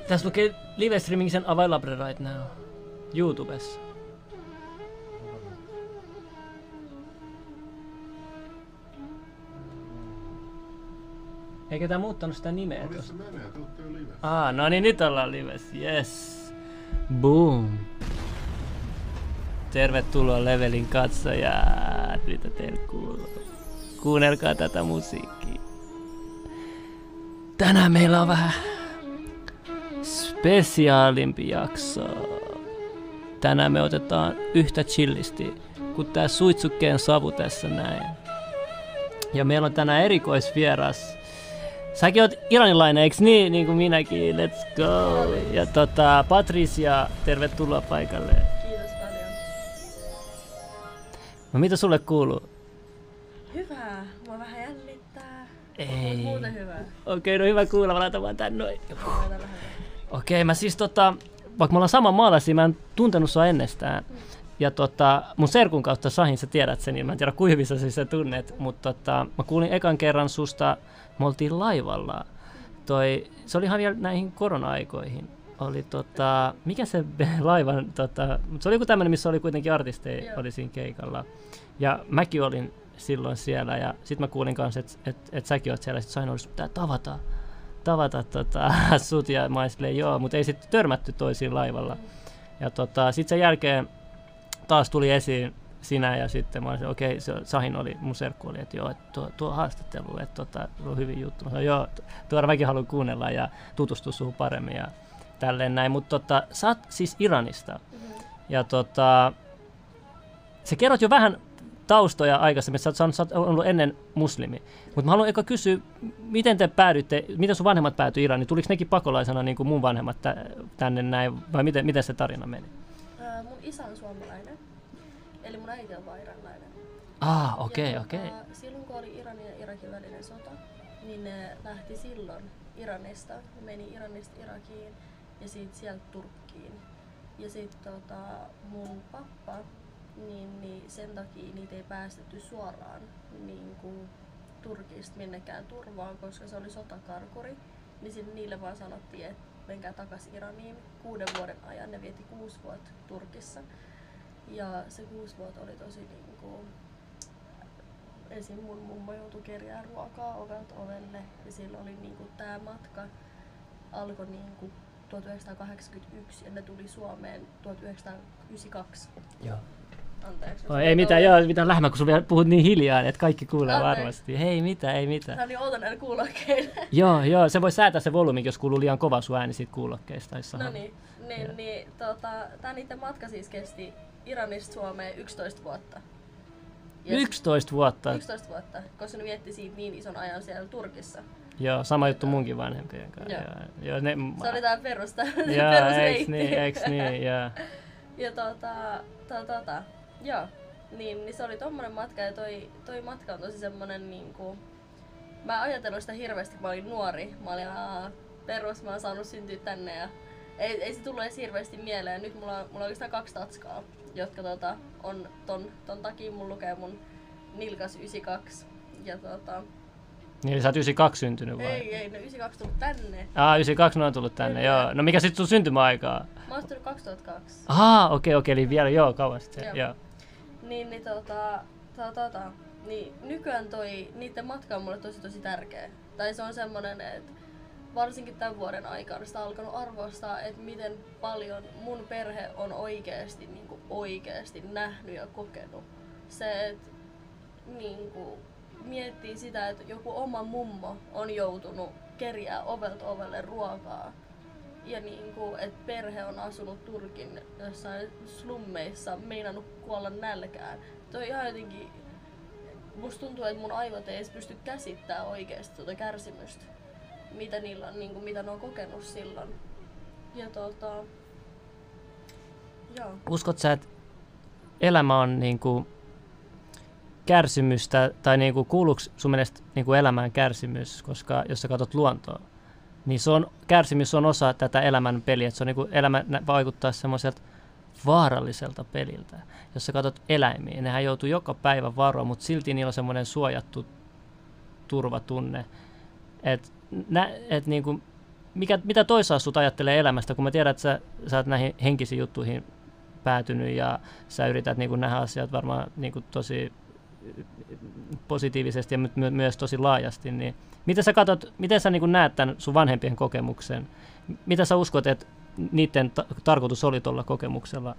Tässä lukee live streaming is available right now. YouTubessa. Eikä tää muuttanut sitä nimeä tuossa? No niin, nyt ollaan livessä. Yes. Boom. Tervetuloa Levelin katsojat. Mitä teille kuuluu? Kuunnelkaa tätä musiikkia. Tänään meillä on vähän spesiaalimpi jakso. Tänään me otetaan yhtä chillisti kuin tää suitsukkeen savu tässä näin. Ja meillä on tänään erikoisvieras. Säkin oot iranilainen, eiks niin? Niin kuin minäkin. Let's go! Ja Patricia, tervetuloa paikalle. Kiitos paljon. No mitä sulle kuuluu? Hyvää. Mua vähän jännittää. Ei. Muuten hyvää. Okei, no hyvä kuulla. Mä laitan vaan tän noin. Okei, mä siis vaikka me ollaan saman maalaisia, mä en tuntenut sua ennestään. Ja mun serkun kautta Sahin, sä tiedät sen, niin mä en tiedä kuinka hyvin sä siis tunnet, mutta mä kuulin ekan kerran susta, me oltiin laivalla. Se oli ihan vielä näihin korona-aikoihin. Oli mikä se laivan, se oli joku tämmönen, missä oli kuitenkin artisteja, oli siinä keikalla. Ja mäkin olin silloin siellä ja sit mä kuulin kanssa, että säkin oot siellä, sit Sahin oli, pitää tavata sut ja mä olin joo, mutta ei sitten törmätty toisiin laivalla. Ja sit sen jälkeen taas tuli esiin sinä ja sitten mä olisin, okei, Sahin oli, mun serkku oli, että joo, tuo haastattelu, että tuo on hyvin juttu. Mä sanoin, joo, tuoda mäkin haluan kuunnella ja tutustua suhun paremmin ja tälleen näin. Mutta sä oot siis Iranista ja sä kerrot jo vähän taustoja aikaisemmin, sä oot ollut ennen muslimi. Mutta mä haluan eka kysyä, miten sun vanhemmat päätyi Iraniin? Tuliko nekin pakolaisena niin kuin mun vanhemmat tänne näin vai miten se tarina meni? Mun isä on suomalainen, eli mun äiti on vaan iranilainen. Okei. Silloin kun oli Iranin ja Irakin välinen sota, niin ne lähti silloin Iranista. Ne meni Iranista Irakiin ja sieltä Turkkiin. Ja sitten mun pappa, niin sen takia niitä ei päästetty suoraan niin kuin Turkista minnekään turvaan, koska se oli sotakarkuri. Niin niille vaan sanottiin, että menkää takas Iraniin 6 vuoden ajan. Ne vieti 6 vuotta Turkissa. Ja se 6 vuotta oli tosi niinku... Esim. Mun mummo joutui kerjää ruokaa ovelta ovelle. Ja silloin oli niinku tää matka alkoi niinku 1981 ja ne tuli Suomeen 1992. Joo. Anteeksi. Ei mitään lähmä, kun sä vielä puhut niin hiljaa, että kaikki kuulee varmasti. Ei mitään. Tää on niin outo näillä kuulokkeilla. Joo, se voi säätää se volyymi, jos kuuluu liian kova sun ääni siitä kuulokkeista. No niin, tää niiden matka siis kesti Iranista Suomeen 11 vuotta. Ja 11 vuotta? 11 vuotta, koska ne vietti siitä niin ison ajan siellä Turkissa. Joo, sama juttu munkin vanhempien kanssa. Joo, se oli tää perusta. Joo, eiks niin, joo. Ja joo, niin se oli tommonen matka ja toi matka on tosi semmonen niinku... Mä en ajatellut sitä hirveästi, kun mä olin nuori. Mä olin mä oon saanut syntyä tänne ja ei se tullut edes hirveästi mieleen. Nyt mulla on oikeastaan 2 tatskaa, jotka on ton takia mun lukee mun nilkas 92. Ja niin sä oot 92 syntynyt vai? Ei, 92 tullut tänne. 92 on tullut tänne, joo. No mikä sit sun syntymäaikaa? Mä oon syntynyt 2002. Okei, eli vielä kauan sitten, joo. Niin nykyään niiden matka on mulle tosi tärkeä. Tai se on semmonen, että varsinkin tämän vuoden aikana sitä on alkanut arvostaa, että miten paljon mun perhe on oikeesti nähnyt ja kokenut. Se, että niinku miettii sitä, että joku oma mummo on joutunut kerjää ovelta ovelle ruokaa. Ja niinku, että perhe on asunut Turkin jossain slummeissa, meinannut kuolla nälkään. Toi ihan jotenkin, musta tuntuu, että mun aivot ei edes pysty käsittämään oikeesti tuota kärsimystä, mitä niillä on, niinku, mitä ne on kokenut silloin. Ja joo. Uskot sä, että elämä on niinku kärsimystä, tai niinku, kuuluuko sun mielestä niinku elämään kärsimys, koska jos sä katsot luontoa, niin kärsimys on osa tätä elämän peliä, että se on niinku, elämä vaikuttaa semmoiselta vaaralliselta peliltä. Jos sä katsot eläimiä, nehän joutuu joka päivä varoa, mutta silti niillä on semmoinen suojattu turvatunne. Niinku, mitä toisaalta sut ajattelee elämästä, kun mä tiedän, että sä oot näihin henkisiin juttuihin päätynyt ja sä yrität niin kuin nähdä asiat varmaan niin kuin tosi positiivisesti ja myös tosi laajasti, niin miten sä niin kuin näet tämän sun vanhempien kokemuksen? Mitä sä uskot, että niiden tarkoitus oli tuolla kokemuksella?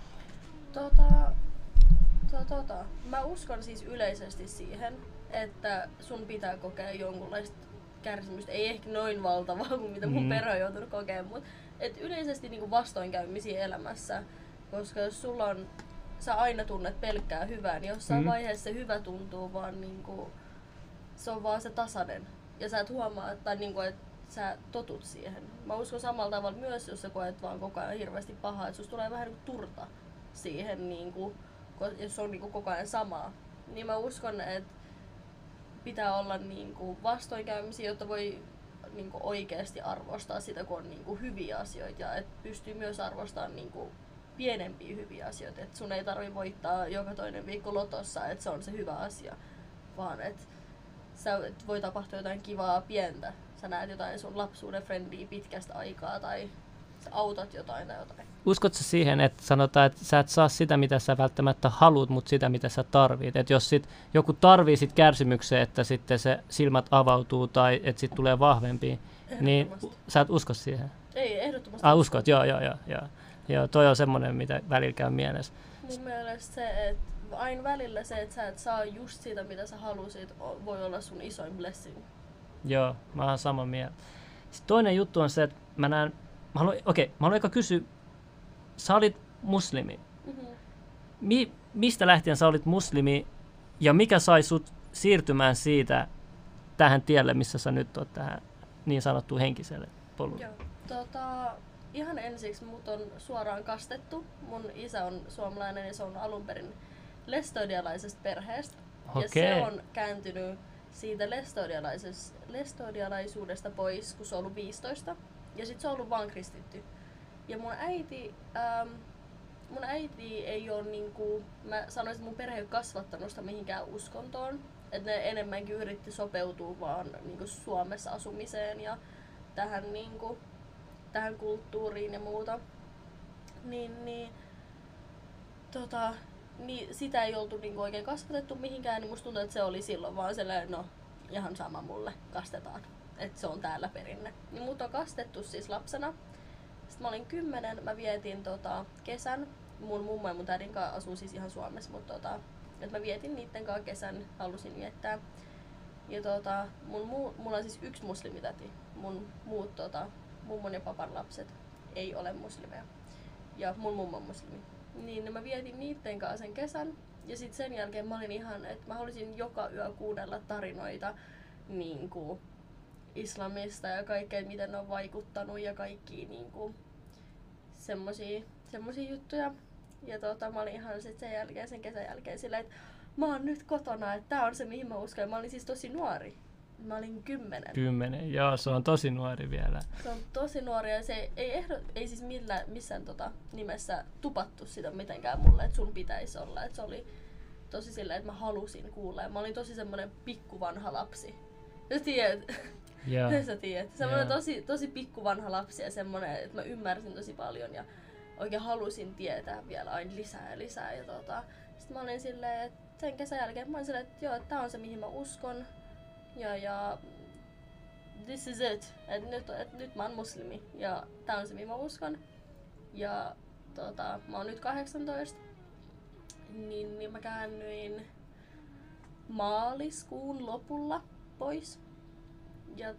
Mä uskon siis yleisesti siihen, että sun pitää kokea jonkunlaista kärsimystä. Ei ehkä noin valtavaa kuin mitä mun perhe on joutunut kokemaan, mutta yleisesti niin kuin vastoinkäymisiä elämässä. Koska jos sulla on, sä aina tunnet pelkkää hyvää, niin jossain vaiheessa se hyvä tuntuu vaan niinku, se on vaan se tasainen. Ja sä et huomaa, että, niinku, että sä totut siihen. Mä uskon samalla tavalla myös, jos sä koet vaan koko ajan hirveästi pahaa, että susta tulee vähän niinku turta siihen, niinku, jos on niinku koko ajan samaa. Niin mä uskon, että pitää olla niinku vastoinkäymisiä, jotta voi niinku oikeasti arvostaa sitä, kun on niinku hyviä asioita. Ja että pystyy myös arvostamaan niinku pienempiä hyviä asioita, että sun ei tarvi voittaa joka toinen viikko lotossa, että se on se hyvä asia, vaan että voi tapahtua jotain kivaa pientä. Sä näet jotain sun lapsuuden frendiä pitkästä aikaa tai sä autat jotain tai jotain. Uskotko siihen, että sanotaan, että sä et saa sitä, mitä sä välttämättä haluat, mutta sitä, mitä sä tarvit? Että jos joku tarvii sit kärsimykseen, että sitten se silmät avautuu tai että sit tulee vahvempi, niin sä et usko siihen? Ei, ehdottomasti. Uskot, joo. Joo, toi on semmoinen, mitä välillä käy mielessä. Mun mielestä se, että aina välillä se, että sä et saa just sitä, mitä sä halusit, voi olla sun isoin blessing. Joo, mä oon samaa mieltä. Sitten toinen juttu on se, että mä haluan eka kysyä, sä olit muslimi. Mistä lähtien sä olit muslimi ja mikä sai sut siirtymään siitä tähän tielle, missä sä nyt oot tähän niin sanottuun henkiselle polulle? Joo, ihan ensiksi mut on suoraan kastettu. Mun isä on suomalainen ja se on alun perin lestadialaisesta perheestä. Okay. Ja se on kääntynyt siitä lestadialaisuudesta pois, kun se on ollut 15. Ja sit se on ollut vaan kristitty. Ja mun äiti ei ole niinku, mä sanoisin, että mun perhe ei ole kasvattanut sitä mihinkään uskontoon. Että ne enemmänkin yritti sopeutua vaan niinku Suomessa asumiseen ja tähän kulttuuriin ja muuta. Niin sitä ei oltu niinku oikein kasvatettu mihinkään, niin musta tuntuu, että se oli silloin vaan sellainen, no ihan sama mulle, kastetaan. Että se on täällä perinne. Niin mut on kastettu siis lapsena. Sitten mä olin 10, mä vietin kesän. Mun mummo ja mun tädin kanssa asuu siis ihan Suomessa, mutta että mä vietin niitten kanssa kesän, halusin viettää. Ja mulla on siis yksi muslimitäti. Mun muut mummon ja papan lapset ei ole muslimeja. Ja mun mummo on muslimi. Niin mä vietin niitten kanssa sen kesän. Ja sit sen jälkeen mä olin ihan, että mä halusin joka yö kuunnella tarinoita niinku islamista ja kaikkea, miten ne on vaikuttanut ja kaikkia niinku semmosia juttuja. Ja mä olin ihan sit sen kesän jälkeen silleen, että mä oon nyt kotona, että tää on se mihin mä uskon. Mä olin siis tosi nuori. Mä olin 10. 10, joo, se on tosi nuori vielä. Se on tosi nuori ja se ei siis missään nimessä tupattu sitä mitenkään mulle, että sun pitäisi olla. Et se oli tosi silleen, että mä halusin kuulla. Ja mä olin tosi semmonen pikkuvanha lapsi. Sä tiedät. Semmonen tosi pikkuvanha lapsi ja semmonen, että mä ymmärsin tosi paljon ja oikein halusin tietää vielä aina lisää ja lisää. Ja sitten mä olin silleen, että sen kesän jälkeen mä olin silleen, että joo, että tää on se mihin mä uskon. Ja this is it. Nyt mä oon muslimi ja tää on se mihin mä uskon. Ja mä oon nyt 18. Niin mä käännyin maaliskuun lopulla pois. Ja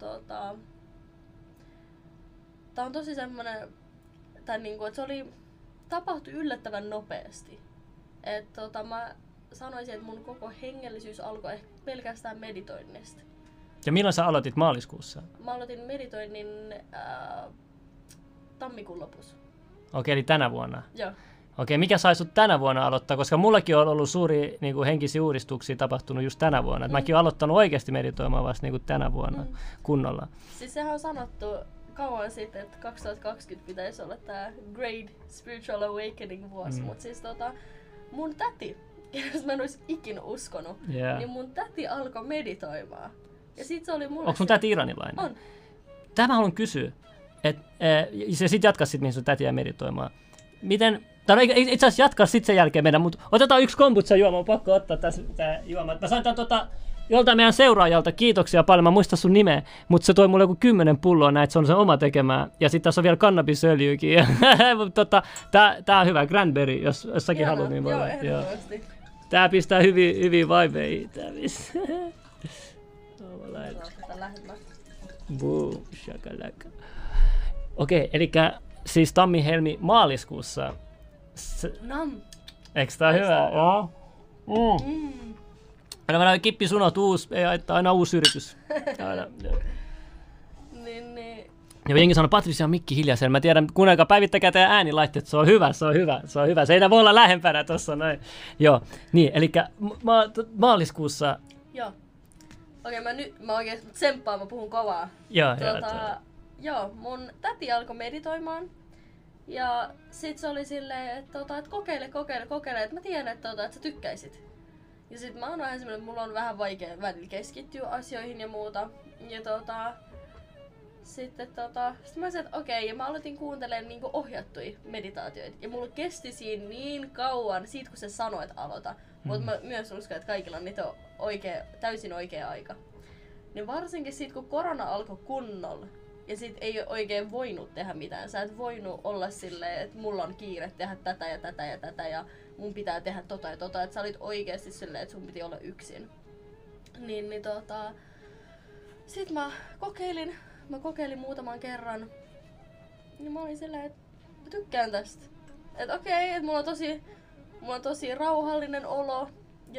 tää on tosi semmonen, että se tapahtui yllättävän nopeasti. Mä sanoisin, että mun koko hengellisyys alkoi ehkä pelkästään meditoinnista. Ja milloin sä aloitit maaliskuussa? Mä aloitin meditoinnin tammikuun lopussa. Okei, eli tänä vuonna? Joo. Okei, mikä sai sut tänä vuonna aloittaa? Koska mullakin on ollut suuri henkisiä uudistuksia tapahtunut just tänä vuonna. Mäkin oon aloittanut oikeasti meditoimaan vasta tänä vuonna kunnolla. Siis sehän on sanottu kauan sitten, että 2020 pitäisi olla tää Great Spiritual Awakening vuosi. Mutta siis mun täti, jos mä en olisi ikinä uskonut, niin mun täti alkoi meditoimaan. Ja sit se oli mulle... Onko sun täti iranilainen? On. Tämä haluan kysyä. Se sit jatkaa sit, mihin sun täti jää meditoimaan. Miten, tai itse asiassa jatkaa sit sen jälkeen meidän, mutta otetaan yksi kombucha juoma, on pakko ottaa tässä tää juoma. Mä sain tän joltain meidän seuraajalta kiitoksia paljon, mä muistan sun nimeä, mutta se toi mulle joku 10 pulloa näitä, se on se oma tekemää. Ja sitten tässä on vielä kannabisöljyykin. Tää on hyvä, Granberry, jos säkin haluat, niin voi olla. Ehdottomasti. Tää pistää hyviä vibeihin. Boom, shakalaka. Okei, elikkä siis tammi-helmi maaliskuussa. Eikö tää hyvä? Joo. Aina Kippi sunot ei haittaa, aina uusi yritys. Aina, niin. Ja jengi sanoo, Patricia on mikki hiljaisen. Mä tiedän, kuunnelkaa, päivittäkää teidän äänilaitteet. Se on hyvä. Se ei voi olla lähempänä tossa noin. Joo, niin, elikkä maaliskuussa. Joo. Okei, mä oikein tsemppaan, mä puhun kovaa. Joo, mun täti alkoi meditoimaan. Ja sit se oli silleen, että kokeile, että mä tiedän, että sä tykkäisit. Ja sit mä oon vähän semmonen, että mulla on vähän vaikea välillä keskittyä asioihin ja muuta. Ja sitten mä sanoin, että okei, ja mä aloitin kuuntelemaan niinku ohjattuja meditaatioita. Ja mulla kesti siinä niin kauan, siitä kun se sanoi, että aloita. Mutta mä myös uskon, että kaikilla on niitä täysin oikea aika. Niin varsinkin sit kun korona alkoi kunnolla, ja sit ei oikein voinut tehdä mitään. Sä et voinut olla silleen, että mulla on kiire tehdä tätä ja tätä ja tätä ja mun pitää tehdä tota ja tota. Että sä olit oikeesti silleen, että sun piti olla yksin. Sit mä kokeilin muutaman kerran. Niin mä olin silleen, että mä tykkään tästä. Että okei, että mulla on tosi rauhallinen olo. Ja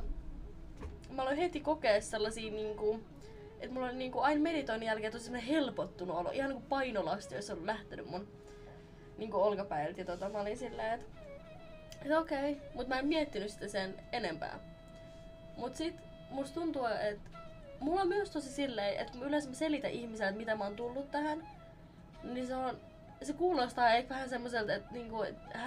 mä aloin heti kokea sellaisia niinku, että mulla oli niinku aina meditoinnin jälkeen tosi semmonen helpottunut olo. Ihan niinku painolasti olisi ollut lähtenyt mun niinku olkapäiltä. Ja mä olin silleen, että okei, mut mä en miettinyt sitä sen enempää. Mut sit musta tuntuu, että mulla on myös tosi silleen, että kun yleensä mä selitän ihmiselle, että mitä mä oon tullut tähän, niin se kuulostaa ehkä vähän semmoiselta, että niinku,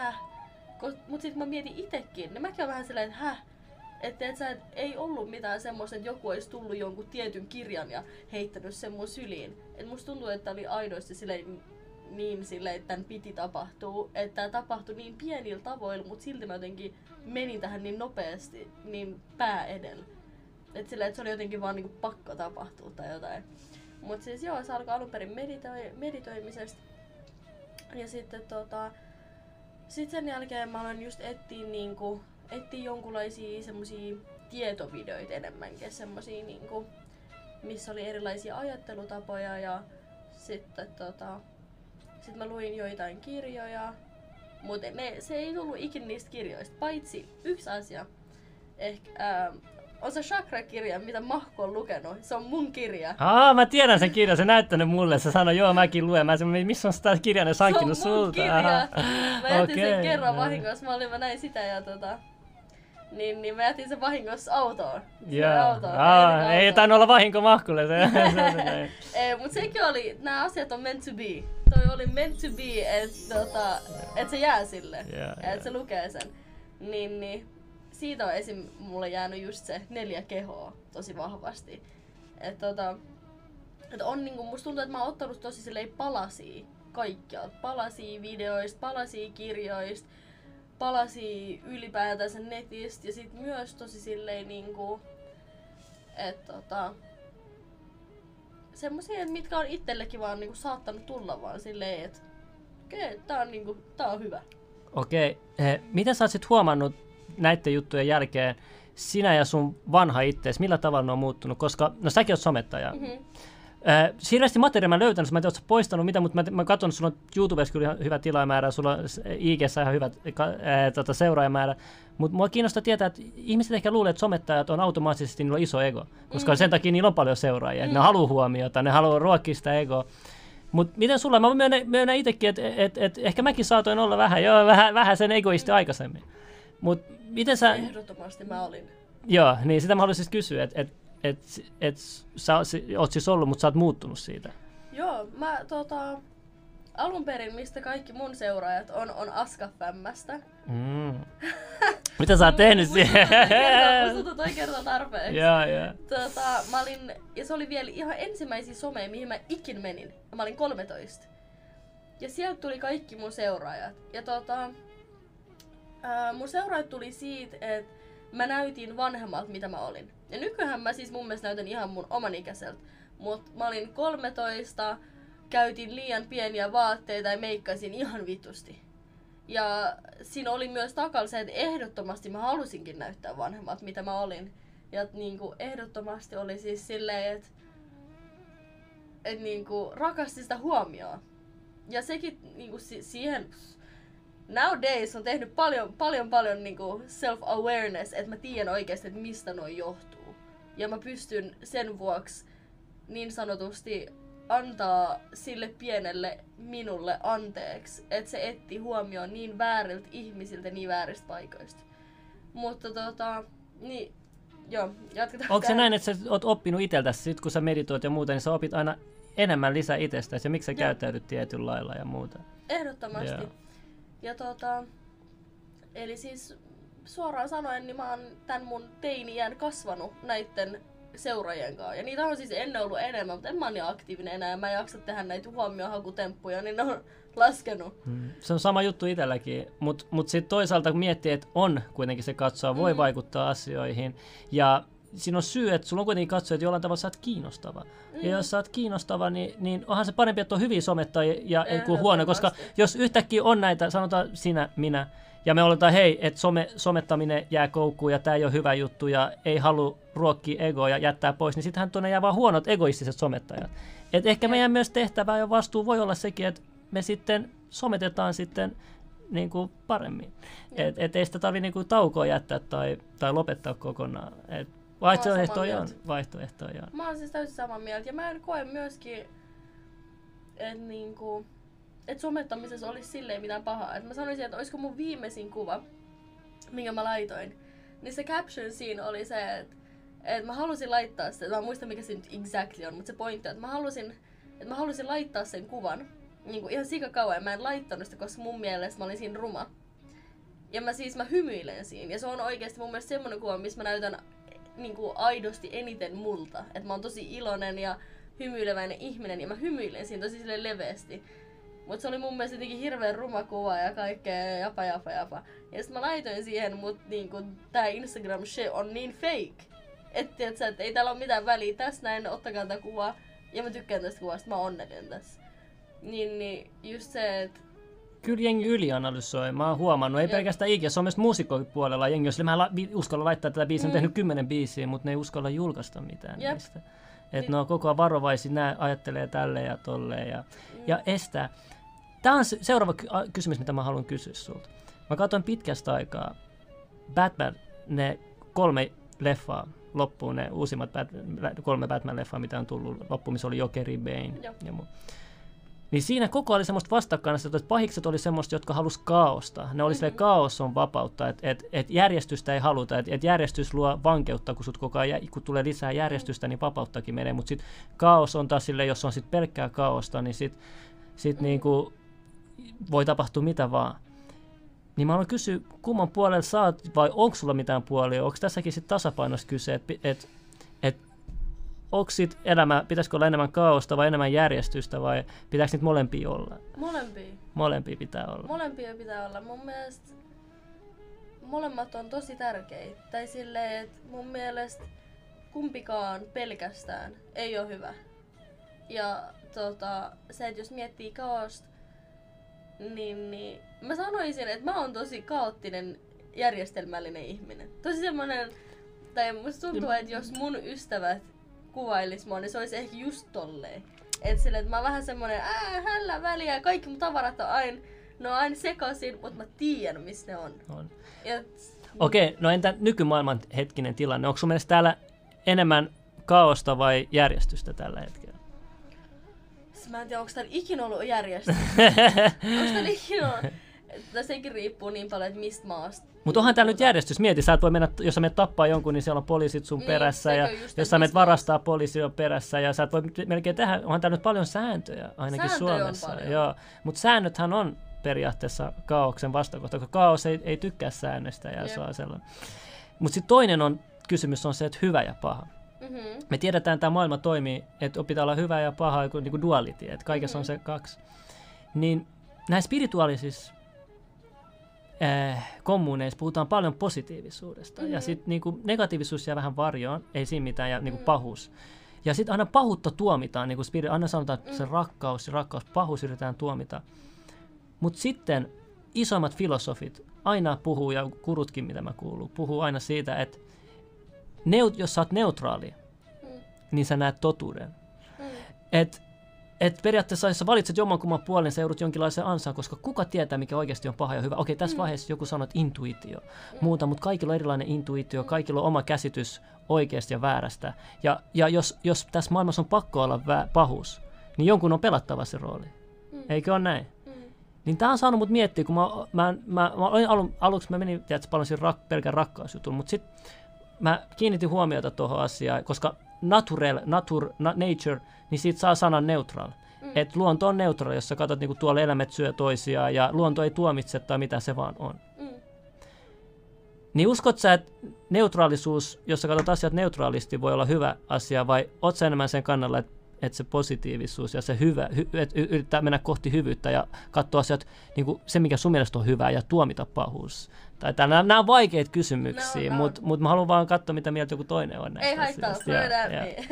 mut sit mä mietin itekin, niin mäkin oon vähän silleen, että että ei ollut mitään semmoista, että joku olisi tullut jonkun tietyn kirjan ja heittänyt sen mun syliin. Et musta tuntuu, että oli aidosti silleen, että tämän piti tapahtua. Että tää tapahtui niin pienillä tavoilla, mutta silti mä jotenkin menin tähän niin nopeasti, niin pää edellä. Että se oli jotenkin vaan niinku pakko tapahtua tai jotain. Mut siis joo, se alkoi alun perin meditoimisesta. Ja sitten sit sen jälkeen mä aloin just etsiä jonkunlaisia semmosia tietovideoita enemmänkin, semmosia niinku, missä oli erilaisia ajattelutapoja ja sitten sit mä luin joitain kirjoja, mutta se ei tullut ikinä niistä kirjoista, paitsi yksi asia. On se chakra-kirja, mitä Mahko on lukenut. Se on mun kirja. Mä tiedän sen kirjan, se näyttänyt mulle. Se sanoi, joo, mäkin luen. Mä sanoin, missä on sitä kirjaa, ne hankkinut sulta? Se on mun kirja. Mä jätin sen kerran vahingossa. Mä näin sitä ja niin mä jätin sen vahingossa autoon. Ei tainnut olla vahinko Mahkulle. Mut sekin oli, nämä asiat on meant to be. Toi oli meant to be, että se jää sille. Että se lukee sen. Niin. Siitä on esim. Mulle jäänyt just se 4 kehoa tosi vahvasti. Että on niinku, musta tuntuu, että mä oon ottanut tosi silleen palasia kaikkialta. Palasia videoista, palasia kirjoista, palasia ylipäätänsä netistä ja sit myös tosi silleen niinku, että semmosia, mitkä on itsellekin vaan niinku saattanut tulla vaan silleen, että okei, tää on hyvä. Okei, miten sä oot sit huomannut näiden juttujen jälkeen sinä ja sun vanha ittees, millä tavalla ne on muuttunut? Koska, no säkin oot somettaja. Hirveästi materiaalia mä löytänyt, mä en tiedä, oot sä poistanut mitä, mutta mä katson, että sulla on YouTubessa kyllä hyvä tilaajamäärä, sulla on IG:ssä ihan hyvä seuraajamäärä. Mutta mua kiinnostaa tietää, että ihmiset ehkä luulee, että somettajat on automaattisesti, niillä on iso ego, koska sen takia niillä on paljon seuraajia. Ne haluaa huomiota, ne haluaa ruokkia sitä egoa. Mutta miten sulla, mä myönnän itsekin, että ehkä mäkin saatoin olla vähän sen egoisti aikaisemmin. Mut miten sä... Ehdottomasti mä olin. Joo, niin sitä mä haluaisin kysyä, että sä oot siis ollut, mutta sä oot muuttunut siitä. Joo, mä alun perin, mistä kaikki mun seuraajat on Aska-Fämmästä. Mitä sä oot tehnyt siihen? Musta toi kertoo tarpeeksi. Joo. Mä olin, ja se oli vielä ihan ensimmäisiä someja, mihin mä ikin menin. Mä olin 13. Ja sieltä tuli kaikki mun seuraajat. Ja mun seuraajat tuli siitä, että mä näytin vanhemmalta, mitä mä olin. Ja nykyään mä siis mun mielestä näytän ihan mun oman ikäiseltä. Mut mä olin 13, käytin liian pieniä vaatteita ja meikkasin ihan vitusti. Ja siinä oli myös takalla se, että ehdottomasti mä halusinkin näyttää vanhemmalta, mitä mä olin. Ja niinku ehdottomasti oli siis silleen, että niinku rakasti sitä huomioon. Ja sekin niinku siihen nowadays on tehnyt paljon niinku self-awareness, että mä tiedän oikeasti, että mistä noi johtuu. Ja mä pystyn sen vuoksi niin sanotusti antaa sille pienelle minulle anteeksi, että se etti huomioon niin vääriltä ihmisiltä, niin vääristä paikoista. Mutta niin, joo, jatketaan. Onko se näin, että sä oot oppinut itseltäsi, sit kun sä meditoit ja muuta, niin sä opit aina enemmän lisää itsestäsi, ja miksi sä käyttäydyt tietyllä lailla ja muuta? Ehdottomasti. Joo. Ja eli siis suoraan sanoen, niin mä oon tän mun teini-iän kasvanut näitten seuraajien kanssa. Ja niitä on siis ennen ollut enemmän, mutta en mä oon niin aktiivinen enää. Mä en jaksa tehdä näitä huomiohakutemppuja, niin ne on laskenut. Se on sama juttu itselläkin, mutta sitten toisaalta kun miettii, että on kuitenkin se katsoa, voi vaikuttaa asioihin. Ja siinä on syy, että sulla on kuitenkin katsoja, että jollain tavalla sä oot kiinnostava. Ja jos sä oot kiinnostava, niin onhan se parempi, että on hyviä somettajia ja kuin huono. Koska jos yhtäkkiä on näitä, sanotaan sinä, minä, ja me oletaan, hei, että somettaminen jää koukkuun ja tämä ei ole hyvä juttu ja ei halua ruokkia egoa ja jättää pois, niin sittenhän tuonne jää vaan huonot egoistiset somettajat. Et ehkä meidän myös tehtävä ja vastuu voi olla sekin, että me sitten sometetaan sitten niin kuin paremmin. Et ei sitä tarvitse niin kuin taukoa jättää tai lopettaa kokonaan. Vaihtoehtoja on. Mä oon siis täysin samaa mieltä ja mä en koe myöskin, että niinku että somettamisessa olisi silleen mitään pahaa. Et mä sanoisin, että olisiko mun viimeisin kuva, minkä mä laitoin, niin se caption siinä oli se, että mä halusin laittaa sitä, mä en muista mikä se nyt exactly on, mutta se pointti on, että mä halusin laittaa sen kuvan niin kuin ihan sikakauan ja mä en laittanut sitä, koska mun mielestä mä olin siinä ruma. Ja mä hymyilen siinä ja se on oikeasti mun mielestä semmonen kuva, missä mä näytän niin kuin aidosti eniten multa. Että mä oon tosi iloinen ja hymyileväinen ihminen ja mä hymyilen siinä tosi silleen leveästi. Mut se oli mun mielestä jotenkin hirveän ruma kuva ja kaikkea japa. Ja sit mä laitoin siihen, mut niinku tää Instagram shit on niin fake. Että ei täällä ole mitään väliä. Tässä näin, ottakaa tää kuva. Ja mä tykkään tästä kuvasta, mä oon onnellinen tässä. Niin just se, että kyllä jengi ylianalysoi, mä oon huomannut, ei pelkästään ikinä, se on myös muusikkojen puolella jengi, jos mä uskalla laittaa tätä biisiä, on tehnyt 10 biisiä, mutta ne ei uskalla julkaista mitään niistä. Että ne on koko ajan varovaisia, nää ajattelee tälleen ja tolleen ja estää. Tää on seuraava kysymys, mitä mä haluan kysyä sulta. Mä katsoin pitkästä aikaa Batman, ne 3 leffaa loppuun, ne uusimmat 3 Batman-leffaa, mitä on tullut loppuun, missä oli Jokeri, Bane ja muu. Niin siinä koko oli semmoista vastakkainaista, että pahikset oli semmoista, jotka halusi kaaosta. Ne oli silleen, kaos on vapautta, että järjestystä ei haluta, että järjestys luo vankeutta, kun sut koko ajan, kun tulee lisää järjestystä, niin vapauttakin menee. Mutta sitten kaos on taas silleen, jos on sit pelkkää kaaosta, niin sit niinku voi tapahtua mitä vaan. Niin mä haluan kysyä, kumman puolella sä oot, vai onko sulla mitään puolia? Onko tässäkin sitten tasapainosta kyse, että onko sit elämä, pitäisikö olla enemmän kaaosta vai enemmän järjestystä vai pitääkö niitä molempia olla? Molempia. Molempia pitää olla. Molempia pitää olla. Mun mielestä molemmat on tosi tärkeitä. Tai silleen, että mun mielestä kumpikaan pelkästään ei ole hyvä. Ja se, että jos miettii kaaosta, niin mä sanoisin, että mä oon tosi kaoottinen, järjestelmällinen ihminen. Tosi semmonen, tai musta tuntuu, että jos mun ystävät kuvailis mua, niin se olisi ehkä just tolleen. Että mä oon vähän semmonen, hällä väliä, kaikki mun tavarat on aina sekaisin, mutta mä tiedän, missä ne on. Okei, no entä nykymaailman hetkinen tilanne? Onko sun mielestä täällä enemmän kaaosta vai järjestystä tällä hetkellä? Mä en tiedä, onko täällä ikinä ollut järjestystä. Onko täällä ikinä ollut? Sekin riippuu niin paljon, että mistä maasta. Mutta onhan täällä nyt järjestys. Mieti, sä et voi mennä, jos sä menet tappaa jonkun, niin siellä on poliisit sun perässä. Ja jos sä menet varastaa, poliisi on perässä. Ja sä et voi melkein tehdä, onhan täällä nyt paljon sääntöjä, ainakin Suomessa. Mutta säännöthän on periaatteessa kaaoksen vastakohta, koska kaos ei tykkää säännöstä. Ja se on sellainen. Mutta sitten toinen kysymys on se, että hyvä ja paha. Me tiedetään, että tämä maailma toimii, että pitää olla hyvä ja paha, niin kuin duality, että kaikessa on se 2. niin näissä spirituaalisissa kommuneissa puhutaan paljon positiivisuudesta. Ja sitten niinku negatiivisuus jää vähän varjoon, ei siinä mitään, ja niinku pahuus. Ja sitten aina pahuutta tuomitaan, niinku aina sanotaan, että se rakkaus, pahuus yritetään tuomita. Mutta sitten isommat filosofit aina puhuu, ja kurutkin mitä mä kuuluu, puhuu aina siitä, että jos sä oot neutraali, niin sä näet totuuden. Et periaatteessa, jos sä valitset jommankumman puolen, sä joudut jonkinlaiseen ansaan, koska kuka tietää, mikä oikeasti on paha ja hyvä. Okei, tässä vaiheessa joku sanoo, että intuitio, muuta, mutta kaikilla on erilainen intuitio, kaikilla on oma käsitys oikeasta ja väärästä. Ja jos tässä maailmassa on pakko olla pahuus, niin jonkun on pelattava se rooli. Eikö ole näin? Niin tämä on saanut mut miettiä, kun mä aluksi mä menin paljon siinä pelkän rakkausjutulla, mutta sitten mä kiinnitin huomiota tuohon asiaan, koska nature, niin siitä saa sanan neutral. Että luonto on neutral, jos sä katsot niinku tuolla eläimet syö toisiaan ja luonto ei tuomitse tai mitä se vaan on. Niin uskot sä, että neutraalisuus, jos sä katsot asiat neutraalisti, voi olla hyvä asia, vai oot sä enemmän sen kannalla, että se positiivisuus ja se hyvä, että yrittää mennä kohti hyvyyttä ja katsoa asiat, niin kuin se mikä sun mielestä on hyvää ja tuomita pahuus? Nämä on vaikeita kysymyksiä, mutta mä haluan vaan katsoa, mitä mieltä joku toinen on näistä asioista. Ei haittaa,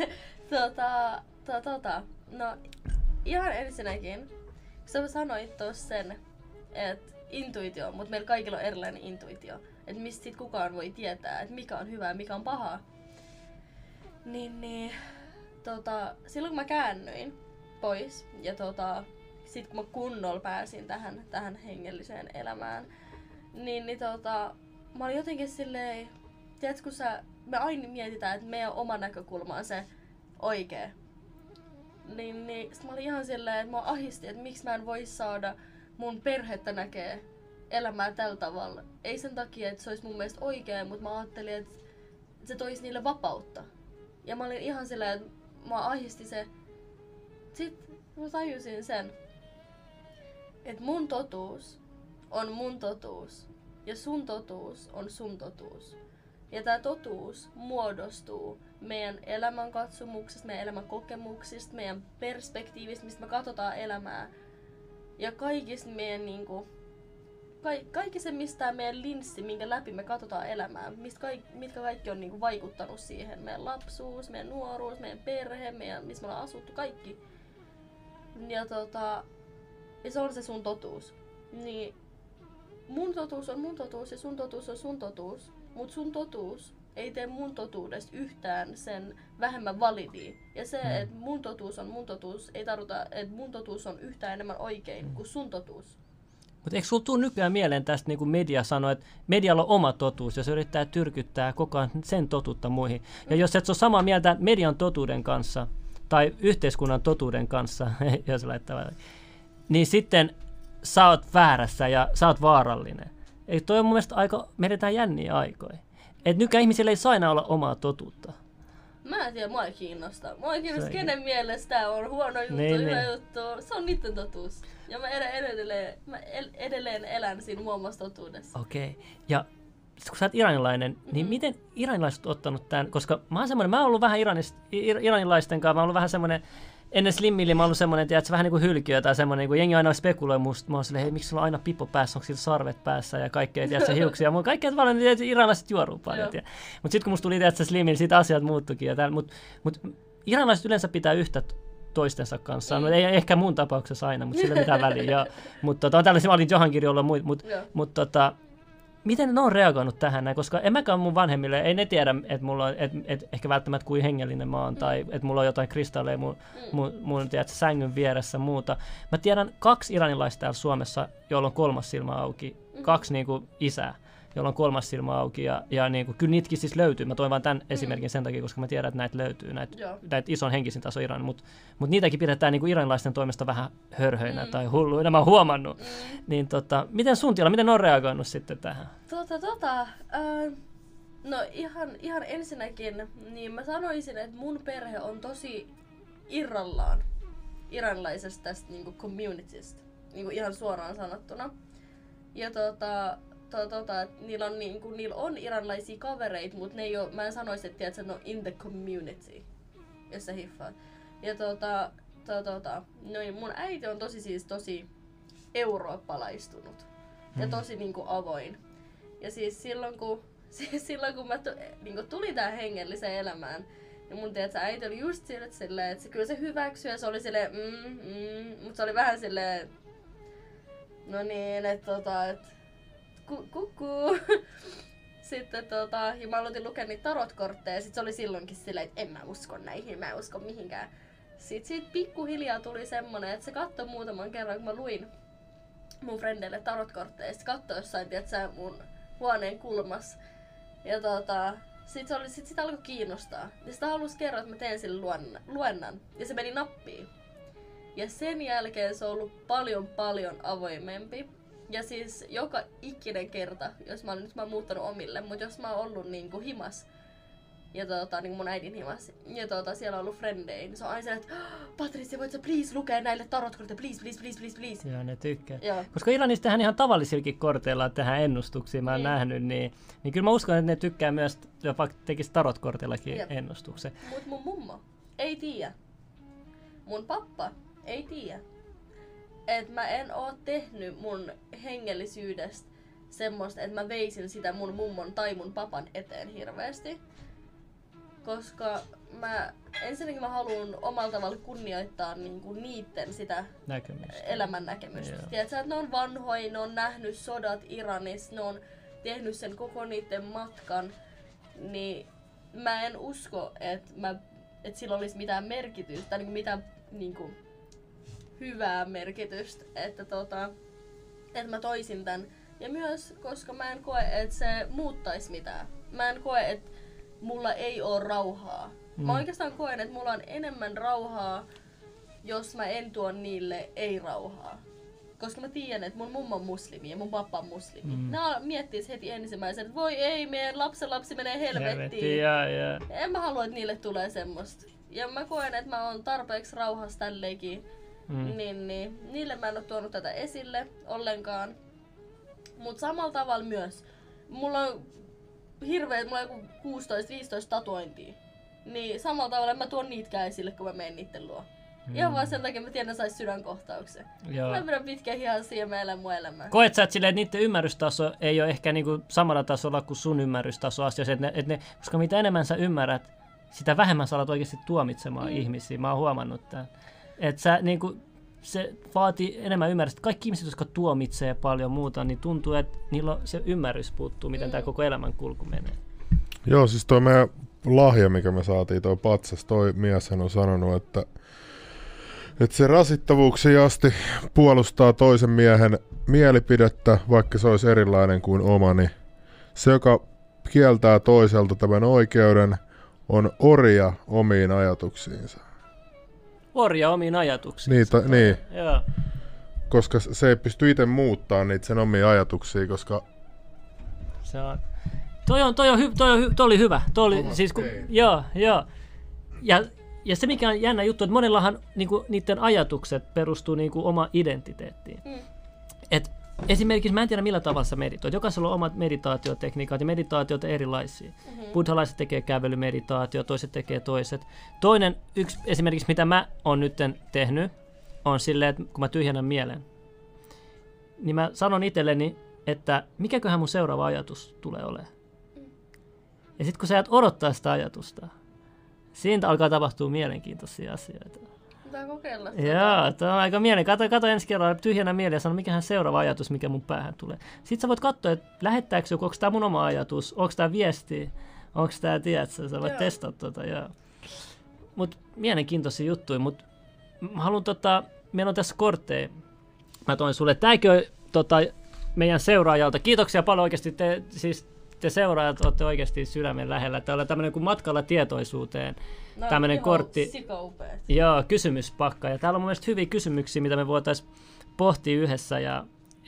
no ihan ensinnäkin, kun sä sanoit tuossa sen, että intuitio, mutta meillä kaikilla on erilainen intuitio, että mistä sit kukaan voi tietää, että mikä on hyvää ja mikä on pahaa. Silloin kun mä käännyin pois ja sit kun mä kunnolla pääsin tähän hengelliseen elämään, mä olin jotenkin silleen, tiedätkö, kun me aina mietitään, että meidän oma näkökulma on se oikea. Sit mä olin ihan silleen, että mä ahdistin, että miksi mä en voi saada mun perhettä näkee elämää tällä tavalla. Ei sen takia, että se olisi mun mielestä oikein, mutta mä ajattelin, että se toisi niille vapautta. Ja mä olin ihan silleen, että mä ahdistin se. Sitten mä tajusin sen, että mun totuus on mun totuus ja sun totuus on sun totuus. Ja tää totuus muodostuu meidän elämänkatsomuksesta, meidän elämän kokemuksista, meidän perspektiivistä, mistä me katsotaan elämää. Ja kaikista meidän kaikki se, mistä meidän linssi, minkä läpi me katsotaan elämää, mitkä kaikki on vaikuttanut siihen. Meidän lapsuus, meidän nuoruus, meidän perhe, missä me ollaan asuttu, kaikki. Ja se on se sun totuus. Niin mun totuus on mun totuus ja sun totuus on sun totuus. Mut sun totuus ei tee mun totuudesta yhtään sen vähemmän validia. Ja se, että mun totuus on mun totuus, ei tarkoita, että mun totuus on yhtään enemmän oikein kuin sun totuus. Mutta eikö sulla tule nykyään mieleen tästä, niin kuin media sanoi, että medialla on oma totuus ja se yrittää tyrkyttää koko ajan sen totuutta muihin. Ja jos et ole samaa mieltä median totuuden kanssa tai yhteiskunnan totuuden kanssa, jos laittaa, niin sitten sä oot väärässä ja sä oot vaarallinen. Eli toi on mun mielestä menetään jänniä aikoja. Että nykyään ihmisillä ei saa aina olla omaa totuutä. Mä en tiedä, mua ei kiinnosta. Mua ei kiinnosta, kenen mielestä on huono juttu, hyvä juttu. Se on niiden totuus. Ja mä edelleen elän siinä muomassa totuudessa. Okei. Ja kun sä oot iranilainen, niin miten iranilaiset on ottanut tämän? Koska mä oon ollut vähän iranilaisten kanssa, mä oon ollut vähän semmoinen, ennen Slimmille mä oon ollut semmoinen, tiedätkö, vähän niin kuin hylkiö tai semmoinen, kun jengi aina spekuloi musta. Mä oon silleen, hei, miksi sulla on aina pipo päässä, onko sillä sarvet päässä ja kaikkea, tiedätkö, hiuksia. Mun kaikkea tavallaan, tiedätkö, iranilaiset juoruu paljon. Mutta sitten kun musta tuli, tiedätkö, Slimmille, siitä asiat muuttuikin. Mutta iranilaiset yleensä pitää yhtä toistensa kanssa. No, ei ehkä mun tapauksessa aina, mutta sillä mitään väliä. Mutta on tällaisia, mä olin Johangirilla mutta miten ne on reagoinut tähän näin? Koska en mäkään mun vanhemmille, ei ne tiedä, että mulla on, et ehkä välttämättä kuin hengellinen mä oon, tai että mulla on jotain kristalleja mun tiedätkö, sängyn vieressä muuta. Mä tiedän 2 iranilaista täällä Suomessa, joilla on 3. silmä auki. 2 niin isää, jolla on 3. silmä auki. Ja niin kuin, kyllä niitäkin siis löytyy. Mä toin vaan tämän esimerkin sen takia, koska mä tiedän, että näitä löytyy. Näitä ison henkisin taso Iran. Mutta niitäkin pidetään niin kuin iranilaisten toimesta vähän hörhöinä tai hulluina, mä oon huomannut. Niin miten sun tiellä, miten ne on reagoinut sitten tähän? No ihan ensinnäkin, niin mä sanoisin, että mun perhe on tosi irrallaan iranilaisesta tästä niinku communitystä. Niinku ihan suoraan sanottuna. Ja niillä on iranlaisia kavereita, mutta ne ei ole, mä en sanoisi, että tiedät, ne on in the community, jos sä hiffaat. Ja mun äiti on tosi eurooppalaistunut ja tosi niinku avoin. Ja siis silloin kun mä niinku tulin tähän hengelliseen elämään, ja mun äiti oli just silleen, että kyllä se hyväksyi ja se oli silleen mutta se oli vähän silleen, no niin, että kukkuu. Sitten ja mä aloitin lukea niitä tarotkortteja ja sit se oli silloinkin silleen, että en mä usko näihin, mä en usko mihinkään. Sitten siitä pikkuhiljaa tuli semmonen, että se katsoi muutaman kerran, kun mä luin mun frendeille tarotkortteja ja sit katsoi jossain, tiiätsä, mun huoneen kulmas. Ja sit sitä alkoi kiinnostaa. Ja sitä halusi kerran, että mä teen sille luennan. Ja se meni nappiin. Ja sen jälkeen se on ollut paljon avoimempi. Ja siis joka ikinen kerta, jos mä oon muuttanut omille, mutta jos mä oon ollut niinku himas, ja niinku mun äidin himas, ja siellä on ollut frendejä, niin se on aina se, että Patricia, voit sä please lukea näille tarotkortteja, please. Joo, ne tykkää. Joo. Koska Irlannissa tehdään ihan tavallisillakin korteilla tehdään ennustuksia, mä oon nähnyt, niin kyllä mä uskon, että ne tykkää myös, jopa tekisi tarotkortillakin ennustuksen. Mut mun mummo ei tiedä. Mun pappa ei tiedä. Että mä en oo tehnyt mun hengellisyydestä semmoista, että mä veisin sitä mun mummon tai mun papan eteen hirveästi. Koska ensinnäkin mä haluun omalla tavalla kunnioittaa niinku niitten sitä elämän näkemystä. Tiedätkö, että ne on vanhoja, ne on nähnyt sodat Iranissa, ne on tehnyt sen koko niitten matkan. Niin mä en usko, että sillä olisi mitään merkitystä tai mitään niinku hyvää merkitystä, että mä toisin tän. Ja myös, koska mä en koe, että se muuttaisi mitään. Mä en koe, että mulla ei oo rauhaa. Mä oikeastaan koen, että mulla on enemmän rauhaa, jos mä en tuo niille ei-rauhaa. Koska mä tiedän, että mun mummo on muslimi ja mun pappa on muslimi. Ne miettis heti ensimmäisenä, että voi ei, meidän lapsenlapsi menee helvettiin. En mä halua, että niille tulee semmoista. Ja mä koen, että mä oon tarpeeksi rauhassa tälleenkin. Niin, niille mä en oo tuonut tätä esille ollenkaan. Mut samalla tavalla myös. Mulla on joku 16-15 tatuointia. Niin samalla tavalla mä tuon niitäkään esille, kun mä menen niitten luo. Ihan vaan sen takia mä tiedän, että sais sydänkohtauksen. Mä pidän pitkän hihasia ja mä elän mun elämää. Koet sä, että silleen, niiden ymmärrystaso ei ole ehkä niinku samalla tasolla kuin sun ymmärrystaso asioissa. Koska mitä enemmän sä ymmärrät, sitä vähemmän sä alat oikeasti tuomitsemaan ihmisiä. Mä oon huomannut tämän. Että sä niinku, se vaatii enemmän ymmärrystä. Kaikki ihmiset, jotka tuomitsee paljon muuta, niin tuntuu, että niillä on se ymmärrys puuttuu, miten tää koko elämän kulku menee. Joo, siis toi meidän lahja, mikä me saatiin, toi patsas, toi mieshän on sanonut, että se rasittavuuksiin asti puolustaa toisen miehen mielipidettä, vaikka se olisi erilainen kuin omani. Se, joka kieltää toiselta tämän oikeuden, on orja omiin ajatuksiinsa. Orja omiin ajatuksiinsa. Niin. Joo. Koska se ei pysty itse muuttamaan niitä sen omia ajatuksia, koska... Se on... Toi oli hyvä. Joo. Ja se mikä on jännä juttu, että monellahan niinku, niiden ajatukset perustuu niinku oma identiteettiin. Et esimerkiksi mä en tiedä millä tavalla sä meditoit. Jokaisella on omat meditaatiotekniikat ja meditaatiot erilaisia. Buddhalaiset tekee kävelymeditaatio, toiset tekee toiset. Yksi esimerkiksi mitä mä oon nyt tehnyt on silleen, että kun mä tyhjennän mielen, niin mä sanon itselleni, että mikäköhän mun seuraava ajatus tulee olemaan. Ja sitten kun sä jäät odottaa sitä ajatusta, siitä alkaa tapahtua mielenkiintoisia asioita. Pitää kokeilla. Joo, tämä on aika mielenkiintoista. Kato ensi kerralla tyhjänä mieli ja sano, mikähän seuraava ajatus, mikä mun päähän tulee. Sitten sä voit katsoa, että lähettääkö joku, onko tämä mun oma ajatus, onko tämä viesti, onko tämä, tiedätkö, sä voit testata joo. Mutta mielenkiintoisia juttuja, mutta mä haluan, meillä on tässä kortteja. Mä toin sulle, tämäkin on meidän seuraajalta. Kiitoksia paljon oikeasti, te seuraajat olette oikeasti sydämen lähellä. Täällä on tämmöinen kuin matkalla tietoisuuteen. Tämmöinen kortti. Joo, kysymyspakka. Ja täällä on mun mielestä hyviä kysymyksiä, mitä me voitaisiin pohtia yhdessä ja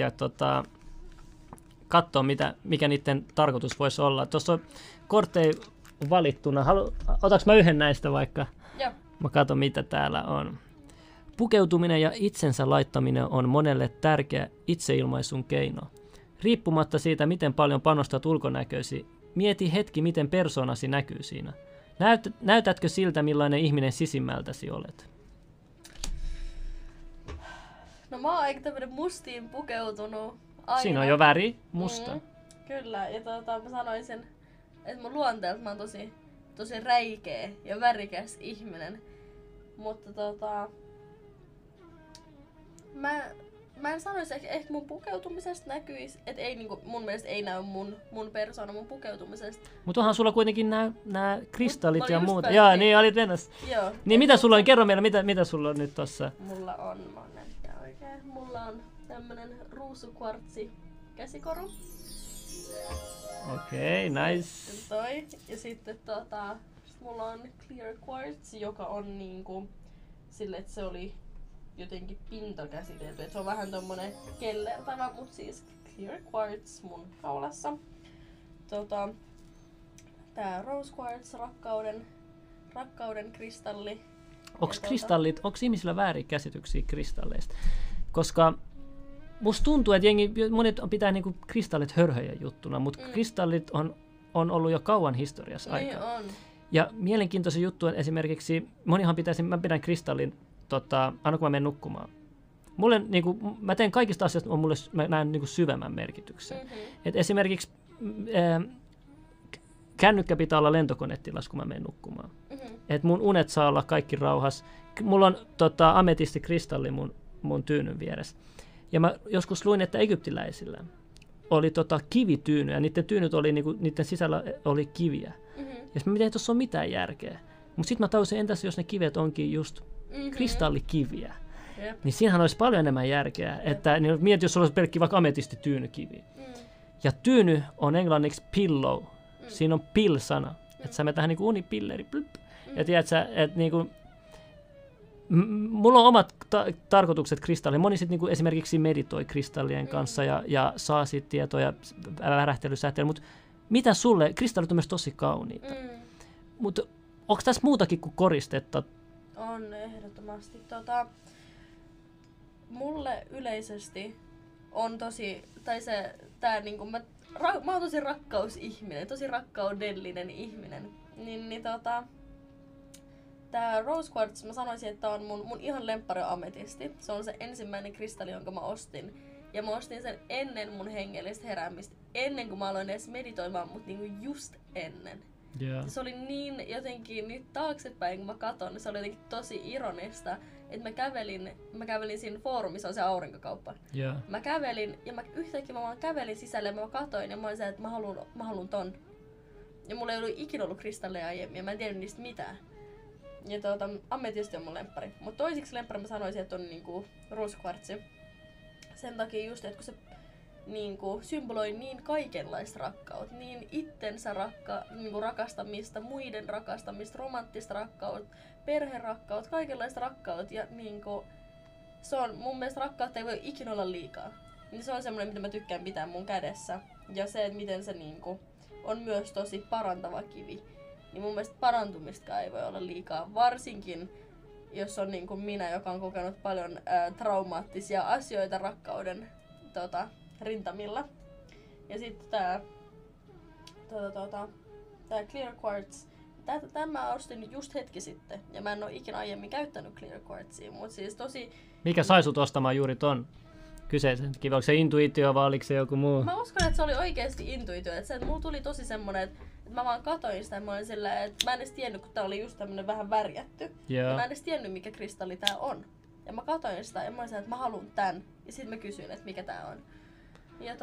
katsoa, mikä niiden tarkoitus voisi olla. Tuossa on kortteja valittuna. Otaks mä yhden näistä vaikka? Joo. Mä katson, mitä täällä on. Pukeutuminen ja itsensä laittaminen on monelle tärkeä itseilmaisun keino. Riippumatta siitä, miten paljon panostat ulkonäköisi, mieti hetki, miten persoonasi näkyy siinä. Näytätkö siltä, millainen ihminen sisimmältäsi olet? No mä oon aika tämmönen mustiin pukeutunut aina. Siinä on jo väri, musta. Kyllä, ja mä sanoisin, että mun luonteelta mä oon tosi räikeä ja värikäs ihminen. Mutta mä en sanoisi, että ehkä mun pukeutumisesta näkyisi, että ei, niinku, mun mielestä ei näy mun persoona mun pukeutumisesta. Mutta onhan sulla kuitenkin nämä kristallit ja muuta. pääsin. Joo, niin olit mennessä. Joo. Niin mitä sulla on? Kerro meille, mitä sulla on nyt tossa? Mulla on, oikein. Mulla on tämmönen ruusukvartsi käsikoru. Okei, nice. Sitten toi. Ja sitten sit mulla on clear quartz, joka on niinku sille, että se oli jotenkin pintakäsitelty. Et se on vähän tommonen kellertävä, mut siis clear quartz mun kaulassa. Tää rose quartz, rakkauden kristalli. Onks kristallit, onks ihmisillä väärin käsityksiä kristalleista? Koska musta tuntuu, että monet pitää niinku kristallit hörhöjen juttuna, mutta kristallit on ollut jo kauan historiassa aikaa. On. Ja mielenkiintoisen juttu on esimerkiksi, mä pidän kristallin, aina kun mä menen nukkumaan. Mulle, niinku, mä teen kaikista asioista, mä näen niinku syvemmän merkityksen. Et esimerkiksi kännykkä pitää olla lentokonetilassa, kun mä menen nukkumaan. Et mun unet saa olla kaikki rauhassa. Mulla on ametistikristalli mun tyynyn vieressä. Ja mä joskus luin, että egyptiläisillä oli kivityyny, ja niiden tyynyt oli, niinku, niiden sisällä oli kiviä. Ja mä mietin, että tuossa on mitään järkeä. Mutta sitten mä tajusin, entäs jos ne kivet onkin just kristallikiviä. Niin siinähän olisi paljon enemmän järkeä. Että niin mietit, jos sulla olisi pelkki vaikka ametistityynykivi. Ja tyyny on englanniksi pillow. Siinä on pill-sana. Että sä menet tähän niinku unipilleri. Ja tiedät sä, että niinku, mulla on omat tarkoitukset kristalliin. Moni sit niinku esimerkiksi meditoi kristallien kanssa ja saa siitä tietoja, värähtelysäteillä. Mutta mitä sulle? Kristallit on myös tosi kauniita. Mutta onko tässä muutakin kuin koristetta? On ehdottomasti. Mulle yleisesti on tosi, mä oon tosi rakkausihminen, tosi rakkaudellinen ihminen. Tää rose quartz, mä sanoisin, että on mun ihan lemppari ametisti. Se on se ensimmäinen kristalli, jonka mä ostin. Ja mä ostin sen ennen mun hengellistä heräämistä, ennen kuin mä aloin edes meditoimaan, mutta niinku just ennen. Yeah. Se oli niin jotenkin nyt taaksepäin, kun mä katon, se oli jotenkin tosi ironista, että mä kävelin siinä foorumissa, on se aurinkokauppa. Yeah. Mä kävelin ja yhtäkkiä mä vaan kävelin sisälle ja mä katoin ja mä olin se, että mä haluun ton. Ja mulla ei ollut ikinä ollut kristalleja aiemmin ja mä en tiennyt niistä mitään. Ja ametisti on mun lemppari. Mut toisiksi lemppari mä sanoisin, että on niinku ruuskvartsi. Sen takia just, että kun se niinku symboloi niin kaikenlaista rakkautta, niin itsensä niinku rakastamista, muiden rakastamista, romanttista rakkautta, perherakkautta, kaikenlaista rakkautta. Ja niinku, se on, mun mielestä rakkautta ei voi ikinä olla liikaa. Niin se on semmoinen, mitä mä tykkään pitää mun kädessä. Ja se, että miten se niinku on myös tosi parantava kivi. Niin mun mielestä parantumistakaan ei voi olla liikaa. Varsinkin, jos on niin kuin minä, joka on kokenut paljon traumaattisia asioita rakkauden rintamilla. Ja sitten tää clear quartz. Tämän mä ostin just hetki sitten. Ja mä en oo ikinä aiemmin käyttänyt clear quartzia. Mut siis tosi... Mikä sai sut ostamaan juuri ton kyseisen kiven? Onko se intuitio vai oliko se joku muu? Mä uskon, että se oli oikeesti intuitio. Että mulla tuli tosi semmonen, että mä vaan katoin sitä ja mä olin silleen, että mä en edes tiennyt, kun tää oli just tämmönen vähän värjätty. Yeah. Ja mä en edes tiennyt, mikä kristalli tää on. Ja mä katoin sitä ja mä olin silleen, että mä haluun tän. Ja sit mä kysyin, että mikä tää on. Ja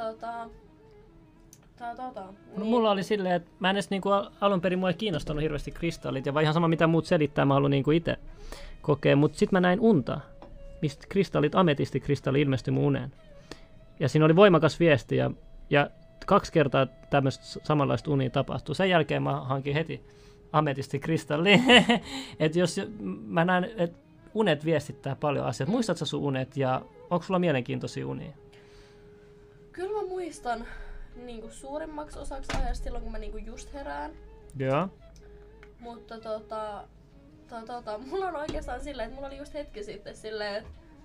niin. Mulla oli silleen, että mä en edes niinku alun perin mua ei kiinnostanut hirveästi kristallit. Ja vaan ihan sama mitä muut selittää, mä haluan niinku ite kokea. Mut sit mä näin unta, mistä ametistikristalli ilmestyi mun uneen. Ja siinä oli voimakas viesti ja 2 kertaa tämmöistä samanlaista unia tapahtuu. Sen jälkeen mä hankin heti ametistikristalliin. Että jos mä näen, että unet viestittää paljon asioita. Muistatko sun unet ja onko sulla mielenkiintoisia unia? Kyllä mä muistan niinku suurimmaksi osaksi ajasta silloin, kun mä niinku just herään. Joo. Mutta mulla on oikeastaan silleen, että mulla oli just hetki sitten silleen,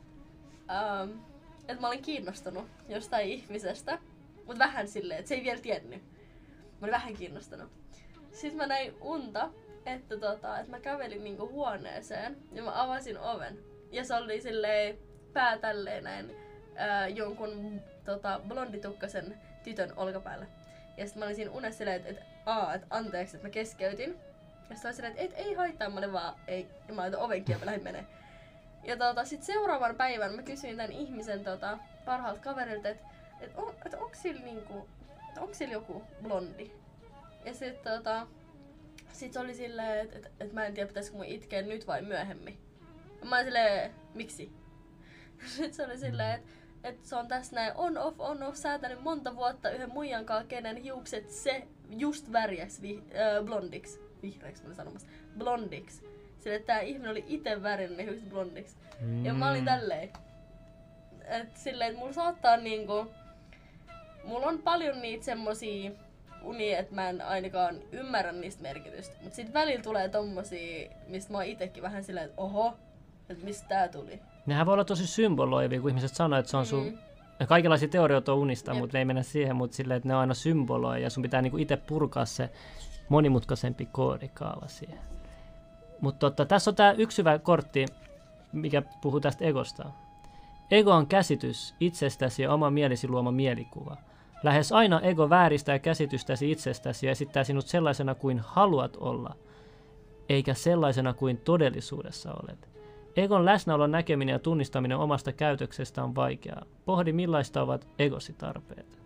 että mä olin kiinnostunut jostain ihmisestä. Mut vähän silleen, että se ei vielä tiennyt. Mä olin vähän kiinnostunut. Sitten mä näin unta, että mä kävelin niinku huoneeseen ja mä avasin oven. Ja se oli silleen pää tälleen näin jonkun blonditukkasen tytön olkapäällä. Ja sit mä olin siinä unessa silleen, että anteeksi, että mä keskeytin. Ja sit mä olin silleen, että ei haittaa, mä olin vaan, ei. Ja mä laitan oven kiinni ja mä lähdin menee. Ja sit seuraavan päivän mä kysyin tän ihmisen parhaalta kaverilta, että onko sillä joku blondi? Ja sit se oli silleen, että mä en tiedä, pitäisikö mun itkeä nyt vai myöhemmin. Ja mä olin silleen, miksi? Sit se oli silleen, että se on tässä näin on off, säätänyt monta vuotta yhden muijan kanssa, kenen hiukset se just värjäs blondiksi. Vihreäksi mä olin sanomassa. Blondiksi. Sille tää ihminen oli ite värinnyt ne hiukset blondiksi. Ja mä olin tälleen. Et silleen, että mulla saattaa niinku... Mulla on paljon niitä semmosia unia, että mä en ainakaan ymmärrä niistä merkitystä. Mut sit välillä tulee tommosia, mistä mä oon itekin vähän silleen, että oho, että mistä tää tuli. Nehän voi olla tosi symboloivia, kun ihmiset sanoo, että se on sun... Kaikenlaisia teorioita on unista, mutta ei mennä siihen, mutta silleen, että ne on aina symboloja ja sun pitää niinku itse purkaa se monimutkaisempi koodikaava siihen. Mutta tässä on tää yksi hyvä kortti, mikä puhuu tästä egosta. Ego on käsitys itsestäsi ja oma mielesi luoma mielikuva. Lähes aina ego vääristää käsitystäsi itsestäsi ja esittää sinut sellaisena kuin haluat olla, eikä sellaisena kuin todellisuudessa olet. Egon läsnäolon näkeminen ja tunnistaminen omasta käytöksestä on vaikeaa. Pohdi, millaista ovat egosi tarpeet.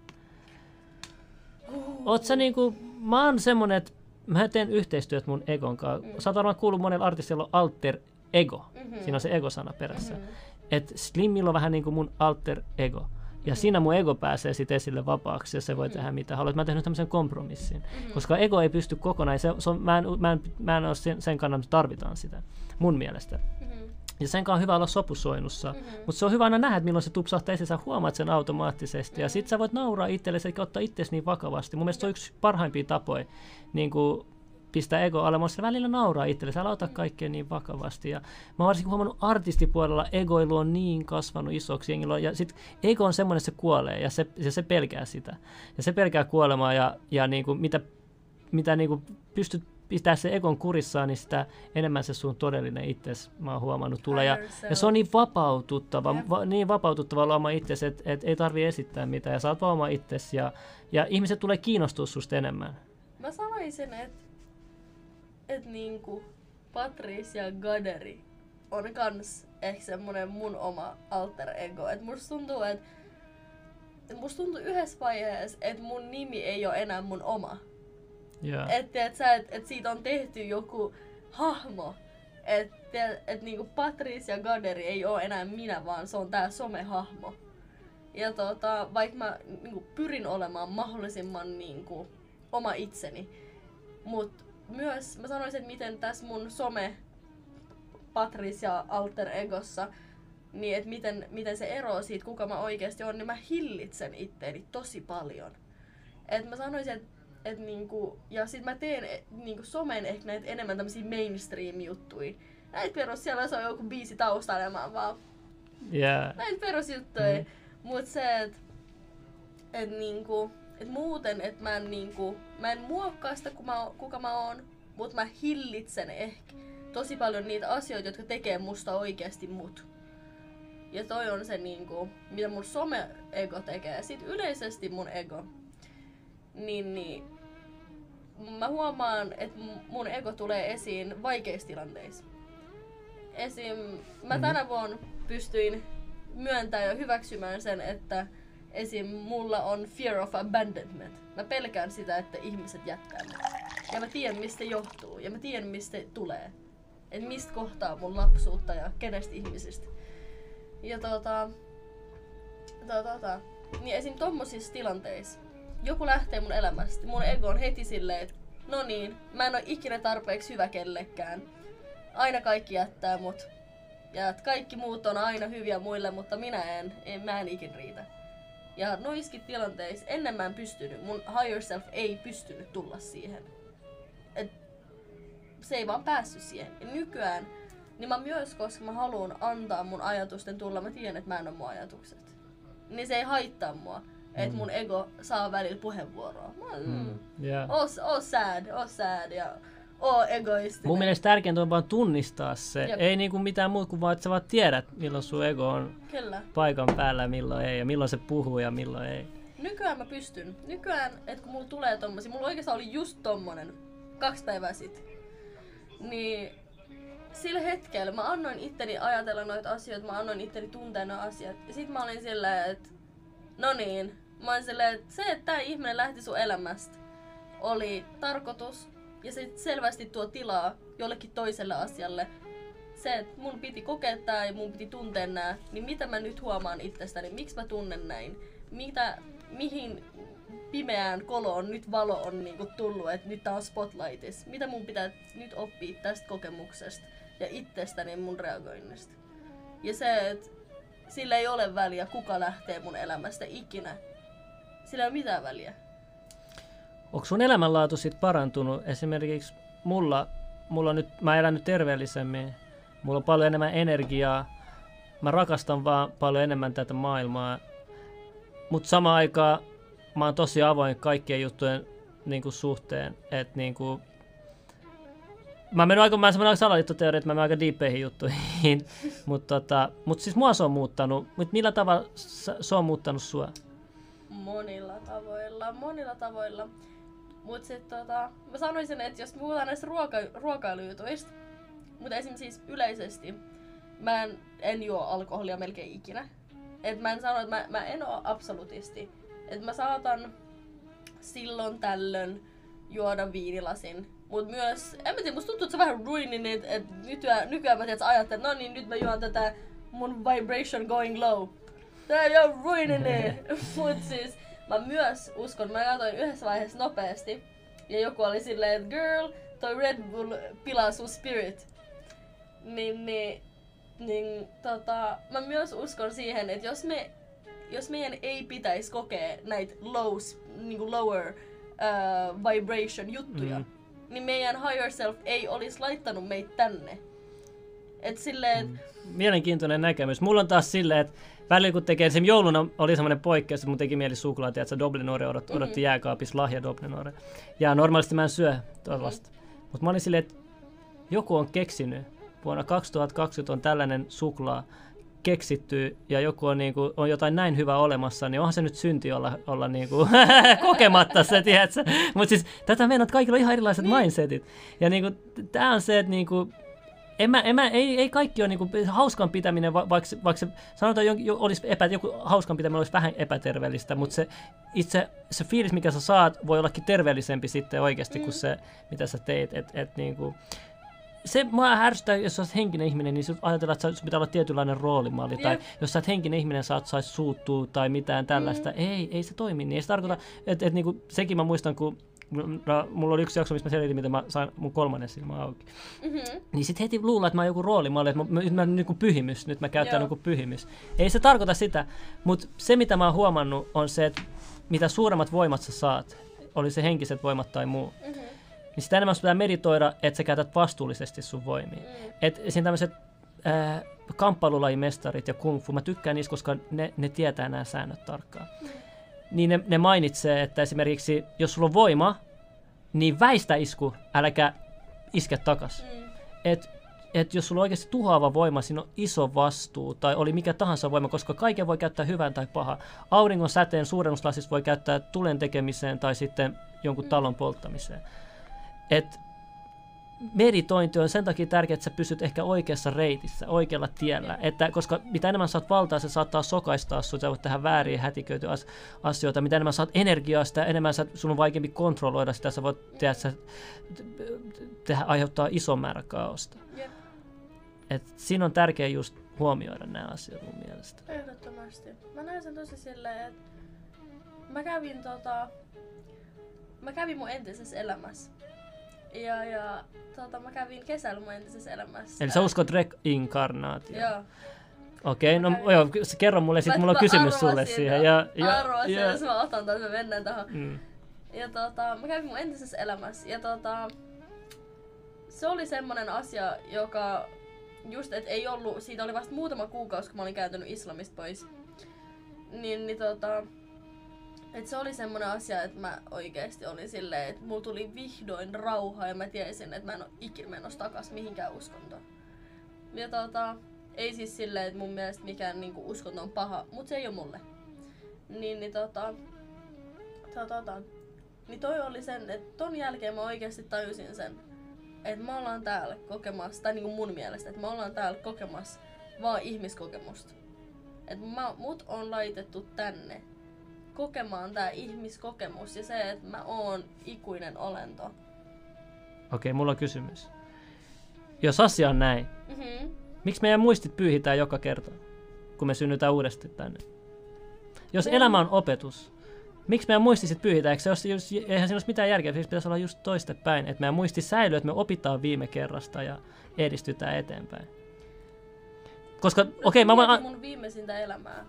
Oot sä niinku, mä oon semmonen, että mä teen yhteistyöt mun egon kanssa. Sä oot varmaan kuullut monella artistilla alter ego. Siinä on se ego-sana perässä. Et Slimmilla on vähän niinku mun alter ego. Ja siinä mun ego pääsee sit esille vapaaksi ja se voi tehdä mitä haluat. Mä oon tehnyt tämmöisen kompromissin. Koska ego ei pysty kokonaan, mä en ole sen kannalta, että tarvitaan sitä mun mielestä. Ja sen kanssa on hyvä olla sopusoinnussa. Mutta se on hyvä aina nähdä, että milloin se tupsahtaa esiin, sä huomaat sen automaattisesti. Ja sit sä voit nauraa itsellesi, eikä ottaa itseäsi niin vakavasti. Mun mielestä se on yksi parhaimpia tapoja niin pistää ego alle. Mä välillä nauraa itsellesi, älä ota kaikkea niin vakavasti. Ja mä oon varsinkin huomannut artistipuolella, egoilu on niin kasvanut isoksi jengillä. Ja sit ego on semmoinen, että se kuolee ja se pelkää sitä. Ja se pelkää kuolemaa ja niinku, mitä niinku pystyt pitää se egon kurissaan, niin sitä enemmän se sun todellinen itsesi, mä oon huomannut, tulee. Ja se on niin vapaututtava olla oma itsesi, että ei tarvitse esittää mitään. Ja sä oot vaan oma itsesi ja ihmiset tulee kiinnostua susta enemmän. Mä sanoisin, että niinku Patricia Gaderi on kans ehkä semmonen mun oma alter ego. Et musta tuntuu yhdessä vaiheessa, että mun nimi ei ole enää mun oma. Yeah. Että siitä on tehty joku hahmo. Että niinku Patricia Gaderi ei ole enää minä, vaan se on tää somehahmo. Ja vaikka mä niinku pyrin olemaan mahdollisimman niinku oma itseni, mut myös mä sanoisin, että miten tässä mun some Patricia alter egossa, niin että miten se eroaa siitä, kuka mä oikeasti on, niin mä hillitsen itteeni tosi paljon. Et mä sanoisin, että niinku, ja sit mä teen niinku somen ehkä näitä enemmän tämmösiä mainstream-juttuja. Näitä perus, siellä se on joku biisi taustalla ja mä vaan... Yeah. Näitä perusjuttuja. Mut se, että niinku... Et muuten, että mä en muokkaa sitä, kuka mä oon, mut mä hillitsen ehkä tosi paljon niitä asioita, jotka tekee musta oikeasti mut. Ja toi on se niinku, mitä mun some-ego tekee. Sit yleisesti mun ego, niin mä huomaan, että mun ego tulee esiin vaikeissa tilanteissa. Esim. Mä tänä vuonna pystyin myöntämään ja hyväksymään sen, että esim. Mulla on fear of abandonment. Mä pelkään sitä, että ihmiset jättää mut. Ja mä tiedän, mistä johtuu. Ja mä tiedän, mistä tulee. Et mistä kohtaa mun lapsuutta ja kenestä ihmisistä. Ja niin esim. Tommosissa tilanteissa joku lähtee mun elämästä. Mun ego on heti silleen, että no niin, mä en oo ikinä tarpeeksi hyvä kellekään. Aina kaikki jättää mut. Ja kaikki muut on aina hyviä muille, mutta mä en ikin riitä. Ja noissakin tilanteissa ennen mä en pystynyt, mun higher self ei pystynyt tulla siihen. Et se ei vaan päässyt siihen. Ja nykyään, niin mä myös, koska mä haluan antaa mun ajatusten tulla, mä tiedän, että mä en oo mun ajatukset. Niin se ei haittaa mua, että mun ego saa välillä puheenvuoroa. Oo sad ja oo egoistinen. Mun mielestä tärkeintä on vaan tunnistaa se. Jep. Ei niinku mitään muuta kuin vaan, että sä vaan tiedät, milloin sun ego on Kyllä. paikan päällä ja milloin ei. Ja milloin se puhuu ja milloin ei. Nykyään mä pystyn. Nykyään, että kun mulla tulee tommosia, mulla oikeastaan oli just tommonen 2 päivää sitten. Niin sillä hetkellä mä annoin itteni ajatella noita asioita, mä annoin itteni tuntea noita asiat. Ja sit mä olin silleen, että no niin. Mä olin silleen, että se, että tää ihminen lähti sun elämästä, oli tarkoitus. Ja se selvästi tuo tilaa jollekin toiselle asialle. Se, että mun piti kokea tää ja mun piti tuntea nää, niin mitä mä nyt huomaan itsestäni, miksi mä tunnen näin? Mihin pimeään koloon nyt valo on niinku tullut, että nyt tää on spotlightissa. Mitä mun pitää nyt oppia tästä kokemuksesta ja itsestäni mun reagoinnista. Ja se, että sillä ei ole väliä, kuka lähtee mun elämästä ikinä. Sillä ei ole mitään väliä. Onko sun elämänlaatu sit parantunut? Esimerkiksi mulla on nyt, mä elän nyt terveellisemmin. Mulla on paljon enemmän energiaa. Mä rakastan vaan paljon enemmän tätä maailmaa. Mutta samaan aikaan mä oon tosi avoin kaikkien juttujen niinku suhteen. Et niinku, mä menen aika salaliittoteoria, että mä menen aika diippeihin juttuihin. Mutta siis mua se on muuttanut. Mut millä tavalla se on muuttanut sua? Monilla tavoilla. Mut sit mä sanoisin, että jos me puhutaan näistä ruokailujutuista, mutta esimerkiksi siis yleisesti, mä en juo alkoholia melkein ikinä. Et mä en sano, että mä en oo absolutisti. Et mä saatan silloin tällöin juoda viinilasin. Mut myös, en mä tiedä, musta tuntuu, että se vähän ruini, että nykyään mä ajattelen, no niin, nyt mä juon tätä mun vibration going low. Tää ei oo ruinini. Mut siis, mä myös uskon, mä katsoin yhdessä vaiheessa nopeasti. Ja joku oli silleen, että girl, toi Red Bull pilaa sun spirit. Mä myös uskon siihen, että jos meidän ei pitäisi kokea näitä lower vibration juttuja, niin meidän higher self ei olisi laittanut meitä tänne. Et silleen, Mielenkiintoinen näkemys. Mulla on taas silleen, että välillä kun tekee, esimerkiksi jouluna oli semmoinen poikkeus, että mun teki mieli suklaa, että Doblenore odotti jääkaapissa lahja Doblenore. Ja normaalisti mä en syö tuollaista. Mutta mä olin silleen, että joku on keksinyt, vuonna 2020 on tällainen suklaa keksitty ja joku on, niinku, on jotain näin hyvää olemassa, niin onhan se nyt synti olla niinku, kokematta se, tiedätkö? Mutta siis tätä meidän kaikilla on ihan erilaiset mindsetit. Ja niinku, tää on se, että niinku, ei kaikki ole niinku hauskan pitäminen, vaikka se sanotaan, joku hauskan pitäminen olisi vähän epäterveellistä, mutta se fiilis, mikä sä saat, voi ollakin terveellisempi sitten oikeasti kuin se, mitä sä teet. Niinku, se mua ärsyttää, jos sä oot henkinen ihminen, niin ajatellaan, että sun pitää olla tietynlainen roolimalli. Tai jos sä oot henkinen ihminen, sä saisi suuttua tai mitään tällaista. Ei se toimi niin. Ei se tarkoita, että niinku, sekin mä muistan, kun mulla oli yksi jakso, missä mä selitin, miten mä sain mun 3. silmä auki. Niin sit heti luulla, että mä oon joku roolimalli, että mä niinku pyhimys, nyt mä käytän joku pyhimys. Ei se tarkoita sitä, mutta se mitä mä oon huomannut on se, että mitä suuremmat voimat sä saat, oli se henkiset voimat tai muu, niin sitä enemmän sun pitää meditoida, että sä käytät vastuullisesti sun voimia. Et siinä tämmöiset kamppailulajimestarit ja kung fu, mä tykkään niistä, koska ne tietää nämä säännöt tarkkaan. Niin ne mainitsee, että esimerkiksi jos sulla on voima, niin väistä isku, äläkä iske takas. Et jos sulla on oikeasti tuhoava voima, siinä on iso vastuu, tai oli mikä tahansa voima, koska kaiken voi käyttää hyvän tai pahaa. Auringon säteen suurennuslasissa voi käyttää tulen tekemiseen tai sitten jonkun talon polttamiseen. Et meditointi on sen takia tärkeää, että sä pysyt ehkä oikeassa reitissä, oikealla tiellä. Että, koska mitä enemmän saat valtaa, se saattaa sokaistaa sinua, sä voit tehdä vääriä hätiköityjä asioita. Mitä enemmän saat energiaa, sitä enemmän sun on vaikeampi kontrolloida sitä. Sä voit aiheuttaa ison määrän kaaosta. Et siinä on tärkeää just huomioida nämä asiat mun mielestä. Ehdottomasti. Mä näen sen tosi silleen, että mä kävin mun entisessä elämässä. Ja mä kävin kesällä mun entisessä elämässä. Eli sä uskot reinkarnaatioon? Joo. Okei, no joo, kerro mulle, sit mulla on kysymys sulle siihen. Arvasin, jos mä otan tämän, me mennään tähän. Ja mä kävin mun entisessä elämässä. Ja se oli semmonen asia, joka just, et ei ollut, siitä oli vasta muutama kuukausi, kun mä olin kääntynyt islamista pois. Et se oli semmoinen asia, että mä oikeesti olin silleen, että mulla tuli vihdoin rauha ja mä tiesin, että mä en oo ikinä menossa takas mihinkään uskontoon. Ja ei siis silleen, että mun mielestä mikään niinku uskonto on paha, mut se ei oo mulle. Niin toi oli sen, että ton jälkeen mä oikeesti tajusin sen, että me ollaan täällä kokemassa, tai niinku mun mielestä, että me ollaan täällä kokemassa vaan ihmiskokemusta. Että mut on laitettu tänne kokemaan tää ihmiskokemus ja se, että mä oon ikuinen olento. Okei, mulla on kysymys. Jos asia on näin, miksi meidän muistit pyyhitään joka kerta, kun me synnytään uudestaan tänne? Jos elämä on opetus, miksi meidän muistisit pyyhitään? Eihän siinä olisi mitään järkeä, siis pitäisi olla just toistepäin, että meidän muisti säilyy, että me opitaan viime kerrasta ja edistytään eteenpäin. Koska, mä voin... mun viimeisintä elämää.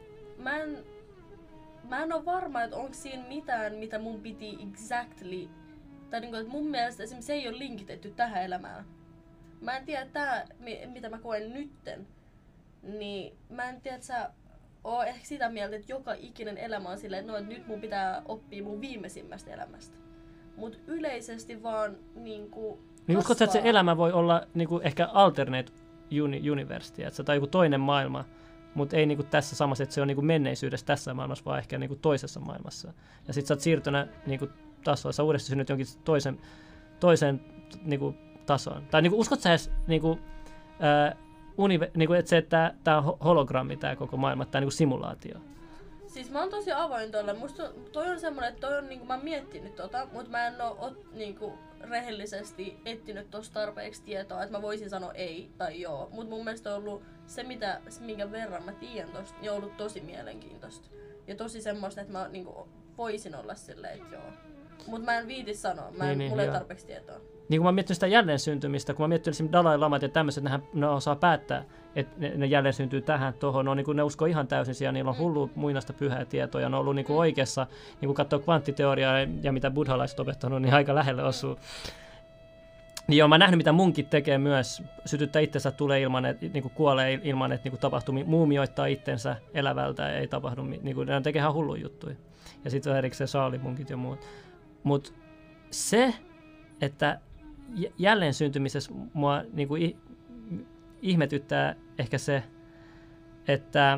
Mä en ole varma, että onko siinä mitään, mitä mun piti exactly. Tai niinku, että mun mielestä esimerkiksi se ei ole linkitetty tähän elämään. Mä en tiedä, että mitä mä koen nytten, niin mä en tiedä, että sä oot ehkä sitä mieltä, että joka ikinen elämä on silleen, että, että nyt mun pitää oppia mun viimeisimmästä elämästä. Mut yleisesti vaan niinku niin uskotko, että se elämä voi olla niinku ehkä alternate universe, että se on joku toinen maailma, mutta ei niinku tässä samassa, että se on niinku menneisyydessä tässä maailmassa, vaan ehkä niinku toisessa maailmassa. Ja sit sä oot siirtynä niinku tasolla, sä uudestaan synnyt jonkin toisen niinku tasoon. Tai niinku uskot sä edes niinku, niinku, että tää on hologrammi tää koko maailma, tää on niinku simulaatio? Siis mä oon tosi avoin tolle. Musta toi on semmonen, että toi on niinku, mä oon miettinyt mutta mä en oo niinku rehellisesti etsinyt tosta tarpeeksi tietoa, että mä voisin sanoa ei tai joo. Mut mun mielestä on ollut se, minkä verran mä tiedän tosta, niin on ollut tosi mielenkiintoista. Ja tosi semmoista, että mä niinku voisin olla silleen, että joo. Mut mä en viiti sanoa, mulla ei tarpeeksi tietoa. Niin kun mä miettinyt sitä jälleen syntymistä, kun mä miettinyt esimerkiksi Dalai Lamat ja tämmöiset, ne osaa päättää, että ne jälleen syntyy tähän, tohon, ne uskoo ihan täysin siellä, niillä on hullu muinaista pyhää tietoa ja ne on ollut niin kuin oikeassa, niin kun katsoo kvanttiteoriaa ja mitä buddhalaiset on opettanut, niin aika lähelle osuu. Niin joo, mä oon nähnyt, mitä munkit tekee myös, sytyttää itsensä tulee ilman, että niin kuin kuolee ilman, että niin kuin tapahtuu, muumioittaa itsensä elävältä ja ei tapahdu, niin kuin, ne tekee ihan hullu juttuja. Ja sitten on erikseen saalimunkit ja muut. Mutta se, että jälleen syntymisessä mua niin kuin ihmetyttää ehkä se, että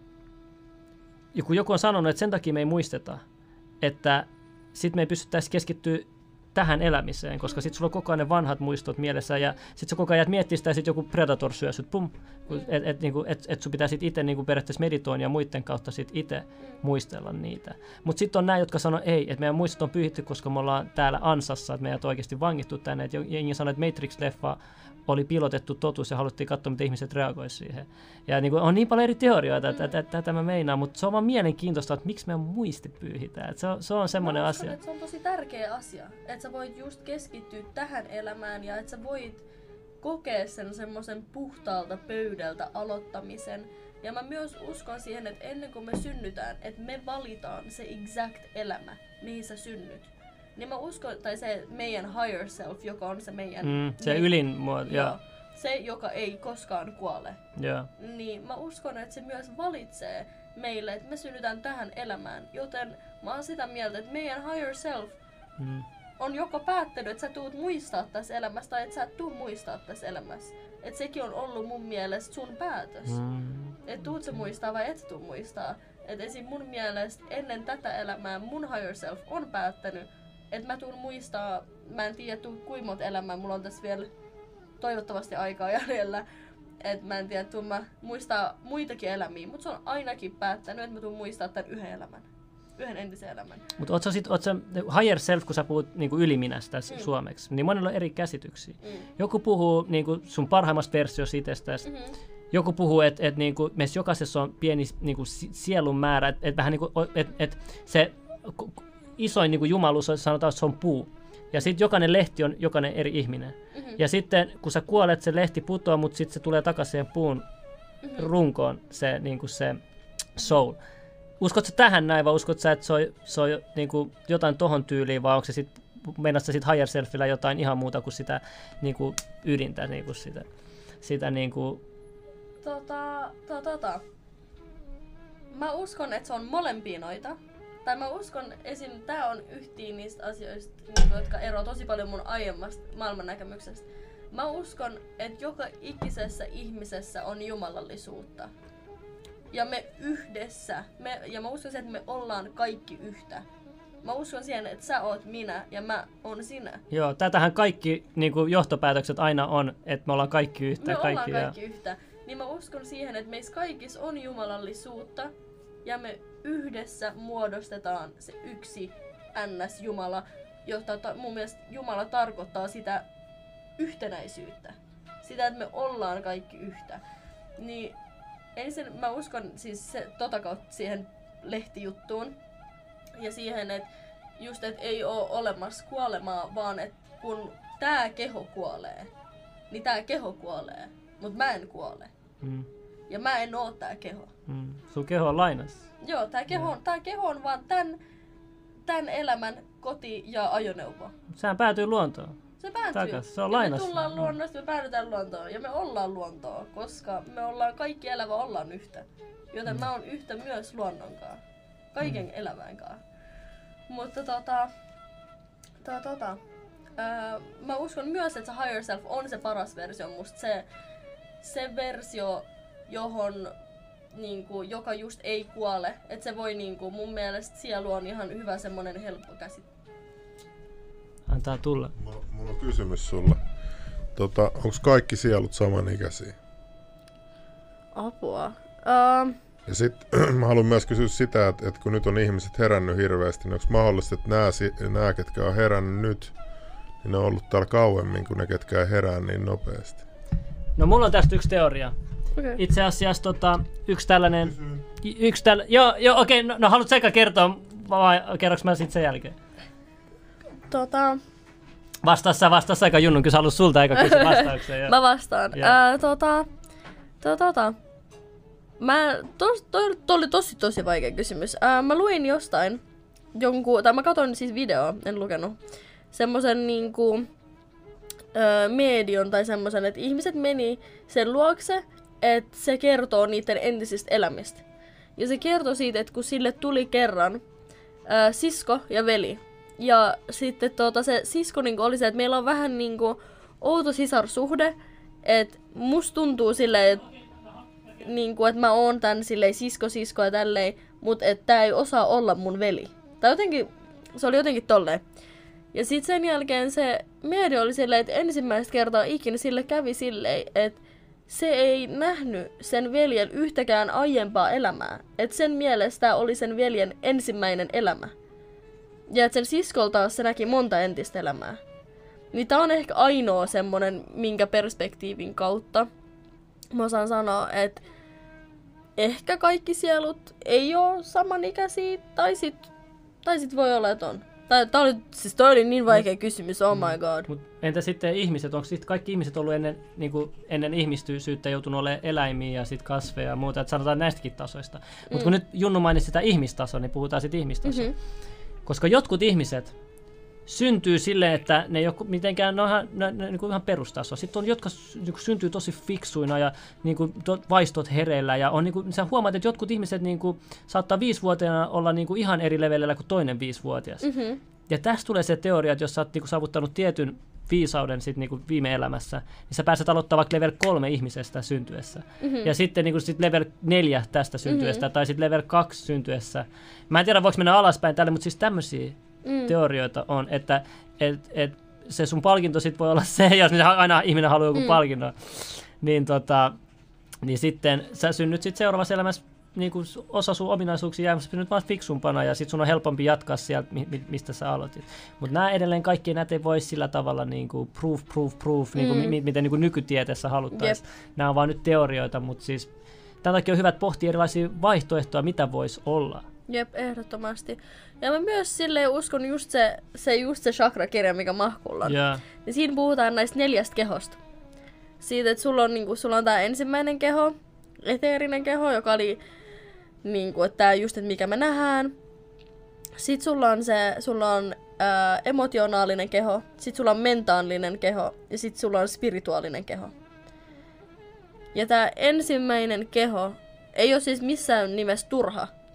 kun joku on sanonut, että sen takia me ei muisteta, että sitten me ei pystyttäisi keskittyä tähän elämiseen, koska sitten sulla on koko ajan ne vanhat muistot mielessä ja sitten sä koko ajan miettii sitä ja sitten joku predator syö sut, pum, että sun pitää sitten itse niinku periaatteessa meditoida ja muiden kautta sitten itse muistella niitä. Mutta sitten on nämä, jotka sanoo ei, että meidän muistot on pyyhitty, koska me ollaan täällä ansassa, että meidät on oikeasti vangittu tänne, että jengi sanoo, että Matrix-leffa oli pilotettu totuus ja haluttiin katsoa, miten ihmiset reagoisivat siihen. Ja niin kuin, on niin paljon eri teorioita, että tätä mä meinaan, mutta se on vaan mielenkiintoista, että miksi meidän muisti pyyhitään. Se on semmoinen asia. Että se on tosi tärkeä asia, että sä voit just keskittyä tähän elämään ja että sä voit kokea sen semmoisen puhtaalta pöydältä aloittamisen. Ja mä myös uskon siihen, että ennen kuin me synnytään, että me valitaan se exact elämä, mihin sä synnyt. Niin mä uskon, tai se meidän higher self, joka on se meidän... se ylin muoto, joo. Se, joka ei koskaan kuole. Joo. Niin mä uskon, että se myös valitsee meille, että me synnytään tähän elämään. Joten mä oon sitä mieltä, että meidän higher self on joko päättänyt, että sä tuut muistaa tässä elämässä, tai että sä et tuu muistaa tässä elämässä. Että sekin on ollut mun mielestä sun päätös. Että tuut sä muistaa vai et tuu muistaa. Että esim. Mun mielestä ennen tätä elämää mun higher self on päättänyt, että mä tuun muistaa, mä en tiedä kuinka monta elämää, mulla on tässä vielä toivottavasti aikaa jäljellä. Että mä en tiedä, tuun mä muistaa muitakin elämiä, mutta se on ainakin päättänyt, että mä tuun muistaa tämän yhden elämän. Yhden entisen elämän. Mutta ootko sä higher self, kun sä puhut niinku yliminästä suomeksi, niin monella on eri käsityksiä. Joku puhuu niinku sun parhaimmasta versiosta itsestäsi. Joku puhuu, että niinku, meissä jokaisessa on pieni niinku, sielun määrä, että vähän niinku, et se isoin niinku jumaluus, sanotaan, että se on puu. Ja sitten jokainen lehti on jokainen eri ihminen. Ja sitten kun sä kuolet, se lehti putoaa, mutta sitten se tulee takaisin siihen puun runkoon, se, niinku se soul. Uskotko sä tähän näin, vai uskotko sä, että se on niinku jotain tohon tyyliin, vai onko se sitten, meinassa sit higher selfillä jotain ihan muuta kuin sitä niinku ydintä, niinku sitä niinku... Mä uskon, että se on molempia noita. tai mä uskon esim. Tää on yhtiin niistä asioista, jotka eroavat tosi paljon mun aiemmasta maailmannäkemyksestä. Mä uskon, että joka ikisessä ihmisessä on jumalallisuutta. Ja me yhdessä, ja mä uskon että me ollaan kaikki yhtä. Mä uskon siihen, että sä oot minä ja mä oon sinä. Joo, tätähän kaikki niin kuin johtopäätökset aina on, että me ollaan kaikki yhtä. Me ollaan kaikki yhtä. Niin mä uskon siihen, että meissä kaikissa on jumalallisuutta ja me yhdessä muodostetaan se yksi NS-Jumala, jota mun mielestä Jumala tarkoittaa sitä yhtenäisyyttä. Sitä, että me ollaan kaikki yhtä. Niin ensin mä uskon siis tota kautta siihen lehtijuttuun ja siihen, että just et ei oo olemassa kuolemaa, vaan että kun tää keho kuolee, niin tää keho kuolee, mut mä en kuole. Ja mä en oo tää keho. Sun keho on lainassa. Joo, tää keho on vaan tän elämän koti ja ajoneuvo. Sehän päätyy luontoon. Se päätyy. Takas. Se on lainassa. Me tullaan luonnosta, me päädytään luontoon ja me ollaan luontoa, koska me ollaan kaikki elävä ollaan yhtä. Joten mä oon yhtä myös luonnonkaan. Kaiken elävän kanssa. Mutta mä uskon myös, että se higher self on se paras versio musta. Se versio, johon niinku, joka just ei kuole. Että se voi niinku, mun mielestä sielu on ihan hyvä semmonen helppo käsite. Antaa tulla. Mulla on kysymys sulle. Onko kaikki sielut samanikäisiä? Apua. Ja sitten mä haluan myös kysyä sitä, että kun nyt on ihmiset herännyt hirveästi, niin onko mahdollista, että nämä, ketkä on herännyt nyt, niin ne on ollut täällä kauemmin kuin ne, ketkä ei herää niin nopeasti? No mulla on tästä yksi teoria. Okay. Itse asiassa yksi tällainen... Joo, okei, no haluatko sekä kertoa, vai kerroks mä sitten sen jälkeen? Vastaa aika Junnun, kyllä sä halus sulta eikä kysyä vastauksia. Mä vastaan. Toi oli tosi vaikea kysymys. Mä luin jostain mä katsoin siis videoa, en lukenut. Semmosen niinku medion tai semmosen, että ihmiset meni sen luokse, että se kertoo niiden entisistä elämistä. Ja se kertoi siitä, että kun sille tuli kerran sisko ja veli. Ja sitten se sisko niinku oli se, että meillä on vähän niinku outo sisarsuhde, että musta tuntuu silleen, että niinku, et mä oon tän silleen sisko ja tälleen, mut et tää ei osaa olla mun veli. Tai jotenkin, se oli jotenkin tolleen. Ja sit sen jälkeen se media oli silleen, että ensimmäistä kertaa ikinä sille kävi silleen, että se ei nähnyt sen veljen yhtäkään aiempaa elämää. Että sen mielestä oli sen veljen ensimmäinen elämä. Ja että sen siskolta se näki monta entistä elämää. Niin tää on ehkä ainoa semmonen, minkä perspektiivin kautta mä osaan sanoa, että ehkä kaikki sielut ei oo samanikäisiä, tai sit voi olla, että on. Toi oli niin vaikea kysymys, oh my god. Mut entä sitten ihmiset? Onko sitten kaikki ihmiset ollut ennen ihmistyisyyttä joutunut olemaan eläimiä ja sit kasveja ja muuta? Et sanotaan näistäkin tasoista. Mutta kun nyt Junnu mainitsi sitä ihmistasoa, niin puhutaan sitten ihmistasoa. Koska jotkut ihmiset syntyy silleen, että ne ei ole mitenkään niinku ihan perustasoa. Sitten on, jotka niinku syntyy tosi fiksuina ja niinku, vaistot hereillä. Ja on, niinku, sä huomaat, että jotkut ihmiset niinku, saattaa 5-vuotiaana olla niinku, ihan eri levelillä kuin toinen 5-vuotias. Ja tästä tulee se teoria, että jos sä oot niinku, saavuttanut tietyn viisauden sit, niinku, viime elämässä, niin sä pääset aloittamaan vaikka level 3 ihmisestä syntyessä. Ja sitten niinku, sit level 4 tästä syntyessä tai sitten level 2 syntyessä. Mä en tiedä, voiko mennä alaspäin tälle, mutta siis tämmöisiä teorioita on, että se sun palkinto sit voi olla se, jos aina ihminen haluaa joku palkinnon, niin sitten sä synnyt sit seuraavassa elämässä niinku osa sun ominaisuuksia jää, sä synnyt vaan fiksumpana ja sit sun on helpompi jatkaa sieltä, mistä sä aloitit. Mutta nämä edelleen kaikki näitä ei voi sillä tavalla niinku proof, niinku, miten niinku nykytieteessä haluttaisiin. Nämä on vaan nyt teorioita, mutta siis tämän takia on hyvä pohtia erilaisia vaihtoehtoja, mitä voisi olla. Jep, ehdottomasti. Ja mä myös silleen uskon just se chakra-kirja, mikä Mahkulla on. Yeah. Ja siinä puhutaan näistä 4 kehosta. Siitä, että sulla on tää ensimmäinen keho, eteerinen keho, joka oli niinku, että tää just, että mikä me nähdään. Sitten sulla on emotionaalinen keho, sitten sulla on mentaalinen keho ja sitten sulla on spirituaalinen keho. Ja tää ensimmäinen keho ei ole siis missään nimessä turha.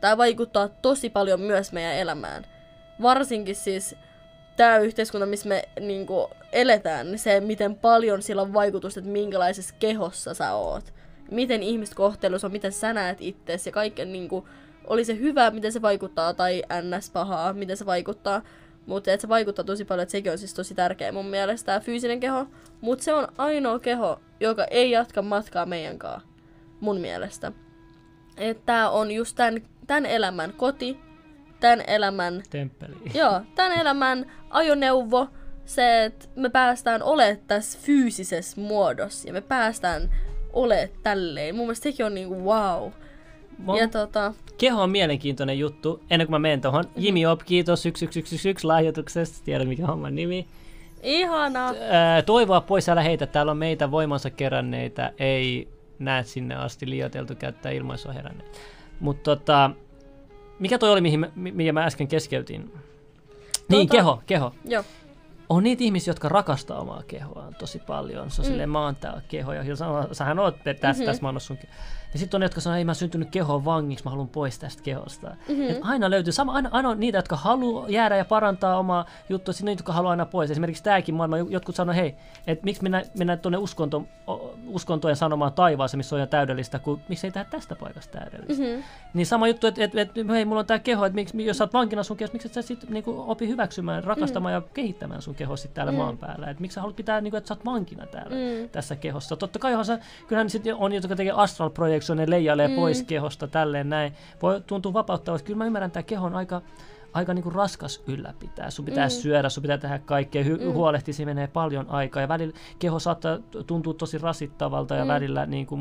tää vaikuttaa tosi paljon myös meidän elämään. Varsinkin siis tää yhteiskunta, missä me niinku eletään, niin se, miten paljon sillä on vaikutusta, että minkälaisessa kehossa sä oot. Miten ihmiset kohtelee sua, miten sä näet itseäsi ja kaiken niinku, oli se hyvä, miten se vaikuttaa, tai ns. Pahaa, miten se vaikuttaa. Mutta se vaikuttaa tosi paljon, että sekin on siis tosi tärkeä mun mielestä, tää fyysinen keho. Mutta se on ainoa keho, joka ei jatka matkaa meidän kanssa, mun mielestä. Että tää on just tän elämän koti, tän elämän... Temppeli. Joo, tän elämän ajoneuvo, se, että me päästään olemaan tässä fyysisessä muodossa ja me päästään olemaan tälleen. Mun mielestä sekin on niinku wow. Ja Keho on mielenkiintoinen juttu. Ennen kuin mä menen tuohon, Jimmy Op, kiitos 1111 lahjoituksesta. Tiedän mikä homman nimi. Ihanaa. Toivoa pois, älä heitä. Täällä on meitä voimansa keränneitä. Ei näe sinne asti liioiteltu käyttää ilmaisua heränneitä. Mutta mikä toi oli, mihin mä äsken keskeytin? Niin, keho. Joo. On niitä ihmisiä, jotka rakastaa omaa kehoaan tosi paljon. Se on silleen, mä oon tää keho. Ja sähän oot tässä mä annan sun keho. Ja sitten on ne, jotka sanoo, ei mä syntynyt kehoon vangiksi, mä haluan pois tästä kehosta. Et aina löytyy, aina on niitä, jotka haluaa jäädä ja parantaa omaa juttua, sitten niitä, jotka haluaa aina pois. Esimerkiksi tämäkin maailma, jotkut sanoo, hei, että miksi mennään tuonne uskontojen sanomaan taivaaseen, missä on jo täydellistä, kun miksi ei tehdä tästä paikasta täydellistä. Niin sama juttu, että hei, mulla on tää keho, että jos sä oot vankina sun kehossa, miksi et sä sit niinku opi hyväksymään, rakastamaan ja kehittämään sun kehoa sit täällä maan päällä. Et miksi sä haluat pitää, niinku, että sä oot vankina täällä tässä kehossa. Totta kai kyllähän sitten on, jotka tekee astral project, ne leijailee pois kehosta, tälleen näin. Voi tuntua vapauttavalta. Kyllä mä ymmärrän, että tämä keho on aika niinku raskas ylläpitää. Sun pitää syödä, sun pitää tehdä kaikkea, huolehtia, siinä menee paljon aikaa. Ja välillä keho saattaa tuntua tosi rasittavalta ja välillä, niinku,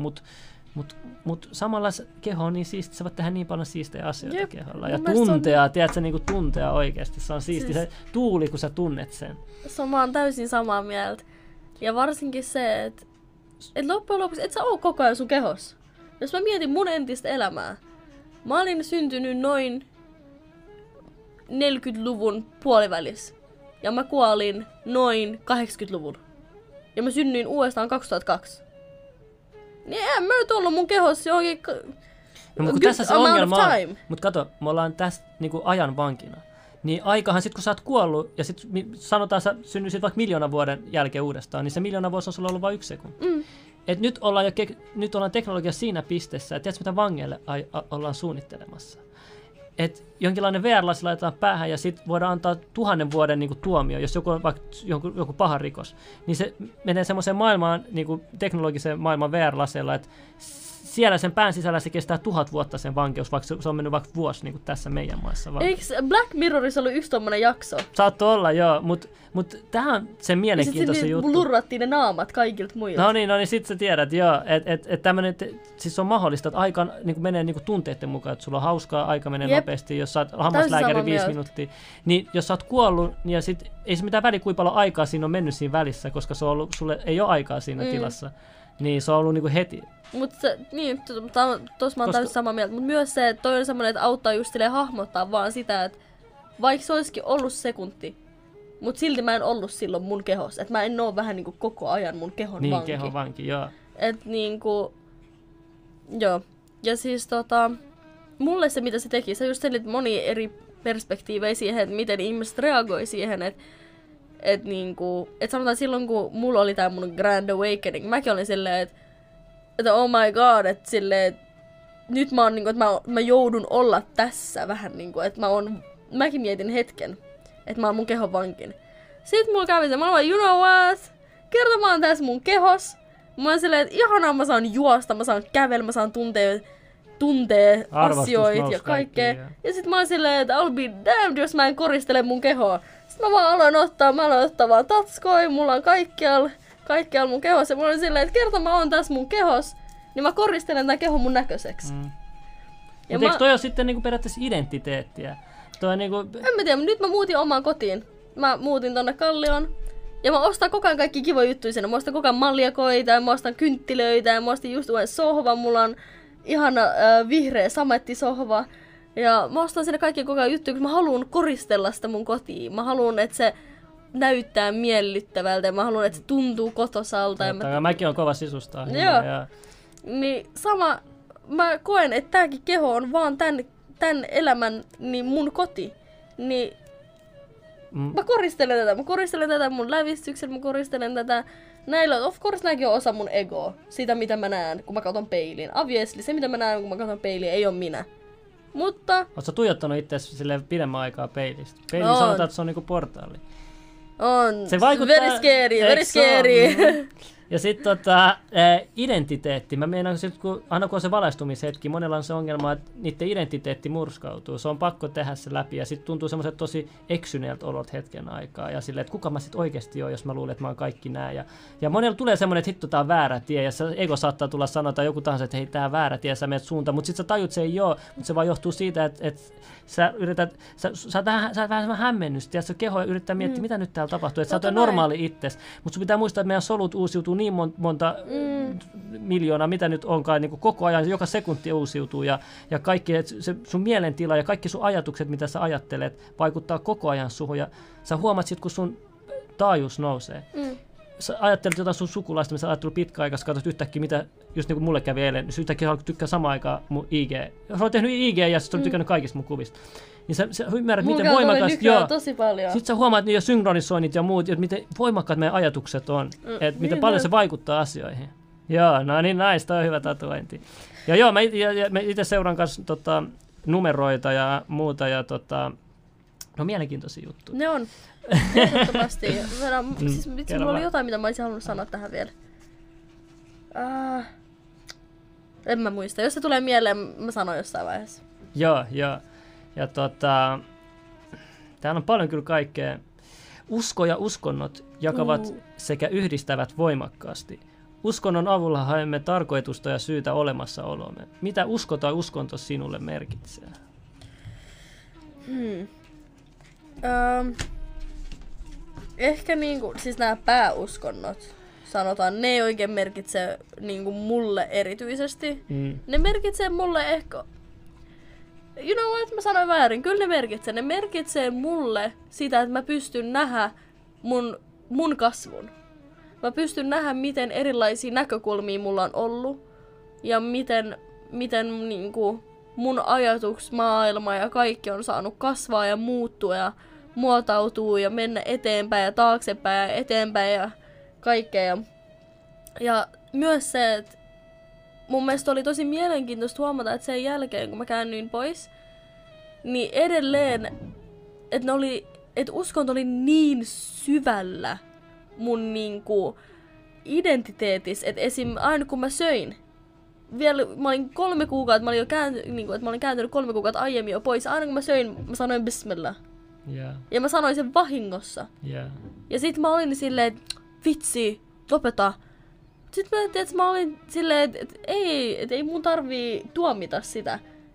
mut samalla keho on niin siisti, sä voit tehdä niin paljon siistejä asioita keholla. Ja tiedätkö, niinku tuntea oikeasti. Se on siisti, se tuuli, kun sä tunnet sen. Mä oon täysin samaa mieltä. Ja varsinkin se, että loppujen lopuksi et sä oo koko ajan sun kehossa. Jos mä mietin mun entistä elämää, mä olin syntynyt noin 40-luvun puolivälissä. Ja mä kuolin noin 80-luvulla. Ja mä synnyin uudestaan 2002. Niin en mä nyt ollut mun kehossa johonkin mutta tässä se ongelma on. Mutta kato, me ollaan tässä niinku ajan vankina. Niin aikahan sit kun sä oot kuollut ja sit sanotaan sä synnyisit vaikka 1 000 000 vuoden jälkeen uudestaan, niin se 1 000 000 vuosi on sulla ollut vain 1 sekunti. Et nyt ollaan teknologia siinä pisteessä, että tiedätkö mitä vangeille ollaan suunnittelemassa. Et jonkinlainen VR-lasi laitetaan päähän ja sitten voidaan antaa 1000 vuoden niinku tuomio, jos joku on vaikka joku paha rikos. Niin se menee semmoiseen maailmaan, niinku teknologiseen maailman VR-laseilla, että siellä sen pään sisällä se kestää 1000 vuotta sen vankeus, vaikka se on mennyt vaikka vuosi niin kuin tässä meidän maassa. Eikö Black Mirrorissa ollut yksi tommonen jakso? Saattoi olla, joo, mutta tähän on sen mielenkiintoinen juttu. Sitten lurrattiin ne naamat kaikilta muilta. No niin, sit sä tiedät, joo, että tämmönen, siis on mahdollista, että aika niin menee niin tunteiden mukaan, että sulla on hauskaa, aika menee nopeasti, jos sä oot hammaslääkäri 5 minuuttia. Niin jos sä oot kuollut, niin ja sit ei se mitään väliä, kuinka paljon aikaa siinä on mennyt siinä välissä, koska se on ollut, sulle ei ole aikaa siinä tilassa. Niin se on ollut niinku heti. Mutta niin, tossa mä oon täysin samaa mieltä. Mutta myös se, että toi on semmoinen, että auttaa just silleen hahmottaa vaan sitä, että vaikka se olisikin ollut sekunti, mutta silti mä en ollut silloin mun kehossa. Että mä en oo vähän niinku koko ajan mun kehon niin, vanki. Niin, kehon vanki, joo. Et niinku, joo. Ja siis mulle se mitä se teki, se just selit monia eri perspektiivejä siihen, että miten ihmiset reagoi siihen, että niinku, et sanotaan silloin kun mulla oli tää mun Grand Awakening, mäkin olin silleen, että oh my god, että silleen, nyt mä oon niinku, että mä joudun olla tässä vähän niinku, että mäkin mietin hetken, että mä oon mun kehon vankin. Sitten mulla kävi se, mä olin you know what, kerta mä oon tässä mun kehos, mä oon silleen, että ihanaa mä saan juosta, mä saan kävellä, mä saan tuntee asioita ja kaikkea. Ja sit mä oon silleen, että I'll be damned, jos mä en koristele mun kehoa. Sitten mä aloin ottaa vaan tatskoi, mulla on kaikkialla mun kehossa. Ja mulla on silleen, että kerta mä oon tässä mun kehos, niin mä koristelen tämän kehon mun näköiseksi. Mutta eikö toi ole sitten niinku periaatteessa identiteettiä? Niinku... En mä tiedä, mutta nyt mä muutin omaan kotiin. Mä muutin tonne Kallioon. Ja mä ostan koko ajan kaikki kivoja juttuja sinne. Mä ostan koko ajan maljakoita, ja mä ostan kynttilöitä, ja mä ostin just uuden sohvan. Mulla on ihana vihreä samettisohva. Ja mä ostan sinne kaikki koko ajan juttuja, koska mä haluan koristella sitä mun kotiin. Mä haluan, että se näyttää miellyttävältä ja mä haluan, että se tuntuu kotosalta. Mäkin on kova sisustaa. Joo. Niin sama, mä koen, että tääkin keho on vaan tän tämän elämän, niin mun koti, niin mä koristelen tätä mun lävistyksellä, mä koristelen tätä näillä, of course nämäkin on osa mun egoa, sitä mitä mä näen, kun mä katson peiliin. Obviously, se mitä mä näen, kun mä katson peiliin, ei ole minä. Mutta... Ootko sä tuijottanut itseäsi silleen pidemmän aikaa peilistä? Peili sanotaan, että se on niinku portaali. On. Se vaikuttaa... Very scary. Ja sitten identiteetti. Mä meinaan, aina kun on se valaistumishetki, monella on se ongelma, että niiden identiteetti murskautuu. Se on pakko tehdä se läpi ja sitten tuntuu semmoiset tosi eksyneeltä olot hetken aikaa. Ja silleen, että kuka mä sitten oikeasti oon, jos mä luulen, että mä oon kaikki nää. Ja monella tulee semmoinen, että hitto, tää on väärä tie. Ja se ego saattaa tulla sanoa tai joku tahansa, että hei, tää on väärä tie, sä menet suuntaan. Mutta sitten sä tajut, se ei oo. Mutta se vaan johtuu siitä, että sä yrität, sä oot vähän hämmennyt. Ja se keho yrittää miettiä, mitä nyt täällä tapahtuu. Että sä oot normaali itses. Mutta sun pitää muistaa, että meidän solut uusiutuu niin monta miljoonaa, mitä nyt onkaan, niin kuin koko ajan, joka sekunti uusiutuu ja kaikki se sun mielentila ja kaikki sun ajatukset, mitä sä ajattelet, vaikuttaa koko ajan suhun ja sä huomaat sit, kun sun taajuus nousee. Sä ajattelet jotain sun sukulaista, missä sä ajattelut pitkäaikaa, katsot yhtäkkiä, mitä just niin kuin mulle kävi eilen, niin yhtäkkiä sä tykkää samaan aikaan mun IG. Sä oot tehnyt IG ja sä oot tykännyt kaikista mun kuvista. Niin sä ymmärrät, miten voimakas... tosi paljon. Sitten sä huomaat niin jo synkronisoinnit ja muut, että miten voimakkaat meidän ajatukset on. Että miten paljon se vaikuttaa asioihin. Joo, no niin nice, toi on hyvä tatuointi. Ja joo, mä itse seuraan kanssa numeroita ja muuta ja no mielenkiintoisia juttuja. Ne on, ehdottomasti. Siis mulla oli jotain, mitä mä olisin halunnut sanoa tähän vielä. En mä muista. Jos se tulee mieleen, mä sanon jossain vaiheessa. Joo. Ja täällä on paljon kyllä kaikkea. Usko ja uskonnot jakavat sekä yhdistävät voimakkaasti. Uskonnon avulla haemme tarkoitusta ja syytä olemassaolomme. Mitä usko tai uskonto sinulle merkitsee? Ehkä niinku, siis nämä pääuskonnot, sanotaan, ne ei oikein merkitse niinku mulle erityisesti. Ne merkitsee mulle ehkä... You know what, mä sanoin väärin. Kyllä ne merkitsee. Ne merkitsee mulle sitä, että mä pystyn nähdä mun kasvun. Mä pystyn nähdä, miten erilaisia näkökulmia mulla on ollut. Ja miten niinku mun ajatusmaailma ja kaikki on saanut kasvaa ja muuttua ja muotautua ja mennä eteenpäin ja taaksepäin ja eteenpäin ja kaikkea. Ja myös se, että mun mielestä oli tosi mielenkiintoista huomata, että sen jälkeen, kun mä käännyin pois, niin edelleen, että uskonto oli niin syvällä mun niinku identiteetissä, että esim. Aina kun mä söin, vielä mä olin 3 kuukautta, mä olin jo kääntynyt 3 kuukautta aiemmin jo pois, aina kun mä söin, mä sanoin bismillah. Yeah. Ja mä sanoin sen vahingossa. Yeah. Ja sit mä olin silleen, että vitsi, lopeta. Sitten mä olin silleen, että ei mun tarvii tuomita sitä.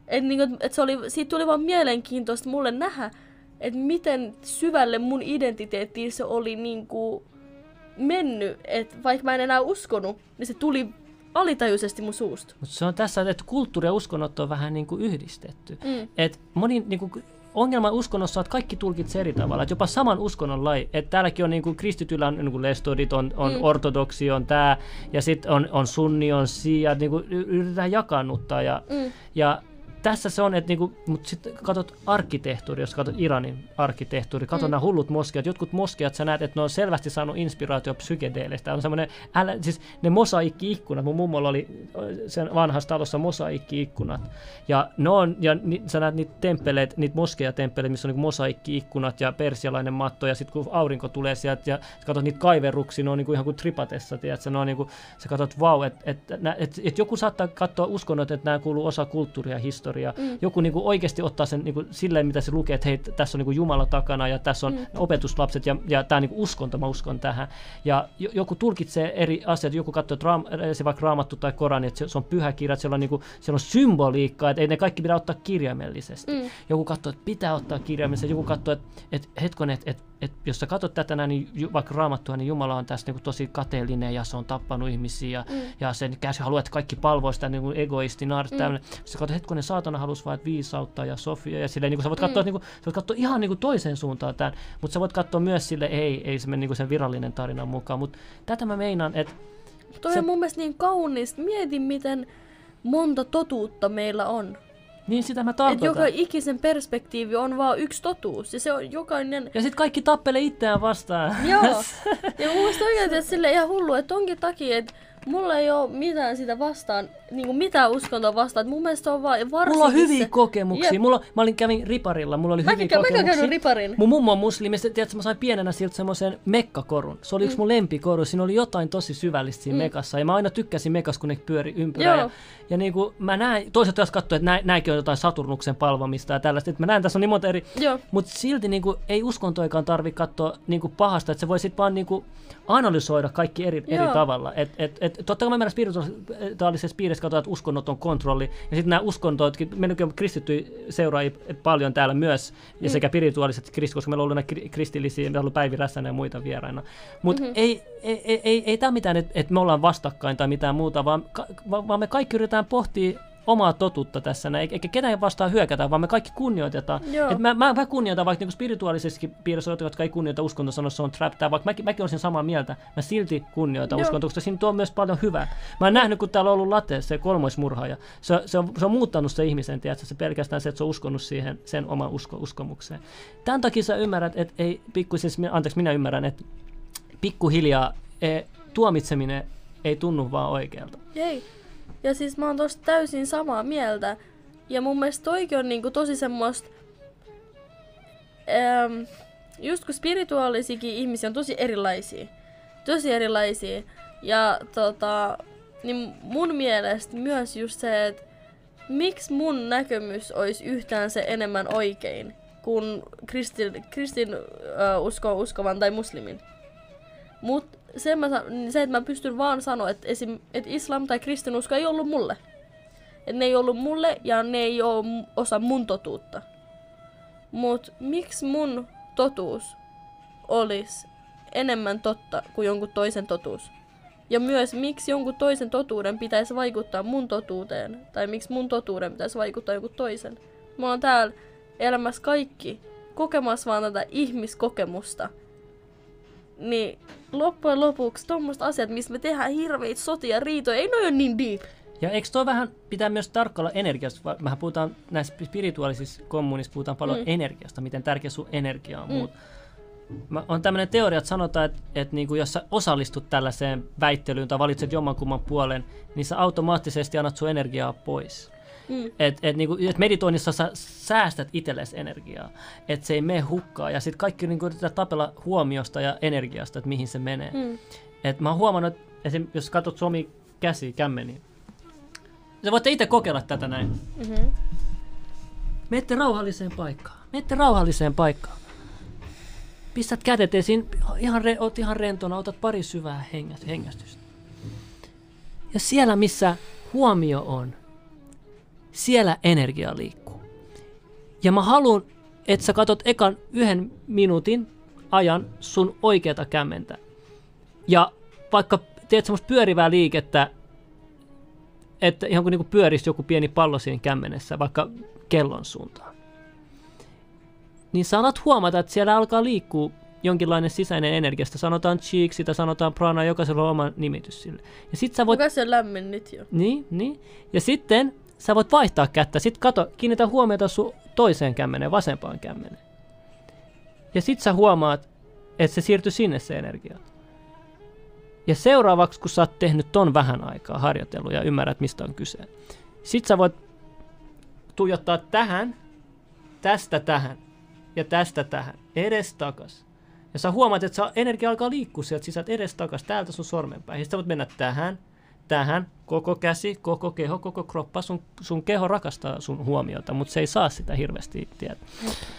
Siitä tuli vaan mielenkiintoista mulle nähdä, että miten syvälle mun identiteettiin se oli niinku mennyt. Että vaikka mä en enää uskonut, niin se tuli alitajuisesti mun suusta. Mutta se on tässä, että kulttuuri ja uskonnot on vähän niinku yhdistetty. Et moni niinku... Ongelma uskonnossa on, että kaikki tulkitsee eri tavalla. Että jopa saman uskonnon laji. Että täälläkin on niinku kristityillä on niinku lestodit, on ortodoksi, on tää, ja sitten on sunni, on shia, niinku yritetään jakannuttaa. Ja tässä se on, että niinku, mutta sitten katsot arkkitehtuuri, jos katsot Iranin arkkitehtuuri, katsot nämä hullut moskeat. Jotkut moskeat sä näet, että ne on selvästi saanut inspiraatio psykedeeleistä. On semmoinen, siis ne mosaikki-ikkunat, mun mummolla oli sen vanhassa talossa mosaikki-ikkunat. Ja sä näet niitä temppeleitä, niitä moskejatemppeleitä, missä on niinku mosaikki-ikkunat ja persialainen matto, ja sitten kun aurinko tulee sieltä ja katsot niitä kaiverruksia, ne on niinku ihan kuin tripatessa, tiedätkö? Ne on niinku, sä katsot, vau, että joku saattaa katsoa uskonnot, että nämä kuuluu osa kulttuuria ja historiaa. Joku niinku oikeasti ottaa sen niinku silleen, mitä se lukee, että hei, tässä on niinku Jumala takana ja tässä on opetuslapset ja tämä niinku uskonto, mä uskon tähän. Ja joku tulkitsee eri asiat, joku katsoo, että se vaikka Raamattu tai Korani, että se on pyhä kirja, että siellä on symboliikkaa, että ei ne kaikki pidä ottaa kirjaimellisesti. Joku katsoo, että pitää ottaa kirjaimellisesti, joku katsoo, että hetkonen, että jos sä katsot tätä näin, niin vaikka Raamattua, niin Jumala on tässä niinku tosi kateellinen ja se on tappanut ihmisiä ja sen haluaa, että kaikki palvoo sitä niinku egoisti, tämmöinen. Sä katsot, hetkonen, saatana halusi vaan, että viisautta ja Sofia ja silleen, niin sä voit katsoa, sä voit katsoa ihan niinku toiseen suuntaan tämän, mutta sä voit katsoa myös sille, ei se mene niinku sen virallinen tarinan mukaan, mutta tätä mä meinaan, että... Toi on mun mielestä niin kaunista. Mieti, miten monta totuutta meillä on. Niin sitä mä Että tarkoitan. joka ikisen perspektiivi on vaan yksi totuus. Ja se on jokainen... Ja sit kaikki tappelee itseään vastaan. Joo. Ja mun mielestä oikein sille ihan hullu, että tonkin takia, että mulla ei ole mitään sitä vastaan, niinku mitään uskontoa vastaan. Että mun mielestä se on vaan varsinkin Mulla on hyviä se... kokemuksia. Mä kävin riparilla, mulla oli hyviä kokemuksia. Mäkin käynyt riparin. Mun mummo on muslimi, tiedätkö, mä sain pienenä siltä semmoisen mekkakorun. Se oli yksi mun lempikoru, siinä oli jotain tosi syvällistä siinä mekassa. Ja mä aina tykkäsin mekas, kun ne pyöri ympyrää. Ja niinku mä näin, toiset taas katsoi, että näinkin on jotain Saturnuksen palvomista ja tällaista. Että mä näen, tässä on niin monta eri. Mutta silti niinku, ei uskontoikaan tarvitse katsoa niinku pahasta, että se voi sit vaan niinku analysoida kaikki eri tavalla. Totta kai mä mennään spirituaalisessa piirissä katsotaan, että uskonnot on kontrolli. Ja sitten nämä uskonnotkin, meillä on kristittyjä seuraajia paljon täällä myös, ja sekä spirituaaliset kristit, koska meillä on ollut näitä kristillisiä, meillä on ollut Päivi Räsänen ja muita vieraina. Mutta ei tämä mitään, että me ollaan vastakkain tai mitään muuta, vaan me kaikki yritetään pohtia omaa totuutta tässä, eikä ketään vastaan hyökätä, vaan me kaikki kunnioitetaan. Mä kunnioitan, vaikka niin spirituaalisessakin piirissä on, jotka ei kunnioita uskontoa, sanoo, se on trap, vaikka mäkin olisin samaa mieltä, mä silti kunnioitan uskontoa, koska siinä tuo myös paljon hyvää. Mä oon nähnyt, kun täällä on ollut Late, se kolmoismurhaaja, se on muuttanut se ihmisen, tiedätkö, se pelkästään se, että se on uskonut siihen sen oman uskomukseen. Tämän takia sä ymmärrät, että ei minä ymmärrän, että pikkuhiljaa tuomitseminen ei tunnu vaan oikealta. Ei. Ja siis mä oon tosta täysin samaa mieltä. Ja mun mielestä toikin on niinku tosi semmoista... just kun spirituaalisikin ihmisiä on tosi erilaisia. Tosi erilaisia. Ja niin mun mielestä myös just se, että miksi mun näkemys olisi yhtään se enemmän oikein kuin kristin uskovan tai muslimin. Mut se, että mä pystyn vaan sanoa, että että islam tai kristinusko ei ollut mulle. Että ne ei ollut mulle ja ne ei ole osa mun totuutta. Mut miksi mun totuus olisi enemmän totta kuin jonkun toisen totuus? Ja myös miksi jonkun toisen totuuden pitäisi vaikuttaa mun totuuteen? Tai miksi mun totuuden pitäisi vaikuttaa jonkun toisen? Mä oon täällä elämässä kaikki kokemassa vaan tätä ihmiskokemusta. Niin loppujen lopuksi tommoset asiat, missä me tehdään hirveitä sotia ja riitoja, ei noi ole niin deep. Ja eikö toi vähän pitää myös tarkkailla energiasta? Mehän puhutaan näissä spirituaalisissa kommunissa, puhutaan paljon energiasta, miten tärkeä sun energia on. On tämmöinen teoria, että sanotaan, että niinku, jos sä osallistut tällaiseen väittelyyn tai valitset jommankumman puolen, niin sä automaattisesti annat sun energiaa pois. Niinku, et meditoinnissa sä säästät itsellesi energiaa, että se ei mene hukkaan. Ja sitten kaikki niinku, yritetään tapella huomiosta ja energiasta, että mihin se menee. Et mä oon huomannut, että jos katsot omia käsiä, kämmeniä, te voitte itse kokeilla tätä näin. Menette rauhalliseen paikkaan. Pistät kädet esiin, oot ihan rentona, otat pari syvää hengästystä. Ja siellä, missä huomio on, siellä energia liikkuu. Ja mä haluan, että sä katot ekan 1 minuutin ajan sun oikeata kämmentä. Ja vaikka teet semmoista pyörivää liikettä, että ihan kuin niinku pyörisi joku pieni pallo siinä kämmenessä, vaikka kellon suuntaan. Niin sä alat huomata, että siellä alkaa liikkua jonkinlainen sisäinen energia. Sitä sanotaan chi, sitä sanotaan prana, jokaisella on oma nimitys sille. Ja sit sä voit... Kuka se on lämmin nyt jo? Niin. Ja sitten sä voit vaihtaa kättä. Sitten kiinnitä huomiota sun toiseen kämmeneen, vasempaan kämmeneen. Ja sit sä huomaat, että se siirtyy sinne se energia. Ja seuraavaksi, kun sä oot tehnyt ton vähän aikaa, harjoitellut ja ymmärrät, mistä on kyse. Sit sä voit tuijottaa tähän, tästä tähän ja tästä tähän, edes takas. Ja sä huomaat, että se energia alkaa liikkua sieltä sisältä edes takas, täältä sun sormenpäin. Ja sit sä voit mennä tähän, koko käsi, koko keho, koko kroppa. Sun keho rakastaa sun huomiota, mutta se ei saa sitä hirveästi tietää.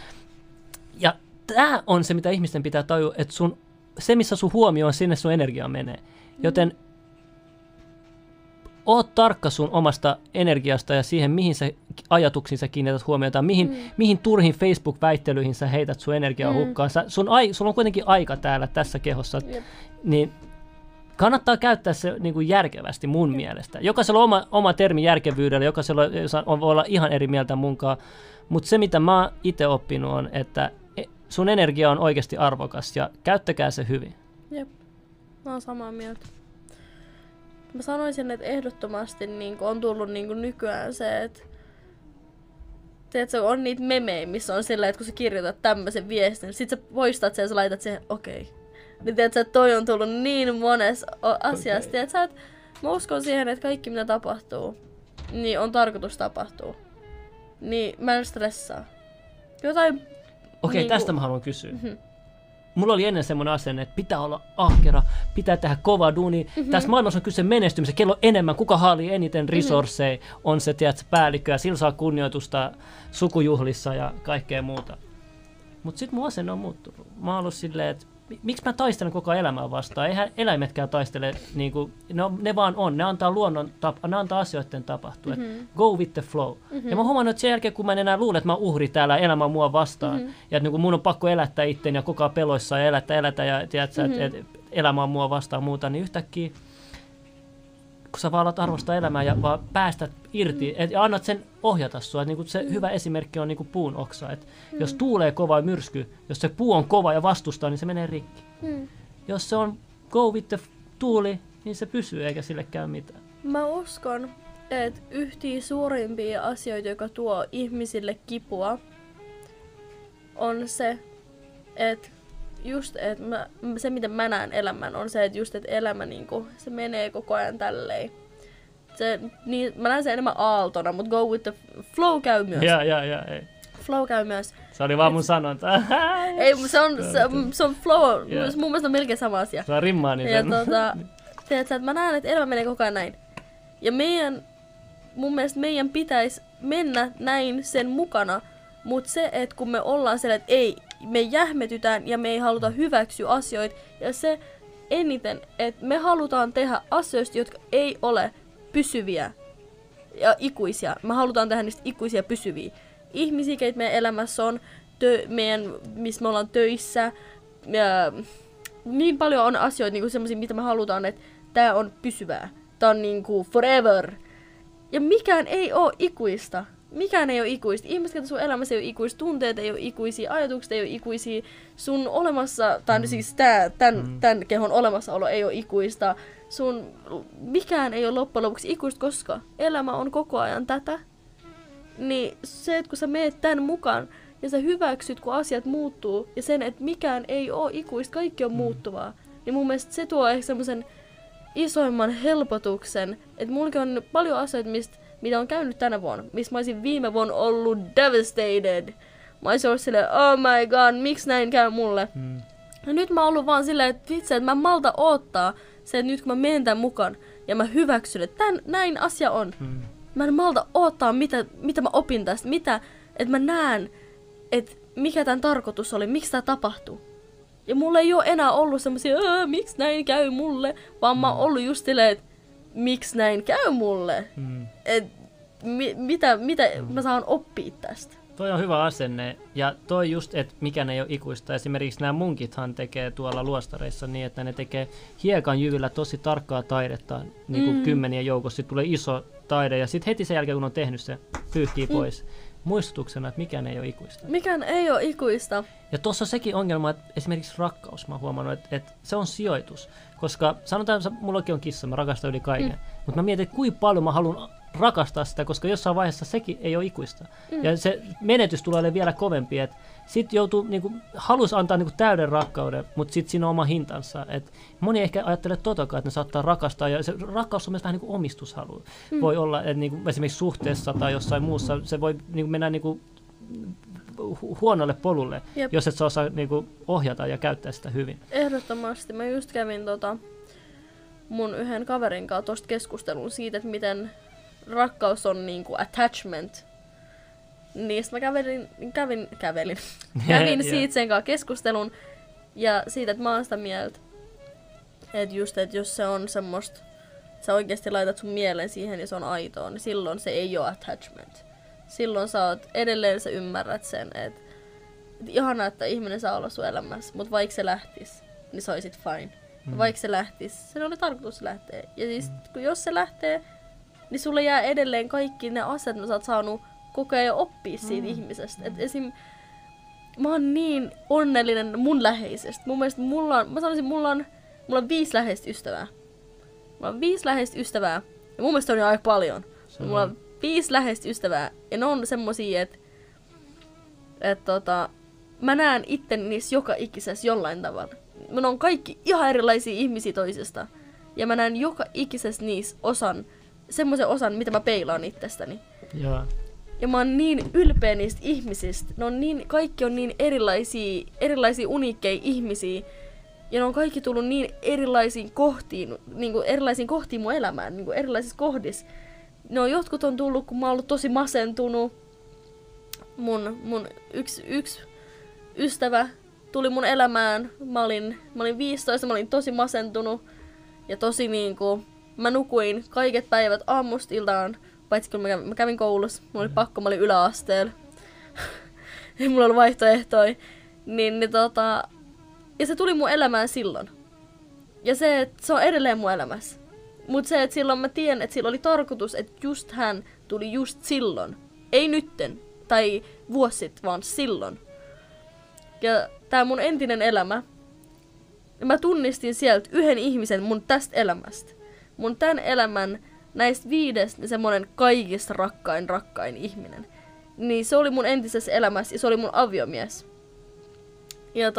Ja tää on se, mitä ihmisten pitää tajua, että se, missä sun huomio on, sinne sun energia menee. Joten oot tarkka sun omasta energiasta ja siihen, mihin sä ajatuksiin sä kiinnität huomiota, mihin turhiin Facebook-väittelyihin sä heität sun energiaa hukkaan. Sulla on kuitenkin aika täällä tässä kehossa, niin kannattaa käyttää se niin kuin järkevästi mun mielestä. Jokaisella on oma termi järkevyydellä, jokaisella voi olla ihan eri mieltä munkaan, mutta se, mitä mä oon itse oppinut, on, että sun energia on oikeasti arvokas ja käyttäkää se hyvin. Jep, mä oon samaa mieltä. Mä sanoisin, että ehdottomasti niin on tullut niin nykyään se, että tiedätkö, on niitä memejä, missä on silleen, että kun sä kirjoitat tämmöisen viestin, sit sä poistat sen ja sä laitat sen, okei. Niin tiedätkö, että toi on tullut niin monessa asiassa. Tiedätkö, että mä uskon siihen, että kaikki mitä tapahtuu, niin on tarkoitus tapahtua. Niin mä en stressaa. Jotain... Okei, tästä mä haluan kysyä. Mulla oli ennen semmoinen asenne, että pitää olla ahkera, pitää tehdä kovaa duunia. Tässä maailmassa on kyse menestymistä, kello on enemmän, kuka haalii eniten resursseja, on se tiedät, päällikkö ja sillä saa kunnioitusta sukujuhlissa ja kaikkea muuta. Mutta sitten mun asenne on muuttunut. Mä oon ollut silleen, että miksi mä taistelen koko elämää vastaan? Eihän eläimetkään taistele, niin kuin, ne vaan on. Ne antaa ne antaa asioiden tapahtua. Go with the flow. Ja mä oon huomannut, että sen jälkeen, kun mä en enää luule, että mä oon uhri täällä elämä mua vastaan, ja että niin kuin mun on pakko elättää itteeni ja koko ajan peloissa ja elätä ja tiedätkö, että elämä on mua vastaan muuta, niin yhtäkkiä, kun sä vaan alat arvostaa elämää ja vaan päästät irti ja annat sen ohjata sua. Niin kuin se hyvä esimerkki on niin kuin puun oksa. Että jos tuulee kova myrsky, jos se puu on kova ja vastustaa, niin se menee rikki. Jos se on go with the tuuli, niin se pysyy eikä sille käy mitään. Mä uskon, että yhtiä suurimpia asioita, joka tuo ihmisille kipua, on se, että just, että se miten mä näen elämän on se, että just, että elämä niinku, se menee koko ajan tälleen. Niin, mä näen sen enemmän aaltona, mutta go with the flow käy myös. Ei. Flow käy myös. Se oli vaan mun sanonta. Ei, se on flow, mun mielestä on melkein sama asia. Se on rimmaa niin sen. Tiedätkö, että mä näen, että elämä menee koko ajan näin. Ja mun mielestä meidän pitäisi mennä näin sen mukana, mutta se, että kun me ollaan siellä, että ei, me jähmetytään ja me ei haluta hyväksyä asioita. Ja se eniten, että me halutaan tehdä asioista, jotka ei ole pysyviä ja ikuisia. Me halutaan tehdä niistä ikuisia pysyviä. Ihmisiä, keitä meidän elämässä on, missä me ollaan töissä. Ja niin paljon on asioita, niinku semmoisia, mitä me halutaan, että tää on pysyvää. Tää on niinku forever. Ja mikään ei oo ikuista. Mikään ei ole ikuista. Ihmiset, jotka sun elämässä ei ole ikuista, tunteet ei ole ikuisia, ajatukset ei ole ikuisia, sun olemassa, tai siis tämän kehon olemassaolo ei ole ikuista. Mikään ei ole loppujen lopuksi ikuista, koska elämä on koko ajan tätä. Niin se, että kun sä meet tämän mukaan ja sä hyväksyt, kun asiat muuttuu, ja sen, että mikään ei ole ikuista, kaikki on muuttuvaa, niin mun mielestä se tuo ehkä semmoisen isoimman helpotuksen, että mullakin on paljon asioita, mitä on käynyt tänä vuonna, missä mä olisin viime vuonna ollut devastated. Mä olisin ollut silleen, oh my god, miksi näin käy mulle? Ja nyt mä oon ollut vaan silleen, että vitsi, että mä en malta odottaa se, että nyt kun mä menen tämän mukaan ja mä hyväksyn, että näin asia on. Mä en malta odottaa, mitä mä opin tästä, että mä näen, että mikä tämän tarkoitus oli, miksi tää tapahtuu. Ja mulla ei ole enää ollut semmosia, miksi näin käy mulle, vaan mä oon ollut just silleen, että miksi näin käy mulle? Mitä mä saan oppia tästä? Toi on hyvä asenne, ja toi just, että mikään ei ole ikuista. Esimerkiksi nämä munkithan tekee tuolla luostareissa niin, että ne tekee hiekan jyvillä tosi tarkkaa taidetta, niin kuin kymmenien joukossa. Sitten tulee iso taide, ja sitten heti sen jälkeen, kun on tehnyt se, pyyhkii pois. Muistutuksena, että mikään ei ole ikuista. Mikään ei ole ikuista. Ja tuossa on sekin ongelma, että esimerkiksi rakkaus, mä oon huomannut, että se on sijoitus. Koska sanotaan, että mullakin on kissa, mä rakastan yli kaiken. Mutta mä mietin, että kuinka paljon mä haluan rakastaa sitä, koska jossain vaiheessa sekin ei ole ikuista. Ja se menetys tulee olemaan vielä kovempi. Sitten joutuu, niinku, halusi antaa niinku täyden rakkauden, mutta sitten siinä on oma hintansa. Et moni ehkä ajattelee totakaan, että ne saattaa rakastaa. Ja se rakkaus on myös vähän niin kuin omistushalu. Voi olla, että niinku, esimerkiksi suhteessa tai jossain muussa se voi niinku, mennä niinku, huonolle polulle, jos et sä osaa niinku, ohjata ja käyttää sitä hyvin. Ehdottomasti. Mä just kävin mun yhden kaverin kanssa tosta keskustelun siitä, että miten rakkaus on niinku attachment. Niin mä kävin siitä sen kanssa keskustelun ja siitä, että mä oon sitä mieltä, että just, että jos se on semmoista, sä oikeasti laitat sun mielen siihen ja se on aitoa, niin silloin se ei ole attachment. Silloin edelleen sä ymmärrät sen, että ihanaa, että ihminen saa olla sun elämässä, mutta vaikka se lähtis, niin se olisit fine. Vaikka se lähtis, sen oli tarkoitus lähteä. Ja siis, jos se lähtee, niin sulle jää edelleen kaikki ne asiat, mitä sä oot saanut koko ajan oppia siitä ihmisestä. Et esim, mä oon niin onnellinen mun läheisestä. Mun mielestä mulla on 5 läheistä ystävää. Mulla on 5 läheistä ystävää. Ja mun mielestä on jo aika paljon. Mulla on 5 läheistä ystävää. Ja ne on semmosia, että että mä näen itteni niissä joka ikisessä jollain tavalla. Mä on kaikki ihan erilaisia ihmisiä toisesta. Ja mä näen joka ikisessä niissä semmoisen osan, mitä mä peilaan itsestäni. Joo. Ja mä oon niin ylpeä niistä ihmisistä. Kaikki on niin erilaisia uniikkeja ihmisiä. Ja ne on kaikki tullut niin erilaisiin kohtiin mun elämään, niin kuin erilaisissa kohdissa. Jotkut on tullut, kun mä oon ollut tosi masentunut. Mun yksi ystävä tuli mun elämään. Mä olin 15, mä olin tosi masentunut. Ja tosi mä nukuin kaiket päivät aamusta iltaan. Paitsi kun mä kävin koulussa, mulla oli pakko, mä olin yläasteella. Ei mulla ollut vaihtoehtoja. Ja se tuli mun elämään silloin. Ja se on edelleen mun elämässä. Mut se, että silloin mä tiedän, että sillä oli tarkoitus, että just hän tuli just silloin. Ei nytten, tai vuosi sitten, vaan silloin. Ja tää mun entinen elämä, mä tunnistin sieltä yhden ihmisen mun tästä elämästä. Mun tän elämän näistä 5 semmonen kaikista rakkain ihminen. Niin se oli mun entisessä elämässä ja se oli mun aviomies. Ja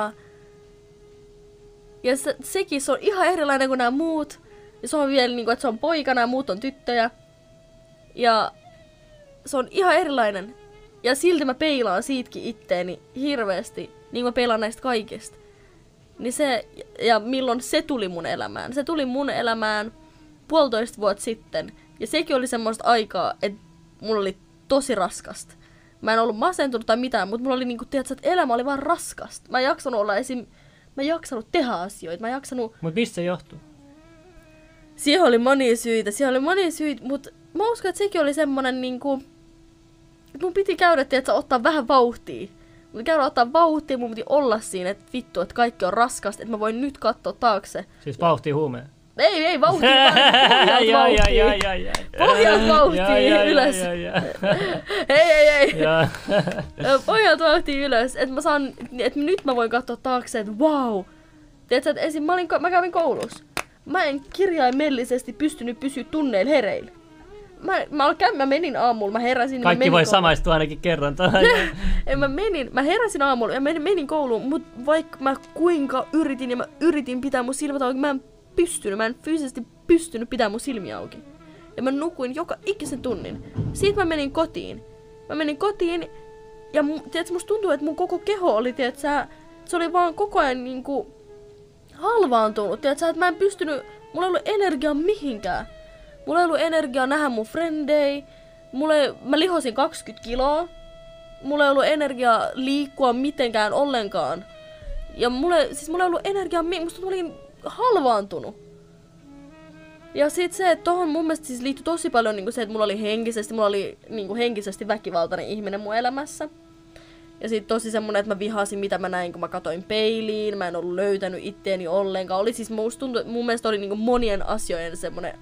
ja sekin se on ihan erilainen kuin nämä muut. Ja se on vielä että se on poika, nämä muut on tyttöjä. Ja se on ihan erilainen. Ja silti mä peilaan siitäkin itteeni hirveästi, niin mä peilaan näistä kaikista. Niin ja milloin se tuli mun elämään? Se tuli mun elämään 1,5 vuotta sitten. Ja sekin oli semmoista aikaa, että mulla oli tosi raskasta. Mä en ollut masentunut tai mitään, mutta mulla oli että elämä oli vaan raskasta. Mä en jaksanut olla mä en jaksanut tehdä asioita. Mut mistä se johtuu? Siihen oli monia syitä, mutta mä uskon, että sekin oli semmonen että mun piti käydä, ottaa vähän vauhtia. Ottaa vauhtia, mun piti olla siinä, että vittu, että kaikki on raskasta, että mä voin nyt katsoa taakse. Siis vauhtia huumeen? Ei vauhtia, vaan pohjalta vauhtia ylös. Ei. Pohjalta vauhtia ylös, että nyt mä voin katsoa taakse, että vau. Tiedätkö, että esim. Mä kävin koulussa. Mä en kirjaimellisesti pystynyt pysyä tunneilla hereillä. Mä menin aamulla, mä heräsin. Kaikki voi samaistua ainakin kerran. Mä heräsin aamulla ja menin kouluun, mutta vaikka mä kuinka yritin pitää mun silmät auki, mä en fyysisesti pystynyt pitämään mun silmiä auki. Ja mä nukuin joka ikisen tunnin. Siitä mä menin kotiin ja tiedätkö, musta tuntuu, että mun koko keho oli, tiedätkö, se oli vaan koko ajan halvaantunut, tiedätkö, että mä en pystynyt, mulla ei ollut energiaa mihinkään. Mulla ei ollut energiaa nähdä mun frendei, mä lihosin 20 kiloa, mulla ei ollut energiaa liikkua mitenkään ollenkaan. Ja mulla ei ollut energiaa, musta mä olin halvaantunut. Ja sit se, että tohon mun mielestä siis liittyi tosi paljon se, että mulla oli henkisesti väkivaltainen ihminen mun elämässä. Ja sit tosi semmonen, että mä vihasin mitä mä näin, kun mä katoin peiliin, mä en ollut löytänyt itteeni ollenkaan. Oli siis, mun mielestä oli monien asioiden semmonen,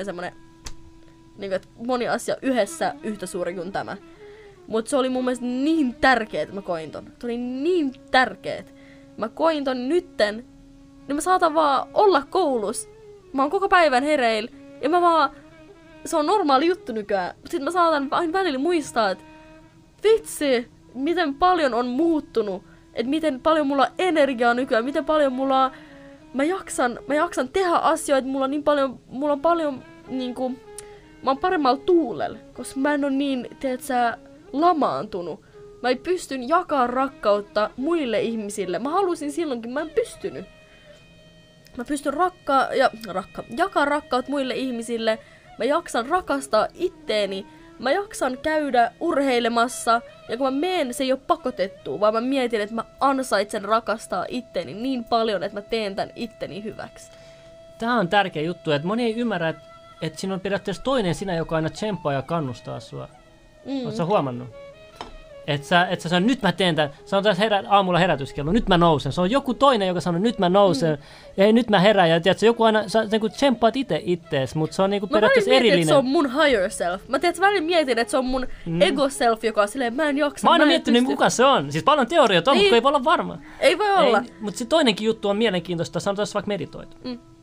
että moni asia yhdessä yhtä suuri kuin tämä. Mut se oli mun mielestä niin tärkeet, että mä koin ton. Se oli niin tärkeet. Mä koin ton nytten, niin mä saatan vaan olla koulussa. Mä oon koko päivän hereillä. Ja se on normaali juttu nykyään. Sit mä saatan aina välillä muistaa, että vitsi, miten paljon on muuttunut. Että miten paljon mulla on energiaa nykyään. Miten paljon mä jaksan tehdä asioita. Mulla on paljon mä oon paremmalla tuulella. Koska mä en oo niin, lamaantunut. Mä en pystyn jakaa rakkautta muille ihmisille. Mä halusin silloinkin, mä en pystynyt. Mä pystyn jakaa rakkautta muille ihmisille. Mä jaksan rakastaa itteeni. Mä jaksan käydä urheilemassa. Ja kun mä menen, se ei ole pakotettua, vaan mä mietin, että mä ansaitsen rakastaa itteeni niin paljon, että mä teen tän itteni hyväksi. Tää on tärkeä juttu, että moni ei ymmärrä, että siinä on periaatteessa toinen sinä, joka aina tsemppaa ja kannustaa sua. Oot sä huomannut? Että sä sanoo, nyt mä teen tän. Sanotaan aamulla herätyskello, nyt mä nousen. Se on joku toinen, joka sanoo, nyt mä nousen. Ja nyt mä herään. Ja tiedätkö, joku aina, sä niinku tsemppaat ittees, mutta se on niinku periaatteessa erillinen. Että se on mun higher self. Mä välillä mietin, että se on mun ego self, joka on silleen, mä en jaksa. Mä oon aina miettinyt, kuka se on. Siis paljon teorioita on, mutta ei voi olla varma. Ei voi olla. Mutta se toinenkin juttu on mielenkiintoista, sanotaan vaikka meditoit.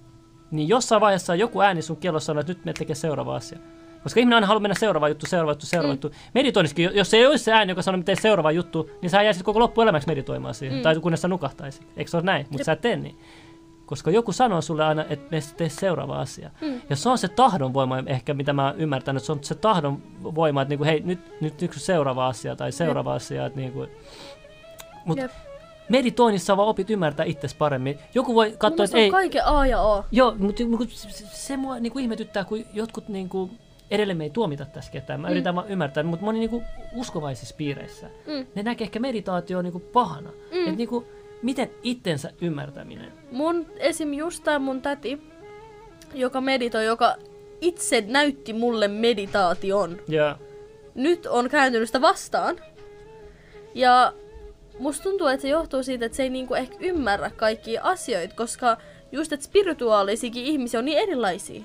niin jossain vaiheessa joku ääni sun kellossa sanoo, että nyt me tekee seuraava asia. Koska ihminen aina haluaa mennä seuraava juttu. Meditoinnissakin, jos ei olisi se ääni, joka sanoo, että tee seuraava juttu, niin sä jäisit koko loppuelämäksi meditoimaan siihen. Tai kunnes sä nukahtaisit. Eikö se ole näin? Mutta sä et tee niin. Koska joku sanoo sulle aina, että me tee seuraava asia. Ja se on se tahdonvoima ehkä, mitä mä oon ymmärtänyt. Se on se tahdonvoima, että niinku, hei, nyt yksi seuraava asia tai seuraava asia. Niinku. Mutta meditoinnissa vaan opit ymmärtää itsesi paremmin. Joku voi katsoa, että ei... Se on kaiken A ja O. Joo, mutta se mua niinku ihmetyttää, kun jotkut niinku... Edelleen me ei tuomita tässä ketään. Mä yritän vaan ymmärtää, mutta moni niinku uskovaisissa piireissä. Ne näkee ehkä meditaatio niinku pahana. Että niinku, miten itsensä ymmärtäminen? Esim. just tää mun täti, joka meditoi, joka itse näytti mulle meditaation. Yeah. Nyt on kääntynyt sitä vastaan. Ja musta tuntuu, että se johtuu siitä, että se ei niinku ehkä ymmärrä kaikkia asioita, koska just, että spirituaalisikin ihmisiä on niin erilaisia.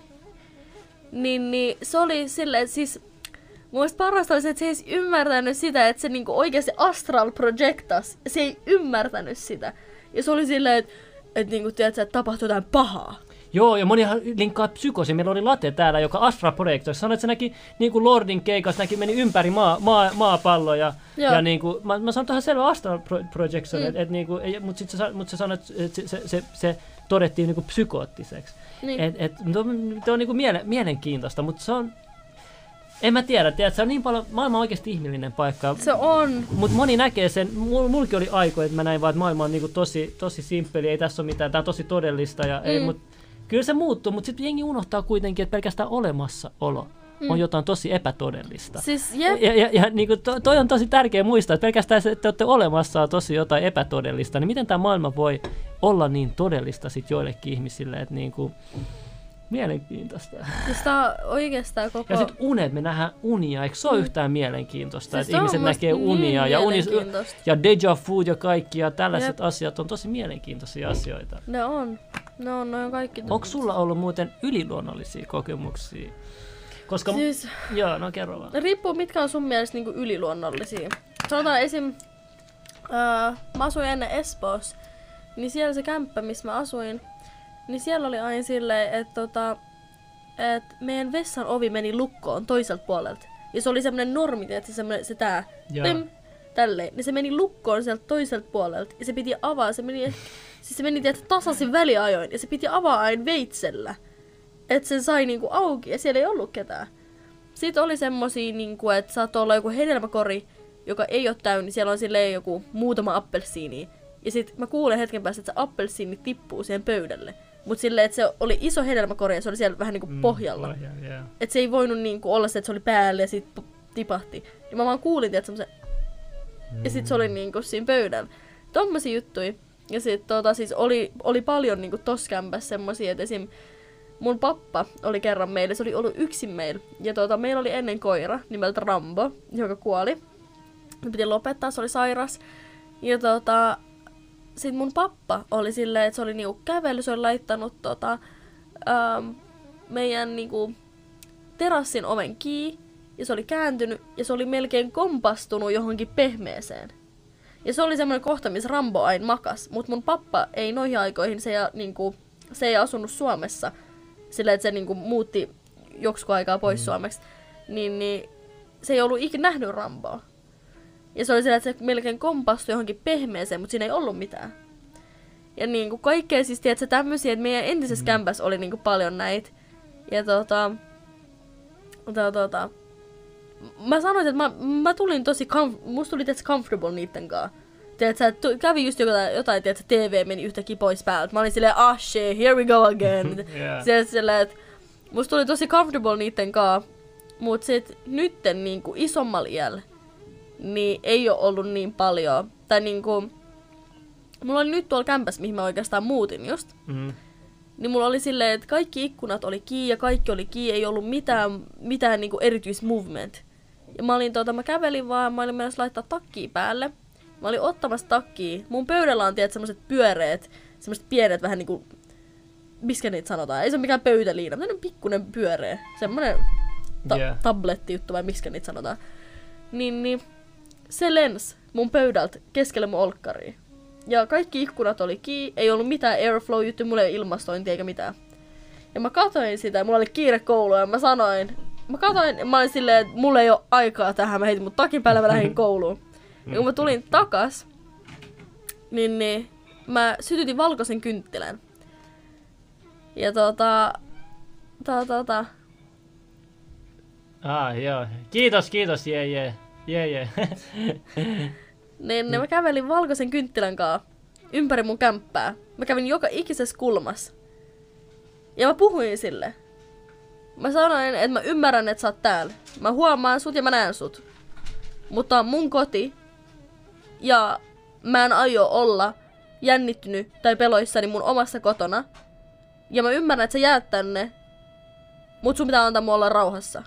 Niin se oli silleen, että siis mun mielestä parasta oli se, että se ei edes ymmärtänyt sitä, että se niinku oikeasti astral projectas. Se ei ymmärtänyt sitä. Ja se oli silleen, että niinku, tiedätkö, että tapahtui jotain pahaa. Joo, ja monihan linkkaa psykoosia. Meillä oli Late täällä, joka astral projector. Sanoi, että se näki niinku Lordin keikassa, meni ympäri maapalloa. Ja niinku, mä sanoin, että on selvä astral projection, niinku, mutta se sanoi, että se todettiin niinku psykoottiseksi. Niin. Tuo on niinku mielenkiintoista, mutta se on... En mä tiedä, se on niin paljon... Maailma on oikeasti ihmeellinen paikka. Se on. Mutta moni näkee sen... Mulki oli aikoja, että mä näin vaan, että maailma on niinku tosi simppeli, ei tässä ole mitään, tää on tosi todellista. Kyllä se muuttuu, mutta sitten jengi unohtaa kuitenkin, että pelkästään olemassaolo on jotain tosi epätodellista. Siis, ja niinku toi on tosi tärkeä muistaa, että pelkästään se, että olette olemassa on tosi jotain epätodellista, niin miten tämä maailma voi olla niin todellista sit joillekin ihmisille, että niinku, mielenkiintoista. Siis tää on oikeastaan koko... Ja sitten unet, me nähdään unia, eikö se ole yhtään mielenkiintoista, siis että ihmiset näkee unia niin ja deja vu ja kaikki ja tällaiset asiat on tosi mielenkiintoisia asioita. Ne on kaikki. Onko sulla ollut muuten yliluonnollisia kokemuksia? Koska... Siis, joo, no kerro vaan. Riippuu mitkä on sun mielestä niinku yliluonnollisia. Sanotaan esim... mä asuin ennen Espoossa, niin siellä se kämppä, missä mä asuin, niin siellä oli aina silleen, että meidän vessan ovi meni lukkoon toiselta puolelta. Ja se oli semmonen normi, että se tää, tälleen. Niin se meni lukkoon sieltä toiselta puolelta. Ja se piti avaa, se meni tasaisin väliajoin. Ja se piti avaa aina veitsellä. Että se sai niinku auki ja siellä ei ollut ketään. Sitten oli semmosia, niinku, että saattoi olla joku hedelmäkori, joka ei ole täynnä. Siellä on silleen joku muutama appelsiini. Ja sit mä kuulen hetken päästä, että se appelsiini tippuu siihen pöydälle. Mut silleen, että se oli iso hedelmäkori ja se oli siellä vähän niinku pohjalla. Että se ei voinut niinku olla se, että se oli päällä ja sit tipahti. Ja mä vaan kuulin, että semmosen... Ja sit se oli niinku siinä pöydällä. Tommosia juttuja. Ja sit siis oli paljon niinku tossa kämpässä semmosia, että esim... Mun pappa oli kerran meillä, se oli ollut yksin meillä. Ja meillä oli ennen koira nimeltä Rambo, joka kuoli. Me piti lopettaa, se oli sairas. Ja sit mun pappa oli silleen, että se oli niinku kävellyt, se oli laittanut meidän niinku terassin oven kiinni. Ja se oli kääntynyt ja se oli melkein kompastunut johonkin pehmeeseen. Ja se oli semmoinen kohta, missä Rambo aina makas. Mut mun pappa ei noihin aikoihin, se ei asunut Suomessa. Sillä, että se niinku muutti joksikin aikaa pois Suomeksi. Niin se ei ollut ikinä nähnyt Ramboa. Ja se oli sillä, että se melkein kompastui johonkin pehmeeseen, mutta siinä ei ollut mitään. Ja niinku kaikkea siis, tiedätkö, tämmösiä, että meidän entisessä kämpässä oli niinku paljon näitä. Ja mä sanoin, että mä tulin tosi, musta tuli tietysti comfortable niitten kanssa. Tiedätkö, kävi just jotain, tiedätkö, TV meni yhtäkkiä pois päältä. Mä olin silleen, shit, here we go again. Silleen, että musta tuli tosi comfortable niitten kanssa. Mut sit nytten niinku isommalla iällä, niin ei oo ollut niin paljon. Tai niinku, mulla oli nyt tuolla kämpässä, mihin mä oikeastaan muutin just. Niin mulla oli silleen, että kaikki ikkunat oli kiinni ja kaikki oli kiinni, ei ollut mitään niinku erityismovement. Ja mä kävelin vaan, mä olin menossa laittaa takkia päälle. Mä olin ottamassa takkia. Mun pöydällä on semmoset pyöreät, semmoset pienet vähän niinku, miskä niitä sanotaan, ei se ole mikään pöytäliina, mutta pikkunen pyöreä, semmonen tabletti juttu vai miskä niitä sanotaan. Niin se lensi mun pöydältä keskelle mun olkkariin. Ja kaikki ikkunat oli kiinni, ei ollut mitään airflow juttu, mulla ei ilmastointia eikä mitään. Ja mä katoin sitä, mulla oli kiire kouluun ja mä olin silleen, että mulla ei ole aikaa tähän, mä heitin mut takin päälle, mä lähdin kouluun. Ja kun mä tulin takas, niin mä sytytin valkoisen kynttilän. Ja Joo. Kiitos, jee. Niin mä kävelin valkoisen kynttilän kanssa ympäri mun kämppää. Mä kävin joka ikisessä kulmassa. Ja mä puhuin sille. Mä sanoin, että mä ymmärrän, että sä oot täällä. Mä huomaan sut ja mä näen sut. Mutta on mun koti. Ja mä en aio olla jännittynyt tai peloissani mun omassa kotona. Ja mä ymmärrän, että sä jäät tänne. Mut sun pitää antaa mua olla rauhassa.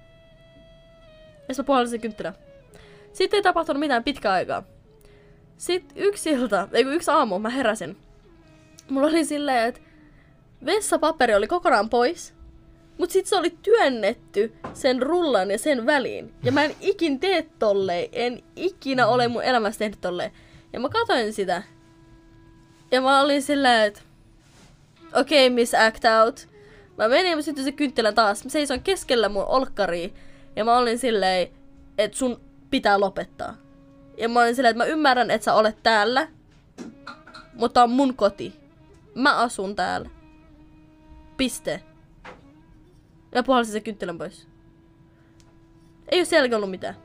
Ja mä puhalsin kynttilän. Sitten ei tapahtunut mitään pitkään aikaa. Sitten yksi aamu mä heräsin. Mulla oli silleen, että vessapaperi oli kokonaan pois. Mut sit se oli työnnetty sen rullan ja sen väliin. Ja mä en ikin tee tolleen. En ikinä ole mun elämässä tehnyt tolleen. Ja mä katoin sitä. Ja mä olin silleen, että okei, miss act out. Mä menin ja mä sytyin se kynttilän taas. Mä seisoin keskellä mun olkkaria. Ja mä olin silleen, että sun pitää lopettaa. Ja mä olin silleen, että mä ymmärrän, että sä olet täällä. Mutta on mun koti. Mä asun täällä. Piste. Ja puhalsin se kynttilän pois. Ei oo sielläkään ollut mitään.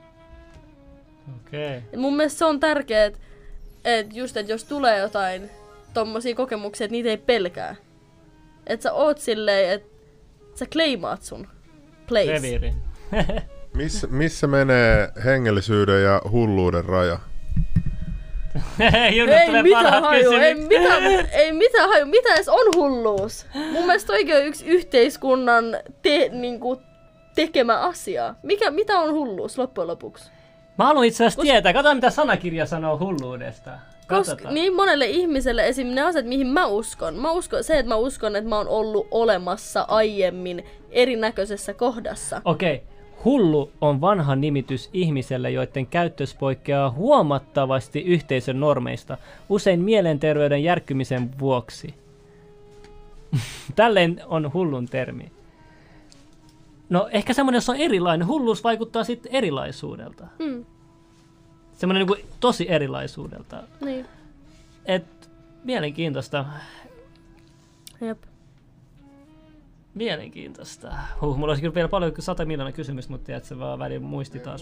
Okei. Okay. Mun mielestä se on tärkeää, että jos tulee jotain tommosia kokemuksia, että niitä ei pelkää. Että sä oot silleen, että sä kleimaat sun place. Reviiri. Missä menee hengellisyyden ja hulluuden raja? Ei mitään haju. Mitä edes on hulluus? Mun mielestä oikein yksi yhteiskunnan tekemä asia. Mitä on hulluus loppujen lopuksi? Mä haluan itse asiassa tietää. Katsotaan, mitä sanakirja sanoo hulluudesta. Koska niin monelle ihmiselle esim. Ne asiat, mihin mä uskon, että mä oon ollut olemassa aiemmin erinäköisessä kohdassa. Okei. Hullu on vanha nimitys ihmiselle, joiden käytös poikkeaa huomattavasti yhteisön normeista, usein mielenterveyden järkkymisen vuoksi. Tälleen on hullun termi. No ehkä semmoinen, jos on erilainen. Hulluus vaikuttaa sitten erilaisuudelta. Semmoinen niin kuin tosi erilaisuudelta. Niin. Mielenkiintoista. Jep. Mielenkiintoista. Mulla olisi kyllä vielä paljon 100 miljoonaa kysymystä, mutta tiedät, se vaan väliin muisti taas.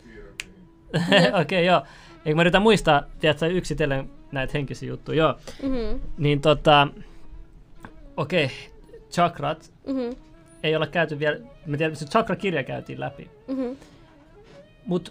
Okei, joo. Eikö mä yritän muistaa, tiedätkö, yksitellen näitä henkisiä juttuja, joo. Niin okei, chakrat. Ei olla käyty vielä, mä tiedän, se chakra-kirja käytiin läpi. Mut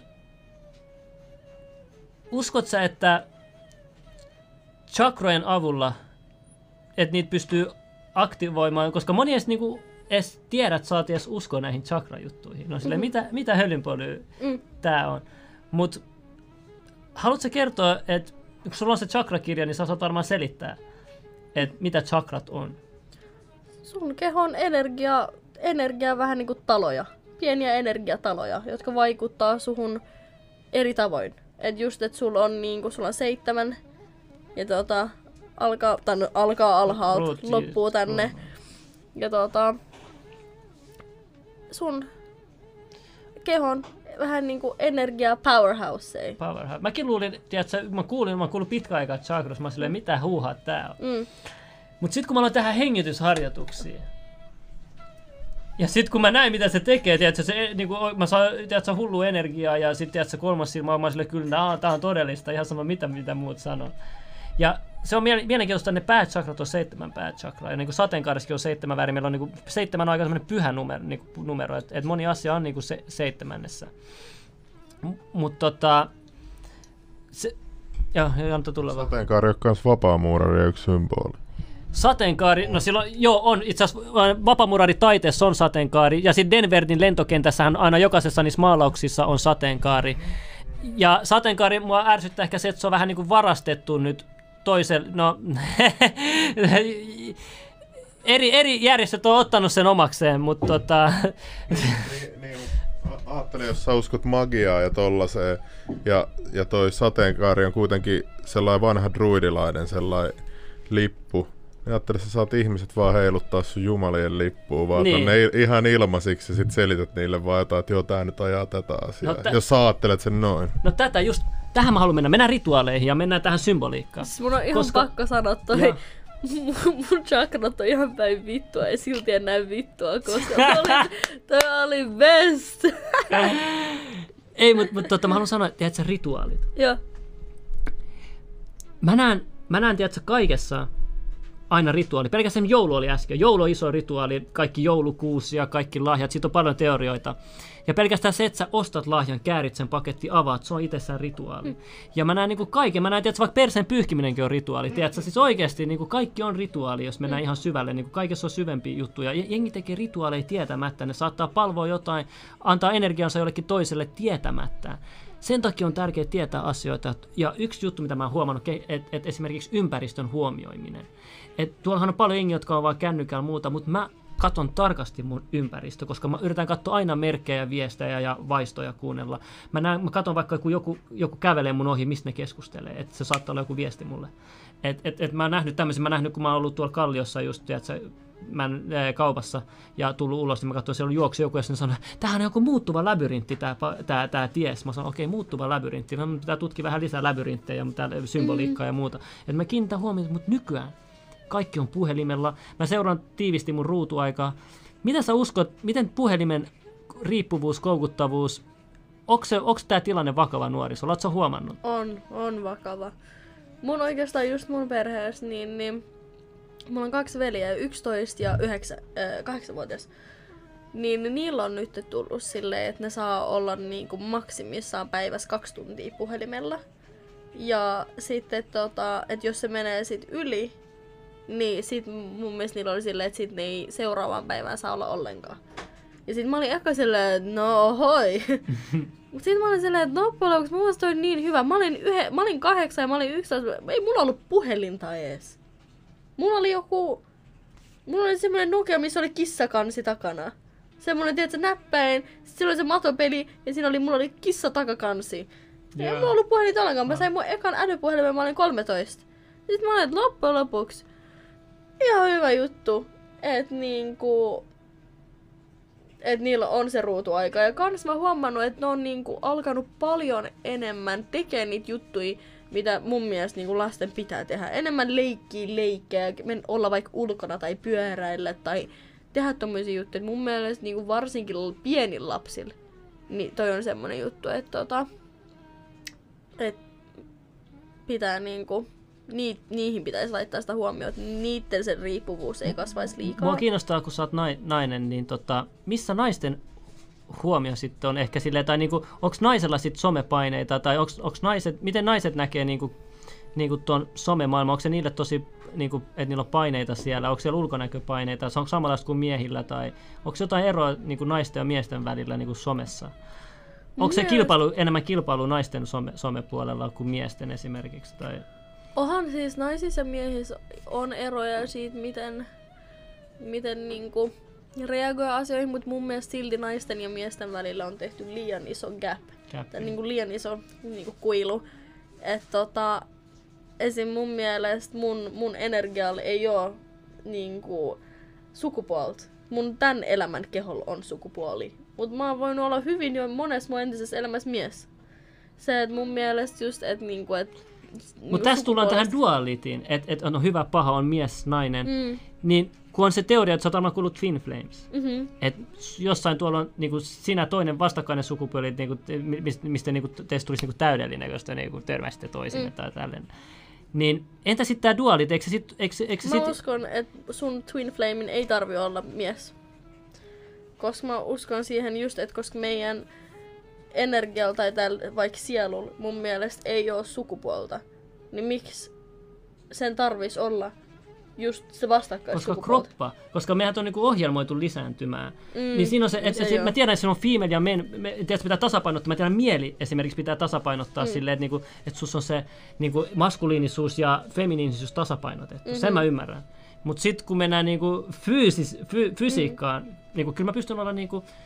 uskot sä, että chakrojen avulla, että niitä pystyy aktivoimaan, koska moni edes tiedät, sä oot edes uskoa näihin chakra-juttuihin. No silleen, mitä hölynpölyä tää on. Mut haluatko sä kertoa, että kun sulla on se chakra-kirja, niin sä osaat varmaan selittää, että mitä chakrat on? Sun kehon energia vähän niinku taloja. Pieniä energiataloja, jotka vaikuttaa suhun eri tavoin. Et just, että sulla on 7 ja alkaa alhaalta, loppuu tänne. Ja sun kehon vähän niinku energia powerhouse. Mäkin luulin, tiedätkö, mä kuulin pitkän aikaa chakras, mä silleen, mitä huuhaa tää on. Mut sit kun mä aloin tehdä hengitysharjoituksia, ja sit kun mä näin mitä se tekee, tiedätkö, mä saan hullu energiaa, ja sit tiedätkö, kolmas silmä, mä silleen, kyllä tää on todellista, ihan sama mitä muut sanoo. Ja se on mielenkiintoista, että ne päächakrat on 7 päächakraa, ja niin kuin sateenkaarissakin on 7 väriä, meillä on niin 7 aika semmoinen pyhä numero, että moni asia on niin kuin 7. Mutta Janto tulla vaan. Sateenkaari on myös vapaamuurari ja yksi symboli. Sateenkaari, no silloin, on itse asiassa vapaamuuraritaiteessa on sateenkaari, ja sitten Denverin lentokentässähän aina jokaisessa niissä maalauksissa on sateenkaari. Ja sateenkaari mua ärsyttää ehkä se, että se on vähän niin kuin varastettu nyt toiselle, eri järjestöt on ottanut sen omakseen, mutta niin, ajattelin, jos sä uskot magiaa ja tollaseen, ja toi sateenkaari on kuitenkin sellainen vanha druidilainen sellainen lippu, Ajattelin, että sä saat ihmiset vaan heiluttaa sun jumalien lippua vaan Niin. tonne ihan ilmaisiksi ja sit selität niille vaan jotain, että joo, tää nyt ajaa tätä asiaa. Jos sä ajattelet sen noin. No tähän mä haluan mennä. Mennään rituaaleihin ja mennään tähän symboliikkaan. Siis mun on ihan pakko sanoa toi. Mun chakrat on ihan päin vittua ja silti en näe vittua, koska toi oli best. Ei, mutta mä haluan sanoa, että tiedätkö rituaalit. Joo. Mä näen tiedätkö kaikessa aina rituaali. Pelkästään joulu oli äsken. Joulu on iso rituaali, kaikki joulukuusi ja kaikki lahjat. Siitä on paljon teorioita. Ja pelkästään se, että sä ostat lahjan, käärit sen paketti, avaat, se on itsessään rituaali. Ja mä näen kaiken. Mä näen, että vaikka perseen pyyhkiminenkin on rituaali. Tiedätkö? Siis oikeasti kaikki on rituaali, jos mennään ihan syvälle. Kaikessa on syvempi juttu. Ja jengi tekee rituaaleja tietämättä. Ne saattaa palvoa jotain, antaa energiansa jollekin toiselle tietämättä. Sen takia on tärkeää tietää asioita. Ja yksi juttu, mitä mä oon huomannut, että esimerkiksi ympäristön huomioiminen. Tuollahan on paljon jengiä, jotka on vaan kännykällä muuta, mutta mä katon tarkasti mun ympäristö, koska mä yritän katsoa aina merkkejä, viestejä ja vaistoja kuunnella. Mä katon vaikka, kun joku kävelee mun ohi, mistä ne keskustelee, että se saattaa olla joku viesti mulle. Mä oon nähnyt tämmöisen, kun mä oon ollut tuolla Kalliossa just, kaupassa ja tullut ulos, niin mä katsoin, siellä juoksi joku ja sinne sanoi, tämähän on joku muuttuva labyrintti, tää ties. Mä sanoin, okei, muuttuva labyrintti. Mä pitää tutkia vähän lisää labyrinttejä, symboliikkaa ja muuta. Et mä kiinnitän huomioon, mutta nykyään kaikki on puhelimella. Mä seuraan tiivisti mun ruutuaikaa. Mitä sä uskot, miten puhelimen riippuvuus, koukuttavuus, onko tää tilanne vakava nuorisolla? Oletko sä huomannut? On vakava. Mun oikeastaan just mun perheessä, niin mulla on 2 veljeä, 11 ja 8-vuotias. Niin niillä on nyt tullut silleen, että ne saa olla niinku maksimissaan päivässä 2 tuntia puhelimella. Ja sitten että jos se menee sit yli, niin sit mun mielestä niillä oli silleen, että sit ne ei seuraavaan päivään saa olla ollenkaan. Ja sit mä olin ehkä silleen, että no hoi. Mut sit mä olin silleen, että loppujen lopuksi mun mielestä toi niin hyvä. Mä olin 8 ja mä olin 11, ei mulla ollut puhelinta ees. Mulla oli semmonen Nokia, missä oli kissakansi takana. Semmonen, tiedätkö, näppäin. Sitten siellä oli se matopeli ja siinä mulla oli kissa takakansi. Ei mulla ollut puhelinta ollenkaan. Mä sain mun ekan älypuhelimen, mä olin 13. Sitten mä olin, että loppujen lopuksi ihan hyvä juttu, että et niillä on se ruutuaika. Ja kans mä huomannut, että ne on alkanut paljon enemmän tekemään niitä juttuja, mitä mun mielestä lasten pitää tehdä. Enemmän leikkejä, olla vaikka ulkona tai pyöräillä tai tehdä tommosia juttuja. Mun mielestä varsinkin pienillä lapsilla, niin toi on semmonen juttu, että pitää niihin pitäisi laittaa sitä huomioon, että niitten sen riippuvuus ei kasvaisi liikaa. Mua kiinnostaa, kun sä oot nainen, niin missä naisten huomio sitten on ehkä silleen, tai onko naisella sitten somepaineita, tai miten naiset näkee tuon somemaailman, onko se niille tosi, että niillä on paineita siellä, onko siellä ulkonäköpaineita, onko samanlaista kuin miehillä, tai onko jotain eroa naisten ja miesten välillä somessa? Onko se enemmän kilpailu naisten somepuolella kuin miesten esimerkiksi? Tai? Onhan siis naisissa ja miehissä on eroja siitä, miten reagoi asioihin, mutta mun mielestä silti naisten ja miesten välillä on tehty liian iso gap. Tai liian iso kuilu. Että esim. Mun mielestä mun energialla ei oo sukupuolta. Mun tän elämän keholla on sukupuoli. Mut mä oon voinut olla hyvin jo monessa mun entisessä elämässä mies. Se, että mun mielestä just, että mutta tässä tullaan tähän dualitiin, että on hyvä, paha, on mies, nainen. Niin kun on se teoria, että sä oot varmaan kuullut Twin Flames. Että jossain tuolla on sinä toinen vastakkainen sukupuoli, mistä teistä tulisi täydellinen, jos te törmäisitte toisille tai tällainen. Niin entä sitten tämä dualit? Mä uskon, että sun Twin Flamen ei tarvi olla mies. Koska mä uskon siihen just, että koska meidän energialla tai vaikka sielulla mun mielestä ei ole sukupuolta, niin miksi sen tarvitsisi olla just se vastakkaissukupuolta? Koska mehän on ohjelmoitu lisääntymään. Niin siinä on se, että mä tiedän, että siinä on female ja men, pitää tasapainottaa. Mä tiedän, mieli esimerkiksi pitää tasapainottaa silleen, että sus on se maskuliinisuus ja feminiinisuus tasapainotettu. Sen mä ymmärrän. Mutta sitten kun mennään fysiikkaan, kyllä mä pystyn olla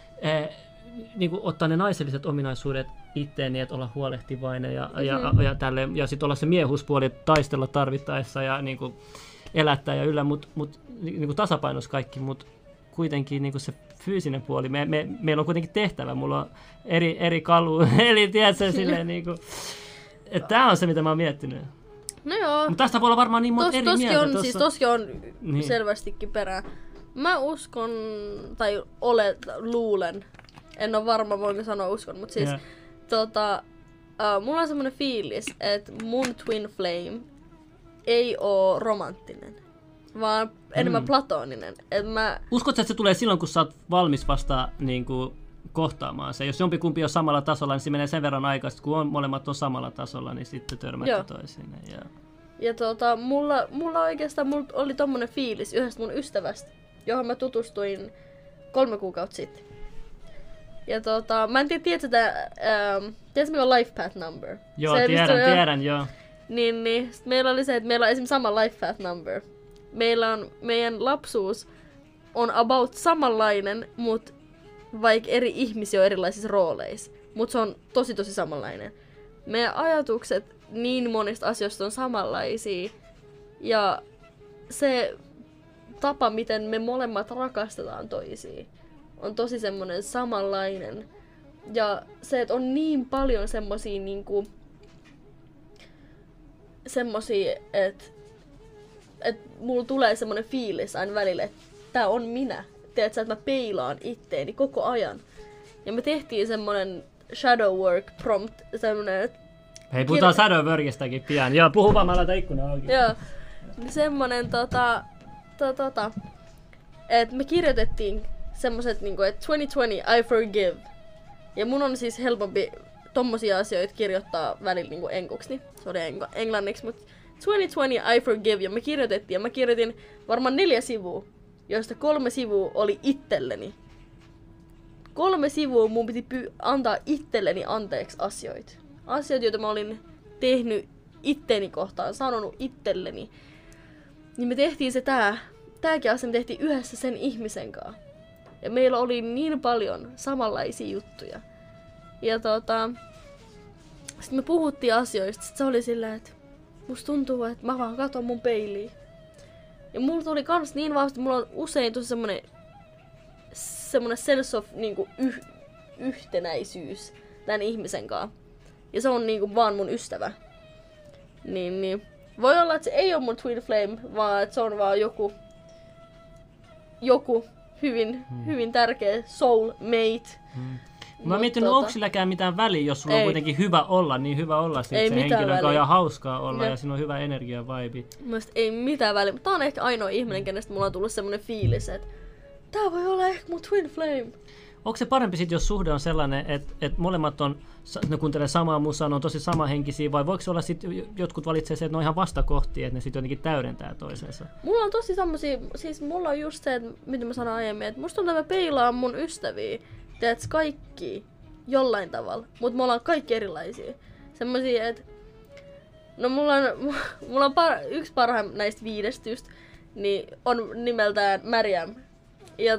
ottaa ne naiselliset ominaisuudet itteeni, että olla huolehtivainen ja sitten olla se miehuuspuoli, taistella tarvittaessa ja elättää ja yllä, mutta niin tasapainos kaikki, mutta kuitenkin niin se fyysinen puoli, meillä on kuitenkin tehtävä, mulla on eri kalu, eli tiedätkö, silleen niin kuin, että tämä on se, mitä mä oon miettinyt. No joo. Mutta tästä voi olla varmaan niin monta eri mieltä. Toskin on niin. Selvästikin perää. Mä uskon, tai luulen, en ole varma voinko sanoa uskon, mutta siis mulla on semmoinen fiilis, että mun twin flame ei oo romanttinen, vaan enemmän platoninen. Uskotko, että se tulee silloin, kun sä oot valmis vasta niin kuin kohtaamaan se? Jos jompikumpi on samalla tasolla, niin se menee sen verran aikaa, kun molemmat on samalla tasolla, niin sitten törmätte toisiinne. Ja mulla oikeastaan oli tommonen fiilis yhdestä mun ystävästä, johon mä tutustuin 3 kuukautta sitten. Ja mä en tiedä, tiedätkö mikä on life path number? Joo, tiedän, joo. Niin, sit meillä oli se, että meillä on esimerkiksi sama life path number. Meidän lapsuus on about samanlainen, mutta vaikka eri ihmisiä on erilaisissa rooleissa. Mutta se on tosi samanlainen. Meidän ajatukset niin monista asioista on samanlaisia. Ja se tapa, miten me molemmat rakastetaan toisiin, on tosi semmoinen samanlainen. Ja se, että on niin paljon semmosia niinku semmosia, että mulla tulee semmonen fiilis aina välillä, että tää on minä. Tiedätkö, että mä peilaan itteeni koko ajan. Ja me tehtiin semmonen shadow work prompt, semmonen, hei, puhutaan shadow workistakin pian. Joo, puhu vaan, mä laitan ikkunan auki. Joo, semmonen että me kirjoitettiin semmoset niinku, että 2020 I forgive. Ja mun on siis helpompi tommosia asioita kirjoittaa välillä niinku enkuksi, niin se oli englanniksi, mutta 2020 I forgive, ja me kirjoitettiin, ja mä kirjoitin varmaan 4 sivua, joista 3 sivua oli itselleni. 3 sivua mun piti antaa itselleni anteeksi asioita. Asioita, joita mä olin tehnyt itteeni kohtaan, sanonut itselleni. Niin me tehtiin se tääkin asia me tehtiin yhdessä sen ihmisen kanssa. Ja meillä oli niin paljon samanlaisia juttuja. Ja sit me puhuttiin asioista, sit se oli silleen, että musta tuntuu, että mä vaan katon mun peiliin. Ja mulla tuli kans niin vahvasti, mulla on usein tosi semmonen sense of niinku yhtenäisyys tän ihmisen kanssa. Ja se on niinku vaan mun ystävä. Niin. Voi olla, että se ei ole mun twin flame, vaan että se on vaan joku hyvin tärkeä soulmate. Mä mietin, onko silläkään mitään väliä, jos sulla on kuitenkin hyvä olla, niin hyvä olla sit se henkilö, joka on ihan hauskaa olla ja siinä on hyvä energia vibe. Mielestäni ei mitään väliä, mutta tää on ehkä ainoa ihminen, kenestä mulla on tullut semmonen fiilis, että tää voi olla ehkä mun twin flame. Onko se parempi sit, jos suhde on sellainen, että molemmat ne kuuntelee samaa musaa, ne on tosi samahenkisiä, vai voiko se olla sit, jotkut valitsee se, että ne on ihan vastakohtia, että ne sit jotenkin täydentää toisensa? Mulla on tosi semmosia, siis mulla on just se, että mitä mä sanoin aiemmin, että musta tuntuu, että mä peilaan mun ystäviä, teet kaikki jollain tavalla, mutta me ollaan kaikki erilaisia. Semmosia, että no mulla on yksi parhaim näistä 5 just, niin on nimeltään Mariam. Ja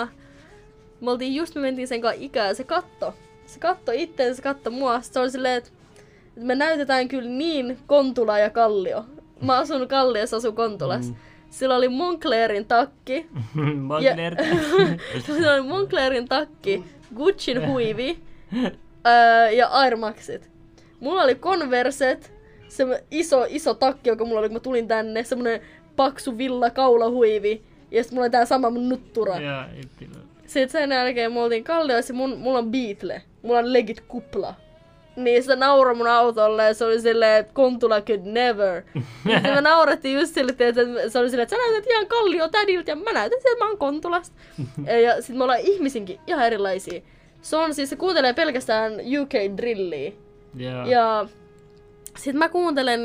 me mentiin sen kanssa ikään, se katto itteen, se katto mua. Se oli silleen, että me näytetään kyllä niin Kontula ja Kallio. Mä asun Kalliossa, asun Kontulassa. Sillä oli Monclerin takki. Sillä oli Monclerin takki, Gucciin huivi ja Air Maxit. Mulla oli Converset, se iso takki, joka mulla oli, kun mä tulin tänne. Semmonen paksu villa kaulahuivi. Ja sit mulla oli tää sama mun nuttura. Sitten sen jälkeen me oltiin Kallioissa ja mulla on Beatle. Mulla on legit kupla. Niin se nauroi mun autolle ja se oli silleen, että Kontula could never. Ja me naurettiin just sille, että se oli silleen, että sä näytät ihan Kallio tädiltä ja mä näytän että mä oon Kontulasta. Ja sit me ollaan ihmisinkin ihan erilaisia. Se kuuntelee pelkästään UK drilliä. Yeah. Ja sit mä kuuntelen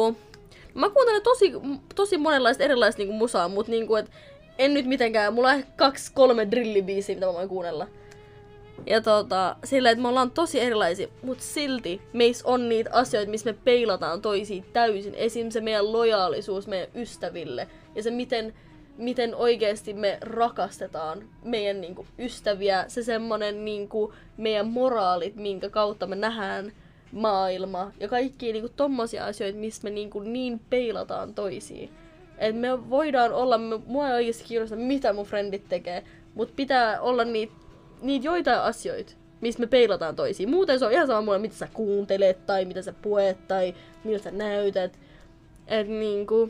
tosi monenlaista erilaista niinku musaa, mut niinku et en nyt mitenkään, mulla on ehkä 2-3 drillibiisiä, mitä mä voin kuunnella. Ja silleen, että me ollaan tosi erilaisia, mut silti meissä on niitä asioita, missä me peilataan toisiin täysin. Esim. Se meidän lojaalisuus meidän ystäville ja se miten oikeesti me rakastetaan meidän niinku ystäviä. Se semmonen niinku meidän moraalit, minkä kautta me nähdään maailma ja kaikkia niinku tommosia asioita, missä me niinku niin peilataan toisiin. Että me voidaan olla, mua ei oikeasti kiinnosta, mitä mun frendit tekee, mutta pitää olla niitä joitain asioita, mistä me peilataan toisiin. Muuten se on ihan sama mulle, mitä sä kuuntelet, tai mitä sä puet, tai miltä sä näytät. Että niinku,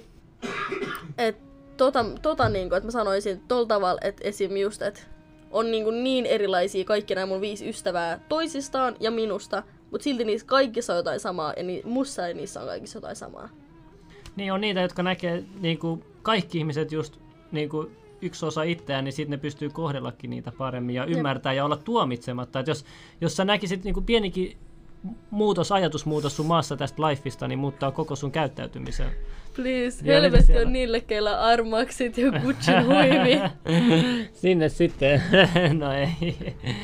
niinku, että mä sanoisin tolla tavalla, että esim. Just, että on niin erilaisia kaikki nämä mun 5 ystävää toisistaan ja minusta, mutta silti niissä kaikissa on jotain samaa, ja mussa ja niissä on kaikissa jotain samaa. Niin on niitä, jotka näkee niinku, kaikki ihmiset just niinku, yksi osa itseään, niin sitten ne pystyy kohdellakin niitä paremmin ja ymmärtää ja olla tuomitsematta. Et jos sä näkisit niinku, pienikin ajatusmuutos sun maassa tästä lifeista, niin muuttaa koko sun käyttäytymisen. Please, helvetti on niille, keillä armaksit ja Gucciin huivi. Sinne sitten. No ei.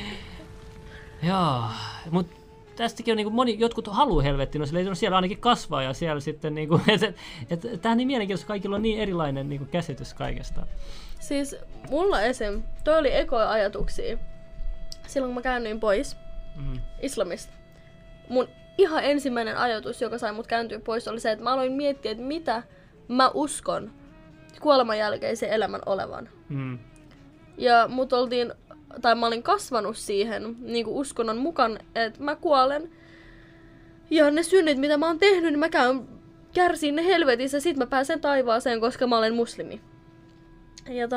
Joo, mutta tästäkin on niinku jotkut haluu helvettiin, no siellä ainakin kasvaa ja siellä sitten niinku, tämähän on niin mielenkiintoista, kaikilla on niin erilainen niinku käsitys kaikesta. Siis mulla esim. Toi oli ekoja ajatuksia silloin kun mä käännyin pois islamista. Mun ihan ensimmäinen ajatus, joka sai mut kääntyä pois, oli se, että mä aloin miettiä, että mitä mä uskon kuoleman jälkeisen elämän olevan. Ja mä olin kasvanut siihen niin kuin uskonnon mukaan, että mä kuolen. Ja ne synnit, mitä mä oon tehnyt, niin mä kärsin ne helvetissä, sit mä pääsen taivaaseen, koska mä olen muslimi. Ja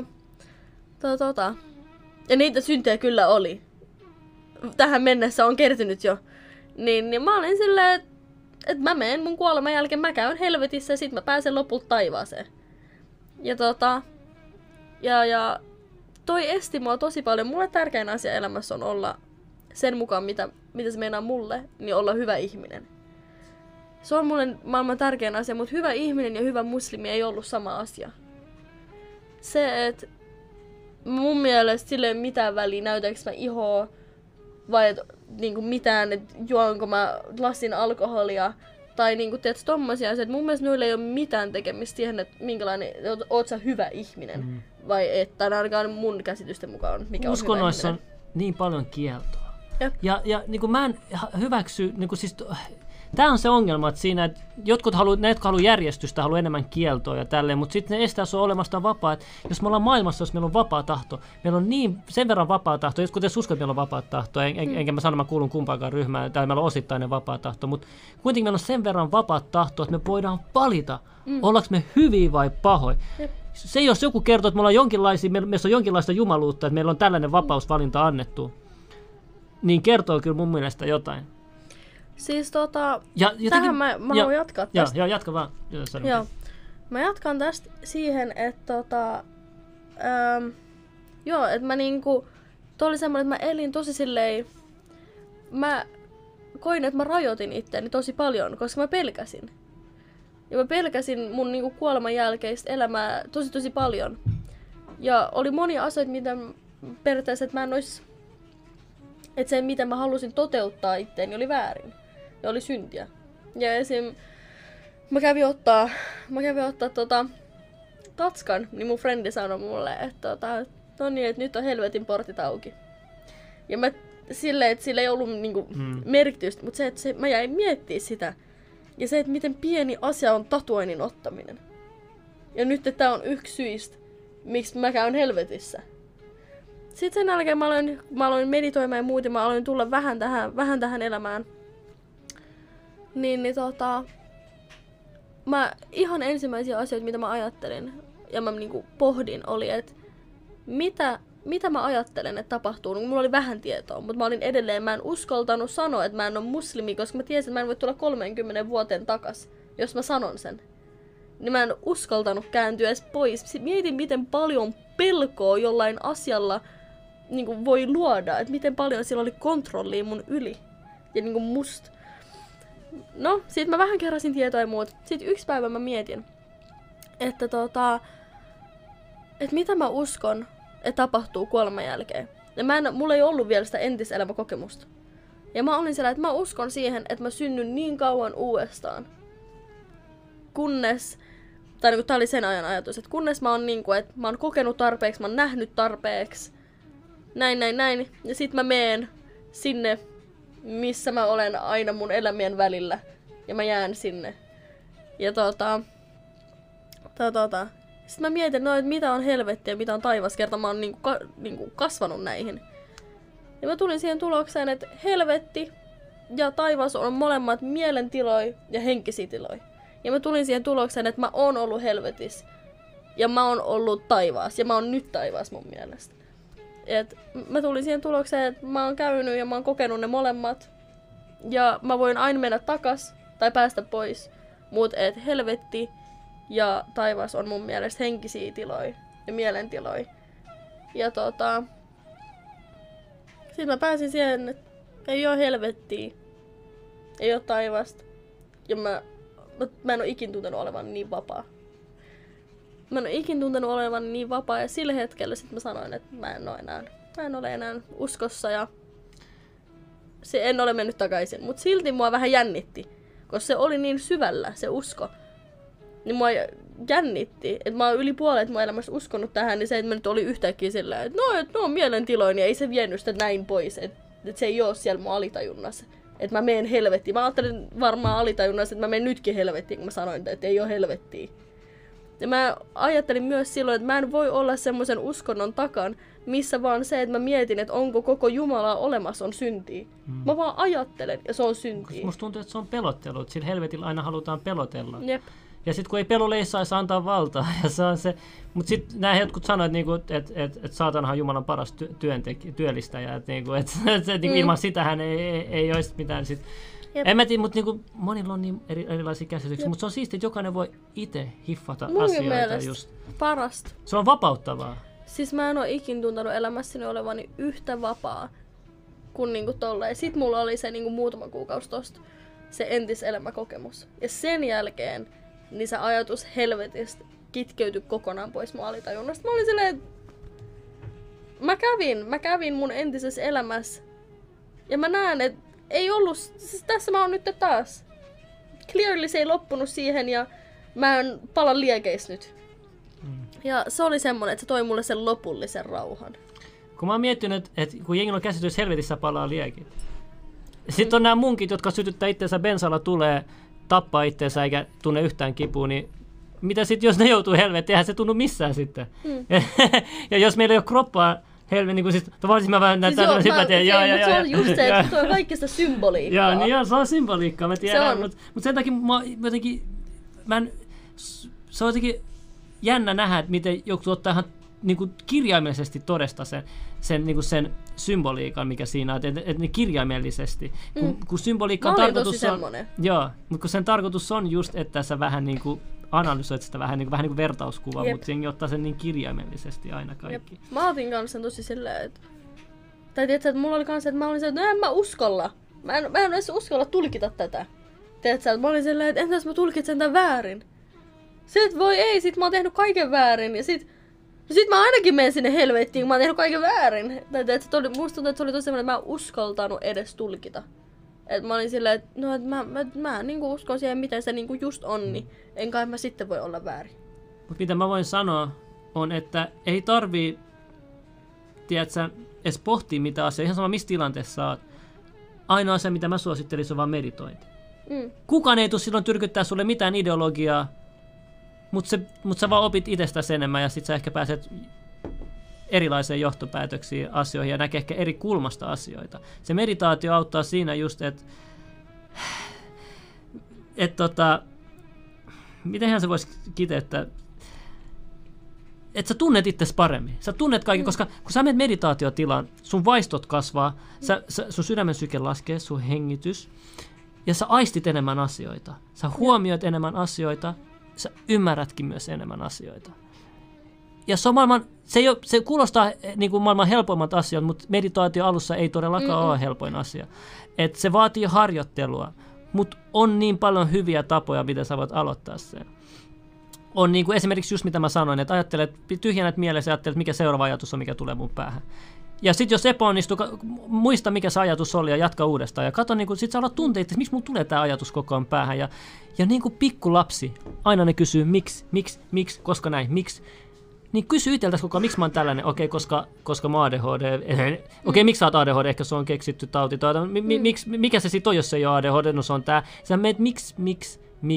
ja niitä syntejä kyllä oli. Tähän mennessä on kertynyt jo. Niin mä olin silleen, että mä menen mun kuoleman jälkeen, mä käyn helvetissä ja sit mä pääsen lopulta taivaaseen. Ja toi esti mua tosi paljon. Mulle tärkein asia elämässä on olla sen mukaan, mitä se meinaa mulle, niin olla hyvä ihminen. Se on mulle maailman tärkein asia, mutta hyvä ihminen ja hyvä muslimi ei ollut sama asia. Se, että mun mielestä sille ei ole mitään väliä, näytänkö mä ihoa vai niinku mitään, että juonko mä lasin alkoholia tai niinku teet tommosia asioita. Mun mielestä noilla ei ole mitään tekemistä siihen, että minkälainen, oot sä hyvä ihminen vai et, tai ainakaan mun käsitysten mukaan, mikä on hyvä uskonnoissa ihminen. On niin paljon kieltoa. Ja niin kuin mä en hyväksy, niin kuin siis, tämä on se ongelma, että siinä, että jotka haluaa järjestystä, haluaa enemmän kieltoa ja tälleen, mutta sitten ne estää sua olemasta vapaa. Että jos me ollaan maailmassa, jos meillä on vapaa tahto, meillä on niin sen verran vapaa tahto, kuten uskon, että meillä on vapaa tahto, enkä mä sano, mä kuulun kumpaankaan ryhmään, tai meillä on osittainen vapaa tahto, mutta kuitenkin meillä on sen verran vapaa tahto, että me voidaan valita, ollaanko me hyviä vai pahoja. Se, jos joku kertoo, että meissä on jonkinlaista jumaluutta, että meillä on tällainen vapausvalinta annettu, niin kertoo kyllä mun mielestä jotain. Siis tähän mä haluan jatkaa tästä. Joo, jatka vaan. Joo. Mä jatkan tästä siihen, että että mä niinku, toi oli semmoinen, että mä elin tosi silleen, mä koin, että mä rajoitin itseäni tosi paljon, koska mä pelkäsin. Ja mä pelkäsin mun niinku kuoleman jälkeistä elämää tosi paljon. Ja oli monia asioita, mitä periaatteessa, että mä en ois, että se, miten mä halusin toteuttaa itteeni, oli väärin. Ja oli syntiä. Ja esim. Mä kävin ottaa tatskan, niin mun frendi sanoi mulle, että no niin, että nyt on helvetin portit auki. Ja mä silleen, että sillä ei ollut niinku merkitystä, mutta mä jäin miettimään sitä. Ja se, että miten pieni asia on tatuoinnin ottaminen. Ja nyt tää on yksi syistä, miksi mä käyn helvetissä. Sitten sen jälkeen mä aloin meditoimaan ja muuten, mä aloin tulla vähän tähän elämään. Mä ihan ensimmäisiä asioita, mitä mä ajattelin ja mä niinku pohdin, oli, että mitä mä ajattelen, että tapahtuu. Mulla oli vähän tietoa, mutta mä olin edelleen, mä en uskaltanut sanoa, että mä en ole muslimi, koska mä tiesin, että mä en voi tulla 30 vuoteen takas, jos mä sanon sen. Niin mä en uskaltanut kääntyä edes pois. Mietin, miten paljon pelkoa jollain asialla niin voi luoda, että miten paljon sillä oli kontrollia mun yli ja niin musta. No, sit mä vähän keräsin tietoa ja muut. Sitten yksi päivä mä mietin, että että mitä mä uskon, että tapahtuu kuoleman jälkeen. Ja mulla ei ollut vielä sitä entiselämäkokemusta. Ja mä olin siellä, että mä uskon siihen, että mä synnyn niin kauan uudestaan. Kunnes, tai niin tää oli sen ajan ajatus, että kunnes mä oon niinku, että mä oon kokenut tarpeeksi, mä oon nähnyt tarpeeksi. Näin. Ja sit mä meen sinne, missä mä olen aina mun elämien välillä. Ja mä jään sinne. Ja Sitten mä mietin, että mitä on helvetti ja mitä on taivas, kerta mä oon niinku kasvanut näihin. Ja mä tulin siihen tulokseen, että helvetti ja taivas on molemmat mielentiloja ja henkisiä tiloja. Ja mä tulin siihen tulokseen, että mä oon ollut helvetissä ja mä oon ollut taivaas ja mä oon nyt taivaas mun mielestä. Et mä tulin siihen tulokseen, että mä oon käynyt ja mä oon kokenut ne molemmat. Ja mä voin aina mennä takas tai päästä pois. Mut et helvetti ja taivas on mun mielestä henkisiä tiloja ja mielentiloja. Ja sit mä pääsin siihen, että ei oo helvettiä, ei oo taivasta. Ja mä en oo ikin tuntenut olevan niin vapaa. Mä en oo ikin tuntenut olevan niin vapaa ja sillä hetkellä sit mä sanoin, että mä en ole enää uskossa ja en ole mennyt takaisin. Mut silti mua vähän jännitti, koska se oli niin syvällä se usko. Niin mua jännitti, että mä oon yli puolet mun elämässä uskonut tähän, niin se, että mä nyt oli yhtäkkiä sillä, että no on mielentiloin ja ei se vienyt sitä näin pois, että se ei oo siellä mun alitajunnassa. Että mä menen helvettiin. Mä ajattelin varmaan alitajunnassa, että mä menen nytkin helvettiin, kun mä sanoin, että ei oo helvettiä. Ja mä ajattelin myös silloin, että mä en voi olla semmoisen uskonnon takan, missä vaan se, että mä mietin, että onko koko Jumala olemassa on syntiä. Mä vaan ajattelen, ja se on syntiä. Musta tuntuu, että se on pelottelu. Sillä helvetillä aina halutaan pelotella. Jep. Ja sitten kun ei pelolle ei saisi antaa valtaa. Ja se on se. Mutta sitten nämä jotkut sanoivat, että saatanahan Jumalan paras työllistäjä. Että ilman sitähän ei olisi mitään. En mä tiedä, mutta monilla on niin erilaisia käsityksiä. Mutta se on siistiä, että jokainen voi itse hiffata asioita. Just. Parasta. Se on vapauttavaa. Siis mä en ole ikin tuntenut elämässäni olevani yhtä vapaa kuin tolleen. Sitten mulla oli se muutama kuukausi tosta, se entiselämäkokemus. Ja sen jälkeen niin se ajatus helvetistä kitkeytyi kokonaan pois mun alitajunnasta. Mä olin silleen, että mä kävin mun entisessä elämässä. Ja mä näen, että ei ollut, siis tässä mä oon nyt taas. Clearly se ei loppunut siihen ja mä en pala liekeissä nyt. Ja se oli semmonen, että se toi mulle sen lopullisen rauhan. Kun mä oon miettinyt, että kun jengillä on käsitys helvetissä palaa liekit. Sitten on nämä munkit, jotka sytyttää itseensä bensalla tulee, tappaa itseensä eikä tunne yhtään kipua, niin mitä sitten jos ne joutuu helvettiin, eihän se tunnu missään sitten. Ja jos meillä ei ole kroppaa helvetin, niin kuin siis tavallisesti mä vähän näytän se on just se, että tuo kaikista symboliikkaa. Joo, se on symboliikkaa, mä tiedän, mutta sen takia se on jotenkin jännä nähdä, että miten joku ottaa ihan kirjaimellisesti todesta sen symboliikan, mikä siinä on, että ne kirjaimellisesti. Kun symboliikan tarkoitus on, mutta kun sen tarkoitus on just, että sä vähän analysoit sitä vähän niin kuin vertauskuva, mutta sen ottaa sen niin kirjaimellisesti aina kaikki. Jep. Mä otin kanssa sen tosi silleen, että tiedätkö, että mulla oli kanssa, että mä olin silleen, että en mä uskalla. Mä en edes uskalla tulkita tätä. Tiedätkö, että mä olin silleen, että entäs mä tulkitsen tämän väärin. Sitten voi ei, sit mä oon tehnyt kaiken väärin ja sit mä ainakin menen sinne helvettiin, kun mä oon tehnyt kaiken väärin. Musta tuntuu, että se oli tosi semmoinen, että mä en uskaltanut edes tulkita. Et mä olin silleen, että no, et mä uskon siihen, miten se just on, niin enkä mä sitten voi olla väärin. Mutta mitä mä voin sanoa, on, että ei tarvii, tiedätkö, edes pohtia mitä asiaa, ihan sama missä tilanteessa sä oot. Ainoa asia, mitä mä suosittelisin, on vaan meditointi. Kukaan ei tule silloin tyrkyttää sulle mitään ideologiaa, mutta sä vaan opit itsestäsi enemmän ja sit sä ehkä pääset erilaisiin johtopäätöksiin asioihin ja näkee ehkä eri kulmasta asioita. Se meditaatio auttaa siinä just, että mitenhän se voisi kiteyttää, että sä tunnet itsesi paremmin. Sä tunnet kaiken, koska kun sä menet meditaatiotilaan, sun vaistot kasvaa, sun sydämen syke laskee, sun hengitys, ja sä aistit enemmän asioita. Sä huomioit enemmän asioita, sä ymmärrätkin myös enemmän asioita. Ja se kuulostaa niin kuin maailman helpoimmat asiat, mutta meditaatio alussa ei todellakaan ole helpoin asia. Et se vaatii harjoittelua, mutta on niin paljon hyviä tapoja, miten sä voit aloittaa sen. On niin kuin esimerkiksi just mitä mä sanoin, että ajattelet, tyhjennät mielessä ja ajattelet, mikä seuraava ajatus on, mikä tulee mun päähän. Ja sitten jos epäonnistuu, muista mikä se ajatus oli ja jatka uudestaan. Ja katso, niin sit sä alat tuntea, että miksi mulla tulee tämä ajatus koko ajan päähän. Ja niin kuin pikkulapsi, aina ne kysyy miksi, koska näin, miksi. Niin kysy itseltäsi koko ajan, miksi mä oon tällainen, koska mä oon ADHD. Miksi sä oot ADHD, ehkä se on keksitty tauti. Mikä se sit on, jos se ei ole ADHD, no se on tää. Sä meet miksi.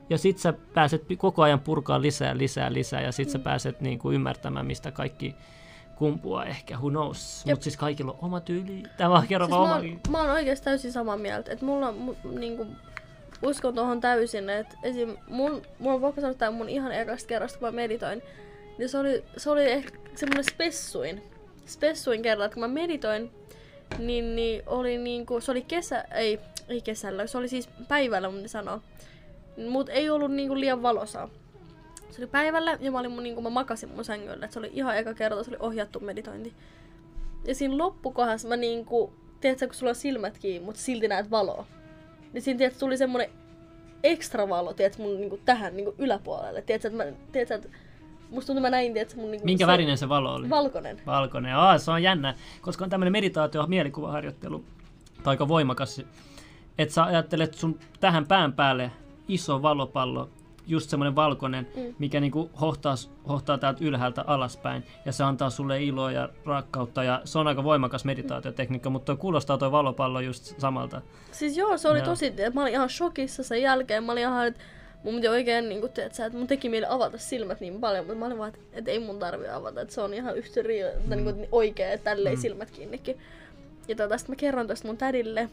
ja sit sä pääset koko ajan purkaa lisää, ja sit sä pääset niinku ymmärtämään, mistä kaikki kumpuaa ehkä, who knows. Mutta siis kaikilla on oma tyyli. Tämä on kerran siis mä oon oikeasti täysin samaa mieltä, että mulla niinku, uskon tuohon täysin, että esim. Mulla on vaikka sanoa, että mun ihan ekasta kerrasta, kun mä meditoin, niin se oli ehkä semmoinen spessuin kerran, että kun mä meditoin, niin oli niinku, se oli ei kesällä, se oli siis päivällä, mun sanoo. Mut ei ollut niinku liian valosaa. Se oli päivällä ja mä makasin mun sängyllä, että se oli ihan eka kerta, se oli ohjattu meditointi. Ja siinä loppukohdassa mä niinku, tiedätkö, kun sulla on silmät kiinni, mutta silti näet valoa. Niin siinä tiedätkö, tuli semmonen ekstra valo, tiedätkö, mun niinku tähän niinku yläpuolelle. Tiedätkö, että musta tuntuu, mä näin, tiedätkö, mun niinku... Minkä värinen se valo oli? Valkoinen. Valkoinen, se on jännä, koska on tämmönen meditaatio, mielikuvaharjoittelu, aika voimakas. Että sä ajattelet sun tähän pään päälle iso valopallo, just semmoinen valkoinen, mikä niinku hohtaa täältä ylhäältä alaspäin, ja se antaa sulle iloa ja rakkautta, ja se on aika voimakas meditaatiotekniikka, mutta toi kuulostaa toi valopallo just samalta. Siis joo, se oli tosi, mä olin ihan shokissa sen jälkeen, mä olin ihan, että mun piti oikein, niin että mun teki mieli avata silmät niin paljon, mutta mä olin vaan, että ei mun tarvitse avata, että se on ihan yhtä niin oikein, että tälleen silmät kiinnikin. Ja sitten mä kerron tästä mun tädille,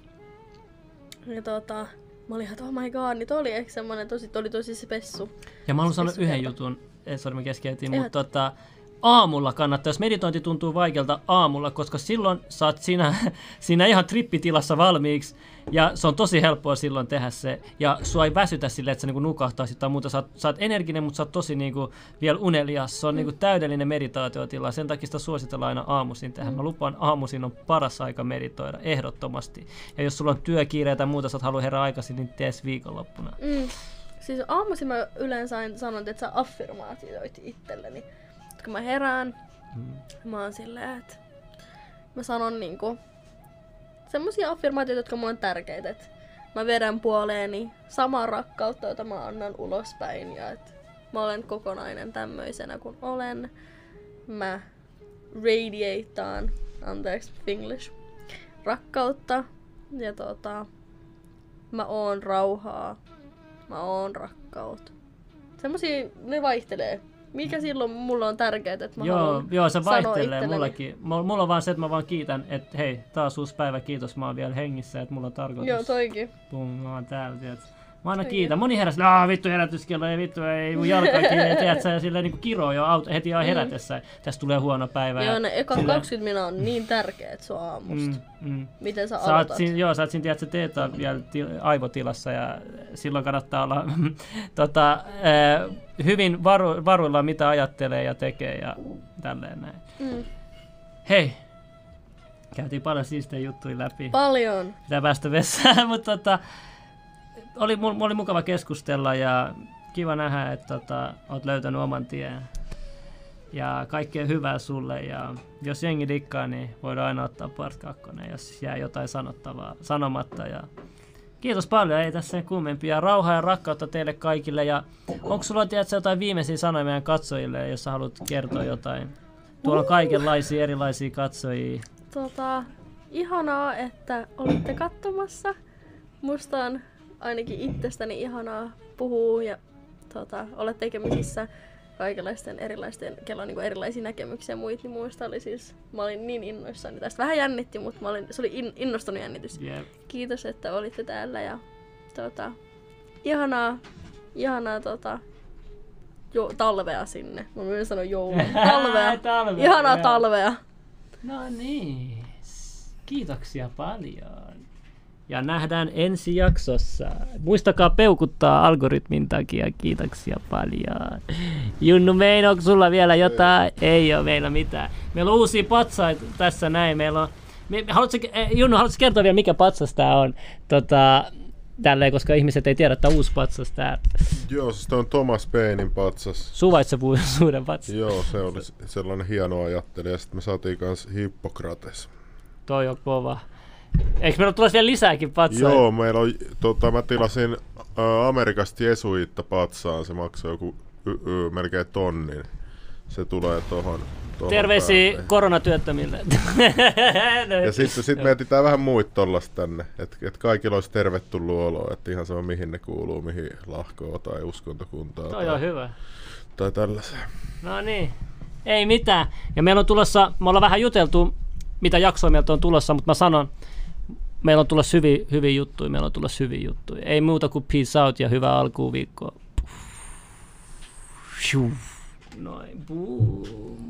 ja mä olin ihan, että oh my god, niin toi oli ehkä semmonen tosi spessu. Ja mä haluan sanoa yhden jutun, sori mä keskeytin, mutta aamulla kannattaa, jos meditointi tuntuu vaikealta aamulla, koska silloin sä oot siinä ihan trippitilassa valmiiksi, ja se on tosi helppoa silloin tehdä se, ja sua ei väsytä silleen, että sä niinku nukahtaisit tai muuta, sä oot energinen, mutta sä oot tosi niinku vielä unelias, se on niinku täydellinen meditaatiotila, sen takia sitä suositellaan aina aamuisin tehdä. Mä lupaan, aamuisin on paras aika meditoida, ehdottomasti. Ja jos sulla on työkiire tai muuta, sä oot halua herää aikaisin, niin tee viikonloppuna. Siis aamuisin mä yleensä sanon, että sä affirmaatioit itselleni. Kun mä herään, mä oon silleen, että mä sanon niinku semmosia affirmaatioita, jotka mulle on tärkeitä, että mä vedän puoleeni samaa rakkautta, jota mä annan ulospäin, ja että mä olen kokonainen tämmöisenä kuin olen. Mä radiateaan, anteeksi Finglish, rakkautta, ja mä oon rauhaa, mä oon rakkautta. Semmosia, ne vaihtelee. Mikä silloin mulla on tärkeää, että mä haluan se vaihtelee mullakin. Mulla on vaan se, että mä vaan kiitän, että hei, taas uusi päivä, kiitos, mä oon vielä hengissä, että mulla on tarkoitus. Joo, toikin. Mä oon täällä, tiedätkö. Mä aina kiitän. Moni heräsi, vittu herätyskello, ei mun jalkaa kiinni, tiedätkö, ja silleen niinku kiroo jo heti herätessä. Tästä tulee huono päivä. Joo, ne eka 20 minuuttia on niin tärkeet sun aamusta. Miten sä aloitat? Sä oot siinä, tiedätkö, teetä vielä aivotilassa, ja silloin kannattaa olla hyvin varuilla, mitä ajattelee ja tekee, ja tälleen näin. Hei! Käytiin paljon siistejä juttuja läpi. Paljon! Pitää päästä vessaan, mutta oli mukava keskustella ja kiva nähdä, että oot löytänyt oman tien. Ja kaikkea hyvää sulle, ja jos jengi dikkaa, niin voidaan aina ottaa part 2, jos jää jotain sanomatta. Ja kiitos paljon, ei tässä sen kummempia. Rauhaa ja rakkautta teille kaikille, ja onko sulla jotain viimeisiä sanoja meidän katsojille, jos sä haluat kertoa jotain? Tuolla on kaikenlaisia erilaisia katsojia. Ihanaa, että olitte katsomassa. Musta on ainakin itsestäni ihanaa puhua ja olla tekemisissä kaikenlaisten erilaisten, kello on niin erilaisia näkemyksiä ja muita, niin muista oli siis, mä olin niin innoissani tästä. Vähän jännitti, mutta se oli innostunut jännitys. Yep. Kiitos, että olitte täällä ja ihanaa talvea sinne. Mä myös sanon joulua. Talvea. Ihanaa talvea. No niin. Kiitoksia paljon. Ja nähdään ensi jaksossa. Muistakaa peukuttaa algoritmin takia. Kiitoksia paljon. Junnu, onko sulla vielä jotain? Ei ole meillä mitään. Meillä on uusia patsaita tässä näin. Junnu, haluatko kertoa vielä, mikä patsas tää on? Tälleen, koska ihmiset ei tiedä, että tämä on uusi patsas tää. Joo, siis on Thomas Painin patsas. Suvaitsevuuden patsas. Joo, se oli sellainen hieno ajattelija. Sitten me saatiin kans Hippokrates. Toi on kova. Eikö meillä tule vielä lisääkin patsaa? Joo, meillä on, mä tilasin Amerikasta jesuitta patsaan, se maksoi joku melkein tonnin. Se tulee tohon Terveisiä koronatyöttömille. Ja sitten mietitään vähän muita tollasta tänne, että kaikilla olisi tervetullut olo, että ihan sama mihin ne kuuluu, mihin lahkoon tai uskontokuntaan. Toi on hyvä. Tai tällaiseen. No niin, ei mitään. Ja meillä on tulossa, me ollaan vähän juteltu, mitä jaksoja meiltä on tulossa, mutta mä sanon, meillä on tulossa hyviä juttuja, Ei muuta kuin peace out ja hyvää alkuviikkoa. Noin, boom.